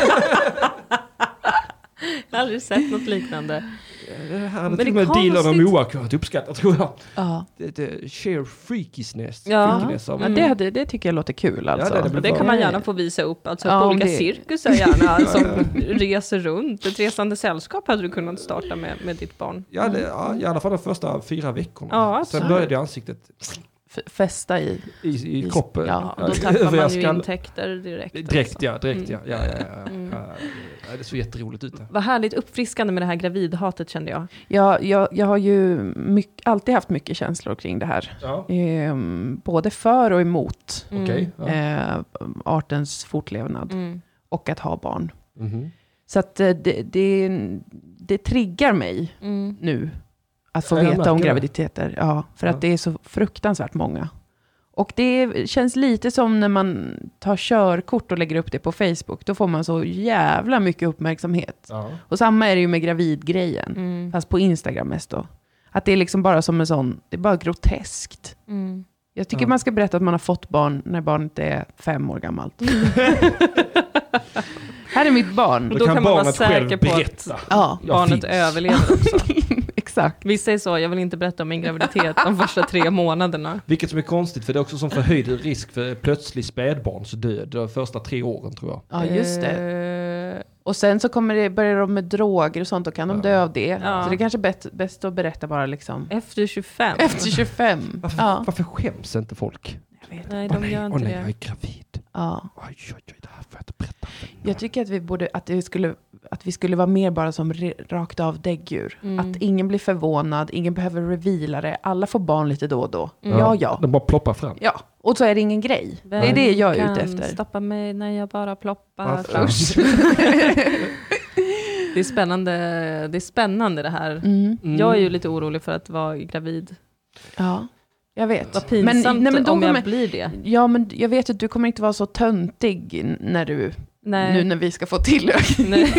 Jag har aldrig sett något liknande. Det här hade Men till och det med är dealern och konstigt. Moa kunnat uppskatta, tror jag. Ja. Det, det sheer freakishness. Ja. freakiness av, Ja, det, hade, det tycker jag låter kul alltså. det- det Och blir det bra. kan man gärna få visa upp. Alltså Ja, på om olika det- cirkusar gärna som reser runt. Ett resande sällskap hade du kunnat starta med, med ditt barn. Ja, det, ja, i alla fall de första fyra veckorna. Ja, Sen absolut. började ansiktet F- fästa i. i, i I- kroppen. ja, Och då tappar man ju Överraskande. intäkter direkt. Direkt, alltså. ja. Direkt, ja. ja, ja, ja, Mm. ja. Ja, det såg jätteroligt ut. Vad härligt uppfriskande med det här gravidhatet kände jag. Ja, jag, jag har ju mycket, alltid haft mycket känslor kring det här. Ja. Ehm, både för och emot Mm. Okej. Ja. eh, artens fortlevnad Mm. och att ha barn. Mhm. Så att eh, det, det, det triggar mig Mm. nu att få Ja, jag veta om märker det. graviditeter. Ja, för Ja. att det är så fruktansvärt många. Och det känns lite som när man tar körkort och lägger upp det på Facebook. Då får man så jävla mycket uppmärksamhet. Ja. Och samma är det ju med gravidgrejen. Mm. Fast på Instagram mest då. Att det är liksom bara som en sån, det är bara groteskt. Mm. Jag tycker Ja. man ska berätta att man har fått barn när barnet är fem år gammalt. Här är mitt barn. Då Då kan, kan man vara barnet själv säker på att- berätta. Ja, Jag Barnet finns. överlever också. exakt. Vissa är så, jag vill inte berätta om min graviditet de första tre månaderna. Vilket som är konstigt, för det är också som förhöjd risk för plötslig spädbarnsdöd de första tre åren, tror jag. Ja, just det. Eh, Och sen så kommer det, börjar de med droger och sånt, då kan de dö av det. Ja. Så det är kanske bäst, bäst att berätta bara liksom. Efter tjugofem. Efter tjugofem. Varför, Ja. varför skäms inte folk? Jag vet. Nej, Åh de nej, gör åh inte nej, jag det. är gravid. Ja. Oj, oj, oj, det här får jag inte berätta för någon. Jag tycker att vi borde, att det skulle, att vi skulle vara mer bara som re, rakt av däggdjur. Mm. Att ingen blir förvånad, ingen behöver reveala det. Alla får barn lite då och då. Ja, ja. De bara ploppar fram. Ja, och så är det ingen grej. Det är det jag är ute Kan efter. stoppa mig när jag bara ploppar Ja, fram. Det är spännande, det är spännande det här. Mm. Mm. Jag är ju lite orolig för att vara gravid. Ja, jag vet. Vad pinsamt nej, men då om jag kommer- blir det. Ja, men jag vet att du kommer inte vara så töntig när du, Nej. nu när vi ska få tillökning. Nej.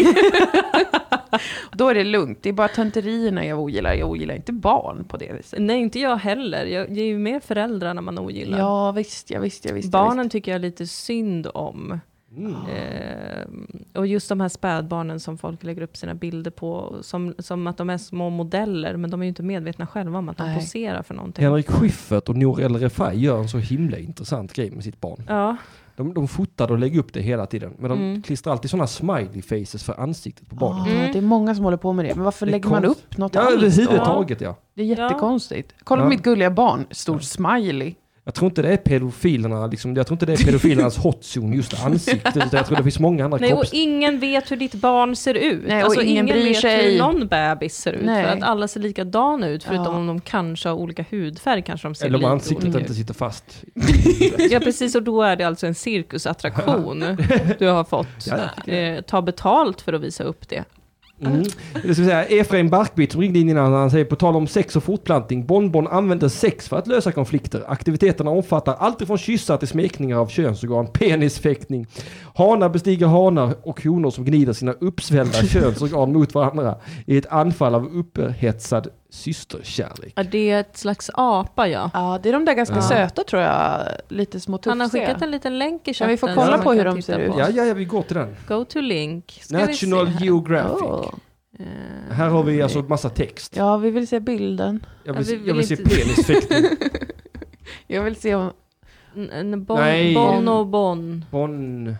Då är det lugnt. Det är bara tönterierna jag ogillar. Jag ogillar inte barn på det viset. Nej, inte jag heller. Jag, jag är ju mer föräldrarna man ogillar. Ja, visst, ja, visst, ja, visst. Barnen ja, visst. tycker jag lite synd om. Mm. Eh, och just de här spädbarnen som folk lägger upp sina bilder på. Som, som att de är små modeller. Men de är ju inte medvetna själva om att de Nej. poserar för någonting. Henrik Schyffert och Nour El Refai gör en så himla intressant grej med sitt barn. Ja. De, de fotar och lägger upp det hela tiden. Men de Mm. klistrar alltid sådana smiley faces för ansiktet på barnet. Ja, Mm. det är många som håller på med det. Men varför Det är lägger man konst- upp något Ja, alls då? överhuvudtaget ja. Det är jättekonstigt. Kolla Ja. på mitt gulliga barn. Stor smiley. Jag tror inte det är pedofilerna, liksom, jag tror inte det är pedofilernas hotzone, just ansiktet. Utan jag tror det finns många andra Nej, och kropps... ingen vet hur ditt barn ser ut. Nej, och alltså, ingen bryr vet sig. hur någon bebis ser ut. Nej. För att alla ser likadana ut. Förutom Ja. om de kanske har olika hudfärg. Kanske de ser Eller om lite ansiktet olika inte ut. sitter fast. Ja, precis. Och då är det alltså en cirkusattraktion du har fått. Ja, eh, ta betalt för att visa upp det. Mm. Det ska säga, Efraim Barkbit som ringde in innan, han säger på tal om sex och fortplantning, Bonbon använder sex för att lösa konflikter. Aktiviteterna omfattar allt ifrån kyssar till smekningar av könsorgan, penisfäktning. Hanar bestiger hanar och honor som gnider sina uppsvällda könsorgan mot varandra i ett anfall av upphetsad systerkärlek. Ja, det är ett slags apa, ja. Ja, det är de där ganska Ja. söta tror jag. Lite små tufsiga. Han har skickat en liten länk i Ja, chatten. vi får som kolla man på hur kan de titta ser ut. på. Ja, ja, ja, vi går till den. Go to link. Ska National vi se här. Geographic. Åh. Eh, Här har vi alltså massa text. Ja, vi vill se bilden. Jag Ja, vill, vi se- vill jag vill se inte- penisfäktning. Jag vill se om... en, en bon, Nej. bon och bon. Bon...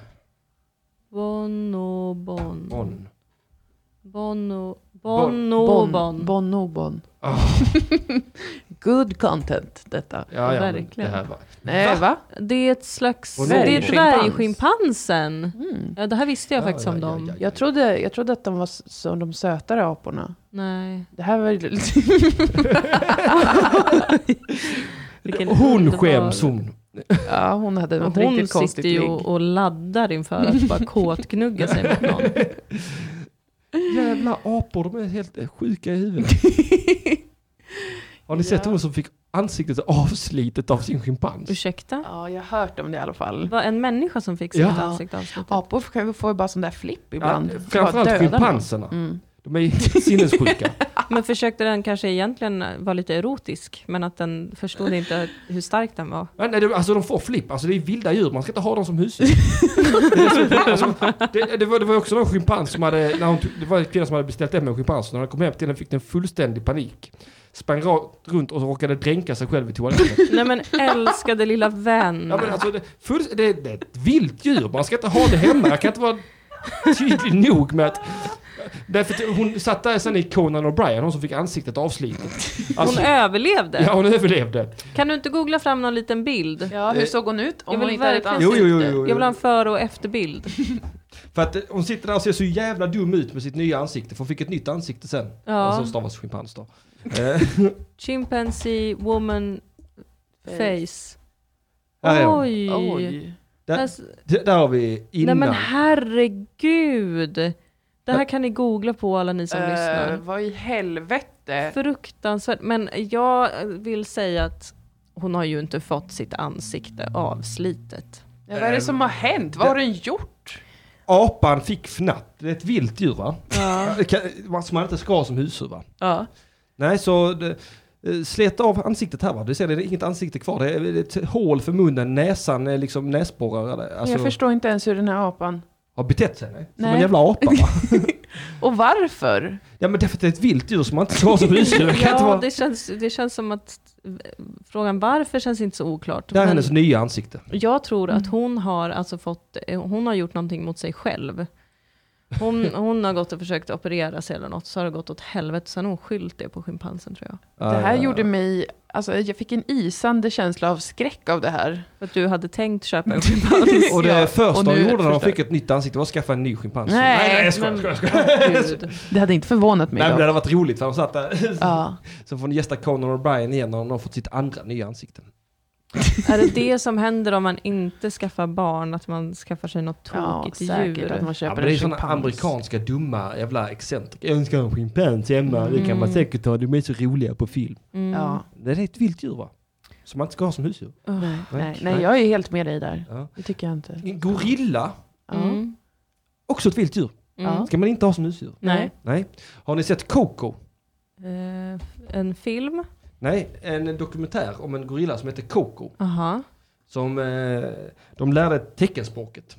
Bon och bon. Bon. Bon och bon. och Bon. bon. Bon och bon. Ah, Good content, detta. ja, ja, men Verkligen. det här var... Nej, va? Det är ett slags... Och Det är dvärgschimpans. dvärgschimpansen. Mm. Ja, det här visste jag Ja, faktiskt ja, om ja, dem. ja, ja. Jag trodde, jag trodde att de var s- som de sötare aporna. Nej. Det här var... Vilken Hon underbar- skäms hon. ja, hon hade något Hon riktigt konstigt sitter ju ligg. och, och laddar inför att bara kåtgnugga sig mot någon. Jävla apor, de är helt eh, sjuka i huvudet. Har ni sett Ja. hon som fick ansiktet avslitet av sin schimpans? Ursäkta? Ja, jag har hört om det i alla fall. Var en människa som fick sitt Ja. ansikte avslutat? Apor kan ju få bara sån där flipp ibland. Ja, Bara framförallt döda någon. schimpanserna. Mm. De är helt sinnessjuka. Men försökte den kanske egentligen vara lite erotisk, men att den förstod inte hur stark den var. Ja, nej, det, alltså de får flipp, alltså det är vilda djur, man ska inte ha dem som husdjur. det, är så, alltså, det, det, var, det var också någon schimpans som hade, när hon, tog- det var en kvinna som hade beställt hem en schimpans, och när hon kom hem till den fick den fullständig panik. Sprang ra- runt och råkade dränka sig själv i toaletten. Nej men älskade lilla vän. Ja, men alltså, det, full, det, det är ett vilt djur, man ska inte ha det hemma, jag kan inte vara tydlig nog med att... Därför att hon satt där sen i Conan O'Brien, hon som fick ansiktet avslitet. Alltså, Hon överlevde. ja, hon överlevde. Kan du inte googla fram någon liten bild? Ja, hur såg hon ut? Om Jag hon vill inte hade ett verkligen Jo, ansikte. jo, jo, jo. Jag vill ha en före- och efterbild. För att hon sitter där och ser så jävla dum ut med sitt nya ansikte. För hon fick ett nytt ansikte sen. Ja. Alltså stavas schimpans då. Chimpanzee woman face. Där är hon. Oj. Oj. Där, Alltså- där har vi innan. Nej men herregud. Det här kan ni googla på alla ni som Uh, lyssnar. vad i helvete? Fruktansvärt. Men jag vill säga att hon har ju inte fått sitt ansikte avslitet. Ja, vad är det som har hänt? Vad har den gjort? Apan fick fnatt. Det är ett vilt djur va? Ja. Det kan- Som man inte ska ha som husdjur va? Ja. Nej, så det, eh, slet av ansiktet här va? Du ser det, det är inget ansikte kvar. Det är ett hål för munnen, näsan är liksom näsborrar. Alltså, Jag förstår inte ens hur den här apan... har betett sig, nej. Som Nej. en jävla apa va? Och varför? Ja men därför att det är ett vilt djur som man inte ska ha som husdjur. Det kan inte Ja, vara... det känns, det känns som att frågan varför känns inte så oklart. Det är Men hennes nya ansikte. jag tror att hon har alltså fått, hon har gjort någonting mot sig själv. Hon, hon har gått och försökt operera sig eller något, så har det gått åt helvete. Sen har hon skyllt det på schimpansen tror jag. Det här Uh, gjorde mig... Alltså, jag fick en isande känsla av skräck av det här. För att du hade tänkt köpa en schimpans. Och det Ja, första och de nu gjorde när de förstår- fick ett nytt ansikte var att skaffa en ny schimpans. Nej, nej, nej jag skojar, men- jag skojar, jag skojar. Gud. Det hade inte förvånat mig Nej, men det då. hade varit roligt för de satt där. Ja. Så får ni gästa Conan O'Brien igen när de har fått sitt andra nya ansikte. Är det det som händer om man inte skaffar barn? Att man skaffar sig något Ja, tokigt säkert djur? att man Ja, köper men det är en sådana schimpans. amerikanska dumma jävla excentriker. Jag önskar en schimpans hemma. Det kan Mm. man säkert ha. De är så roliga på film. Mm. Ja. Det är ett vilt djur va? Som man inte ska ha som husdjur. Oh. Nej, Nej. nej, nej, jag är helt med dig där. Ja. Det tycker jag inte. En gorilla, Ja. Mm. också ett vilt djur. Mm. Ska man inte ha som husdjur. Nej. Nej. Har ni sett Coco? Eh, en film? Nej, en dokumentär om en gorilla som heter Coco. Aha. Som eh, de lärde teckenspråket.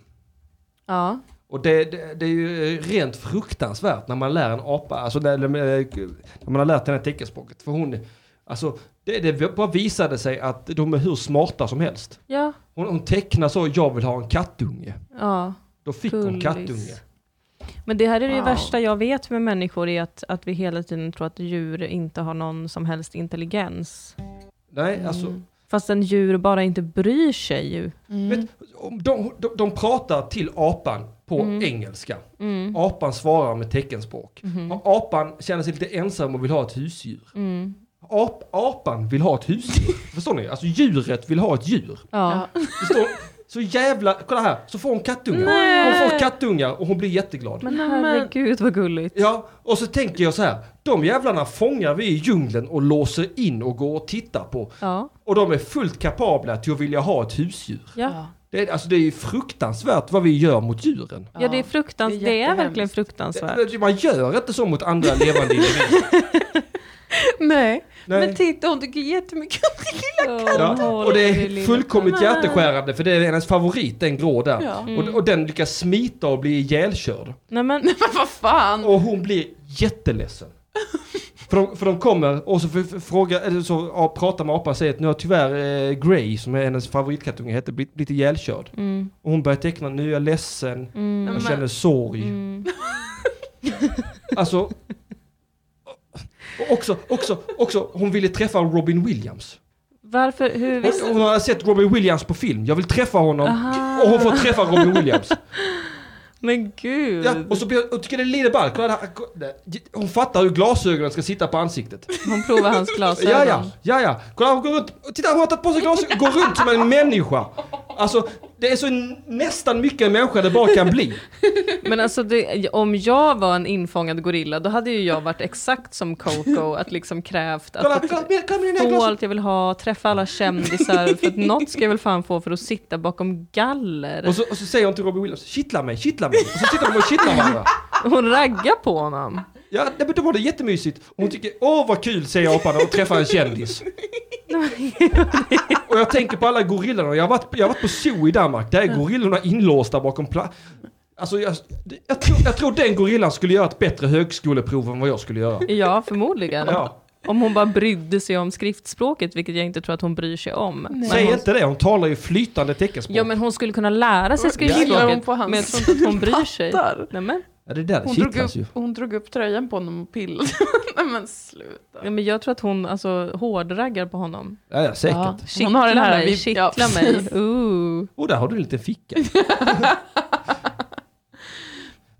Ja. Och det, det, det är ju rent fruktansvärt när man lär en apa, alltså när, när man har lärt henne teckenspråket. För hon, alltså det, det bara visade sig att de är hur smarta som helst. Ja. Hon, hon tecknar så, jag vill ha en kattunge. Ja. Då fick hon Gullis. kattunge. Men det här är det Wow. värsta jag vet med människor är att, att vi hela tiden tror att djur inte har någon som helst intelligens. Nej, alltså, Mm. Fast en djur bara inte bryr sig ju. Mm. vet, de, de, de pratar till apan på Mm. engelska. Mm. Apan svarar med teckenspråk. Mhm. Och apan känner sig lite ensam och vill ha ett husdjur. Mm. Ap, apan vill ha ett husdjur. Förstår ni? Alltså djuret vill ha ett djur. Ja. Förstår? Så jävla, kolla här, så får hon kattungar. Nej. Hon får kattungar och hon blir jätteglad. Men herregud vad gulligt. Ja, och så tänker jag så här, de jävlarna fångar vi i djungeln och låser in och går och tittar på. Ja. Och de är fullt kapabla till att vilja ha ett husdjur. Ja. Det är, alltså det är ju fruktansvärt vad vi gör mot djuren. Ja, det är fruktansvärt. det är Det är jättehemskt. verkligen fruktansvärt. Det- Man gör inte så mot andra levande individer. Nej. Nej. Men titta, hon tycker jättemycket om sin lilla katt. Ja, och det är fullkomligt hjärteskärande för det är hennes favorit, den grå där. Ja. Mm. Och, och den lyckas smita och bli ihjälkörd. Nej men, Men vad fan? Och hon blir jätteledsen. för, de, för de kommer och så för, för, fråga, eller så ja, pratar med apan och säger att nu har tyvärr eh, Grey, som är hennes favoritkattunge heter, blivit, blivit ihjälkörd. mm. Och hon börjar teckna, nu är jag ledsen, Mm. jag Men- känner sorg. Mm. Alltså, och också, också, också, hon ville träffa Robin Williams. Varför, hur visste Hon, hon har sett Robin Williams på film. Jag vill träffa honom. Aha. Och hon får träffa Robin Williams. Men gud. Ja, och så blir, och tycker det är lite ballt. Kolla här. Hon fattar hur glasögonen ska sitta på ansiktet. Hon provar hans glasögon. Ja, ja, ja, ja. Kolla, hon går runt. Titta, hon har tagit på sig glasögon. Går runt som en människa. Alltså, det är så nästan mycket en människa det bara kan bli. Men alltså, det, om jag var en infångad gorilla, då hade ju jag varit exakt som Coco, att liksom krävt att Kolla, att kolla, kolla, kolla med dina få glasögon. allt jag vill ha, träffa alla kändisar, för att något ska jag väl fan få för att sitta bakom galler. Och så, och så säger hon till Robin Williams, kittla mig, kittla mig. Och så sitter de och kittlar varandra. Hon raggar på honom. Ja, det, men då var det jättemysigt. Och hon tycker, åh vad kul, säger apan, och träffar en kändis. Och jag tänker på alla gorillorna. Jag har varit, jag har varit på zoo i Danmark. Där är gorillorna inlåsta bakom pla- Alltså jag, jag, tror, jag tror den gorillan skulle göra ett bättre högskoleprov än vad jag skulle göra. Ja, förmodligen. Ja. Om hon bara brydde sig om skriftspråket, vilket jag inte tror att hon bryr sig om. Men Säg hon, inte det, hon talar ju flytande teckenspråk. ja, men hon skulle kunna lära sig Killar hon skriftspråket, på hans men jag tror inte att hon bryr sig. pattar? Nej, men. Ja, det där det Hon drog, kittlas ju. upp, hon drog upp tröjan på honom och pillade. Nej men sluta. Ja, men jag tror att hon alltså, hårdraggar på honom. Ja, ja, säkert. Ja. Kittla Hon har den här mig, vi- kittla ja, mig. precis. Ooh. Och där har du en liten ficka.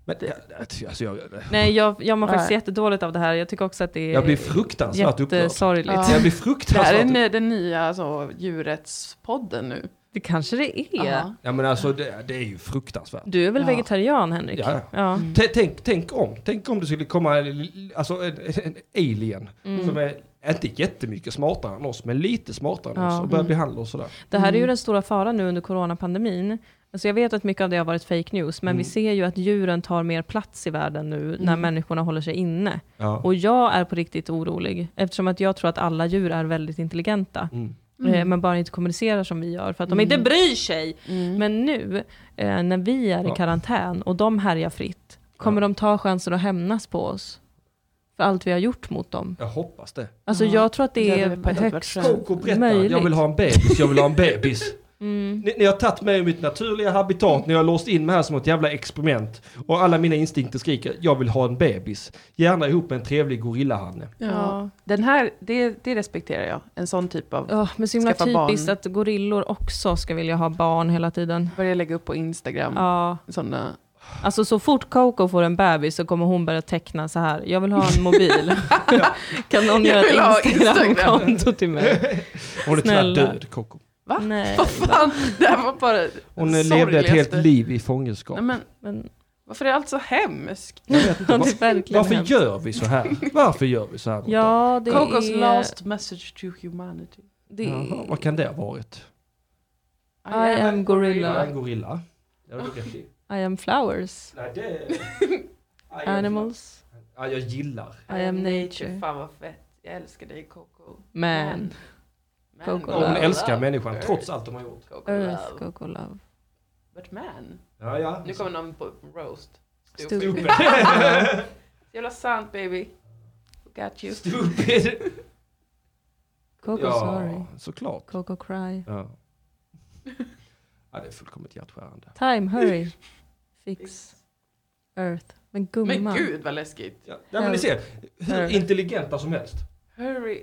Men, alltså, jag, Nej, jag, jag mår Nej. faktiskt jättedåligt av det här. Jag tycker också att det är jag blir fruktansvärt upprörd. jättesorgligt. Ja. Jag blir Det här fruktansvärt är upprörd. den, den nya alltså, djurrättspodden nu. Det kanske det är. Ja. Ja, men alltså, det, det är ju fruktansvärt. Du är väl Ja. vegetarian, Henrik? Ja. ja. Mm. T- Tänk, tänk om. Tänk om det skulle komma alltså, en, en alien Mm. som är inte jättemycket smartare än oss, men lite smartare än Ja. oss och börjar Mm. behandla oss sådär. Det här är ju Mm. den stora faran nu under coronapandemin. Alltså jag vet att mycket av det har varit fake news, men Mm. vi ser ju att djuren tar mer plats i världen nu när Mm. människorna håller sig inne. Ja. Och jag är på riktigt orolig, eftersom att jag tror att alla djur är väldigt intelligenta. Mm. Mm. Eh, men bara inte kommunicerar som vi gör, för att de Mm. inte bryr sig. Mm. Men nu, eh, när vi är Ja. i karantän och de härjar fritt, kommer Ja. de ta chansen att hämnas på oss? För allt vi har gjort mot dem. Jag hoppas det. Alltså Ja. jag tror att det Det är hade varit högst Coco berättar, möjligt. jag vill ha en bebis, jag vill ha en bebis. Mm. Ni, ni har tagit mig i mitt naturliga habitat, ni har låst in mig här som ett jävla experiment. Och alla mina instinkter skriker, jag vill ha en bebis. Gärna ihop med en trevlig gorillahanne. Ja. Ja. Den här, det, det respekterar jag. En sån typ av... Ja, men så himla Skaffa typiskt barn. att gorillor också ska vilja ha barn hela tiden. Börja lägga upp på Instagram. Ja, Såna... alltså så fort Coco får en bebis så kommer hon börja teckna så här. Jag vill ha en mobil. Kan någon Jag göra vill ha ett Instagram-konto till mig? Hon är tyvärr Snälla. död, Coco. Va? Nej. Vad fan? Det här var bara Hon levde ett helt liv i fångenskap. Nej, men, Men, varför är allt så hemskt? Jag vet inte, ja, var, det är verkligen varför hemskt. gör vi så här? Varför gör vi så här? mot dem? Ja, det Cocos är... last message to humanity. Det Jaha, är vad kan det ha varit? I am Ja, gorilla. en gorilla. Ja, det är rätt i. I am flowers. Nej, det är... Animals. Ja, jag gillar. I am nature. Fan vad fett. Jag älskar dig Coco. Man. Man. Coco Hon love. älskar människan trots allt de har gjort. Coco Earth, love. Coco love. But man. Ja, ja. Nu kommer någon på roast. Stupid. Stupid. Jävla sant baby. Who got you? Stupid. Coco Ja, sorry. såklart. Coco cry. Ja. Ja, det är fullkomligt hjärtskärande. Time, hurry. Fix. Earth. Men gumman. Men gud vad läskigt. Ja, ja men ni ser, hur Hurry. intelligenta som helst. Hurry.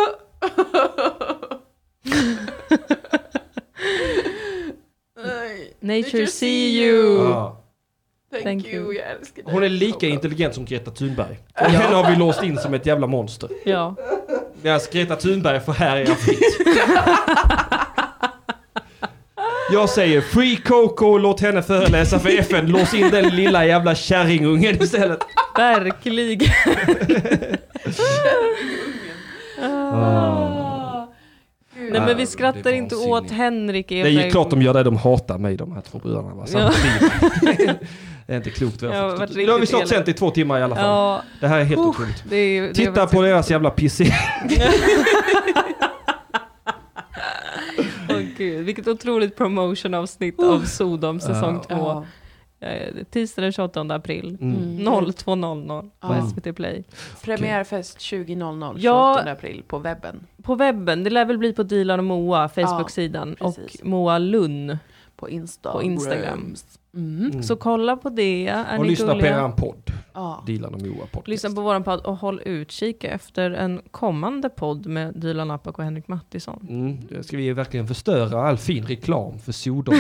Nej. Nature see you. Ja. Thank, Thank you. you. Jag älskar dig. Hon är lika Coco. intelligent som Greta Thunberg. Och henne har vi låst in som ett jävla monster. Ja. Medan Greta Thunberg får härja fritt. Jag säger free Coco, låt henne föreläsa för F N. Lås in den lilla jävla kärringungen istället. Verkligen. Ah. Gud. Nej men vi det skrattar är inte vansinnigt. åt Henrik. Det är ju klart de gör det, de hatar mig de här två brudarna. Va? Ja. Samtidigt. Det är inte klokt. Ja, Vad jag varit förstått. riktigt Nu har vi snart elak. sänt i två timmar i alla fall. Ja. Det här är helt Uh, otroligt. det är, det är Titta faktiskt- på deras jävla pissig. Åh gud, vilket otroligt promotion-avsnitt av Sodom säsong Ja. två. Ja. Eh, Tisdag den tjugoåttonde april. Mm. noll två noll noll på Ja. S V T Play. Premiärfest tjugo noll noll, Ja. tjugoåttonde april på webben. På webben, det lär väl bli på Dilan och Moa, Facebook-sidan. Ja, och precis. Moa Lund. På Instagram. På Instagram. Mm. Mm. Så kolla på det. Är Och ni lyssna på gulliga? eran podd. Ja. Dilan och Moa podcast. Lyssna på våran podd och håll utkik efter en kommande podd med Dilan Apak och Henrik Mattisson. Mm, det ska vi verkligen förstöra all fin reklam för Sodom.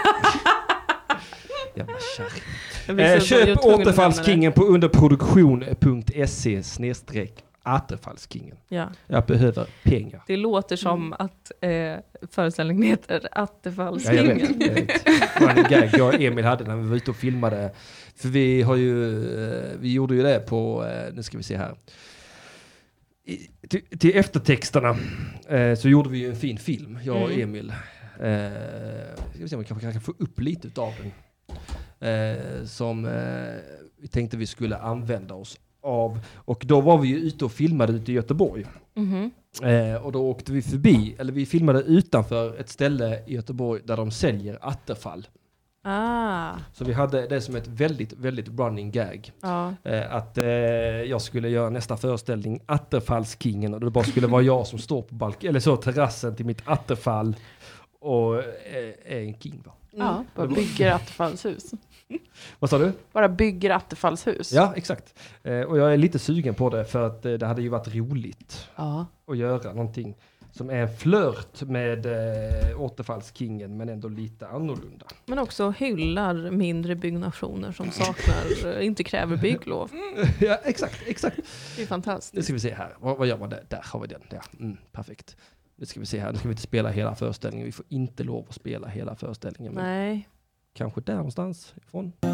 Jävla kärring. Jag blir Eh, så- jag är köp tvungen att nämna Återfallskingen på underproduktion punkt se snedstreck Återfallskingen. det. Ja. Jag behöver pengar. Det låter som att eh, föreställningen heter Ja, jag Attefallskingen. vet. Jag vet. Det var en gag jag och Emil hade när vi var ute och filmade. För vi har ju, eh, vi gjorde ju det på, eh, nu ska vi se här. I, till, till eftertexterna eh, så gjorde vi ju en fin film, jag och Mm. Emil. Eh, ska vi se om vi kanske kan få upp lite utav den. Eh, som eh, vi tänkte vi skulle använda oss av. Och då var vi ju ute och filmade ute i Göteborg. Mhm. Eh, och då åkte vi förbi, eller vi filmade utanför ett ställe i Göteborg där de säljer Attefall. Ah, Så vi hade det som ett väldigt, väldigt running gag. ja. Eh, att eh, jag skulle göra nästa föreställning Attefallskingen och det bara skulle vara jag som står på balk eller så terrassen till mitt Attefall och eh, är en king va? Ja, bara bygger Attefallshus. Vad sa du? Bara bygger Attefallshus. Ja, exakt. Eh, och jag är lite sugen på det för att eh, det hade ju varit roligt Ja. att göra någonting som är en flört med eh, återfallskingen men ändå lite annorlunda. Men också hyllar mindre byggnationer som saknar, eh, inte kräver bygglov. Ja, exakt, exakt. Det är fantastiskt. Nu ska vi se här. Vad, vad gör man där? Där har vi den. Ja, mm, perfekt. Nu ska vi se här. Nu ska vi inte spela hela föreställningen. Vi får inte lov att spela hela föreställningen. Men Nej. kanske där någonstans ifrån. Ja,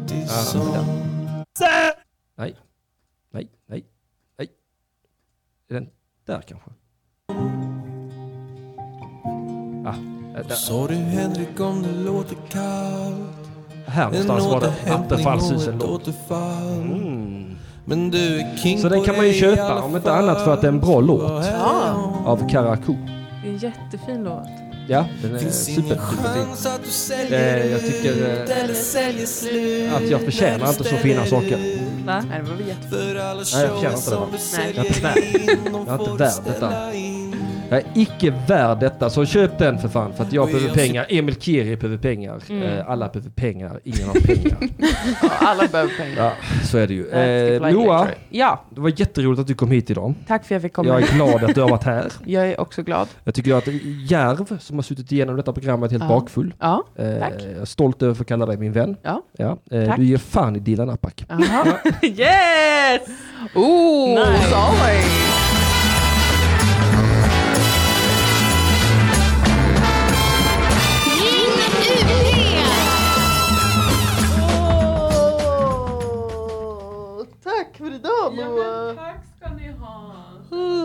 där. Nej. Nej, nej, nej. Är den där kanske? Ah, där. Så du Henrik om det låter kallt. Här någonstans var det Attefallshusen låg. Mm. Men du är king. Så den kan man ju köpa, om inte annat för att det är en bra låt. Ja. Av Karakou. Det är en jättefin låt. Ja, den är superfin. Eh, jag tycker eh, att jag förtjänar inte så fina saker. Va? Nej, det var väl jättefint. Nej, jag förtjänar inte det. Va? Nej. Jag är inte värd. Jag är inte värd detta. Jag är icke värd detta, så köp den för fan. För att jag behöver pengar, Emil Kiri behöver pengar. Mm. Eh, alla behöver pengar, ingen har pengar. Ja, alla behöver pengar. Ja, så är det ju. Eh, Noah, ja. Det var jätteroligt att du kom hit idag. Tack för att jag fick komma. Jag är glad att du har varit här. Jag är också glad. Jag tycker att Järv, som har suttit igenom detta programmet, helt ja. bakfull. Ja, tack. Eh, jag är stolt över att få kalla dig min vän. Ja, ja. Eh, du ger fan i Dilan Apak. Yes! Oh, nice. Sorry. Tack för idag, ja, men tack ska ni ha.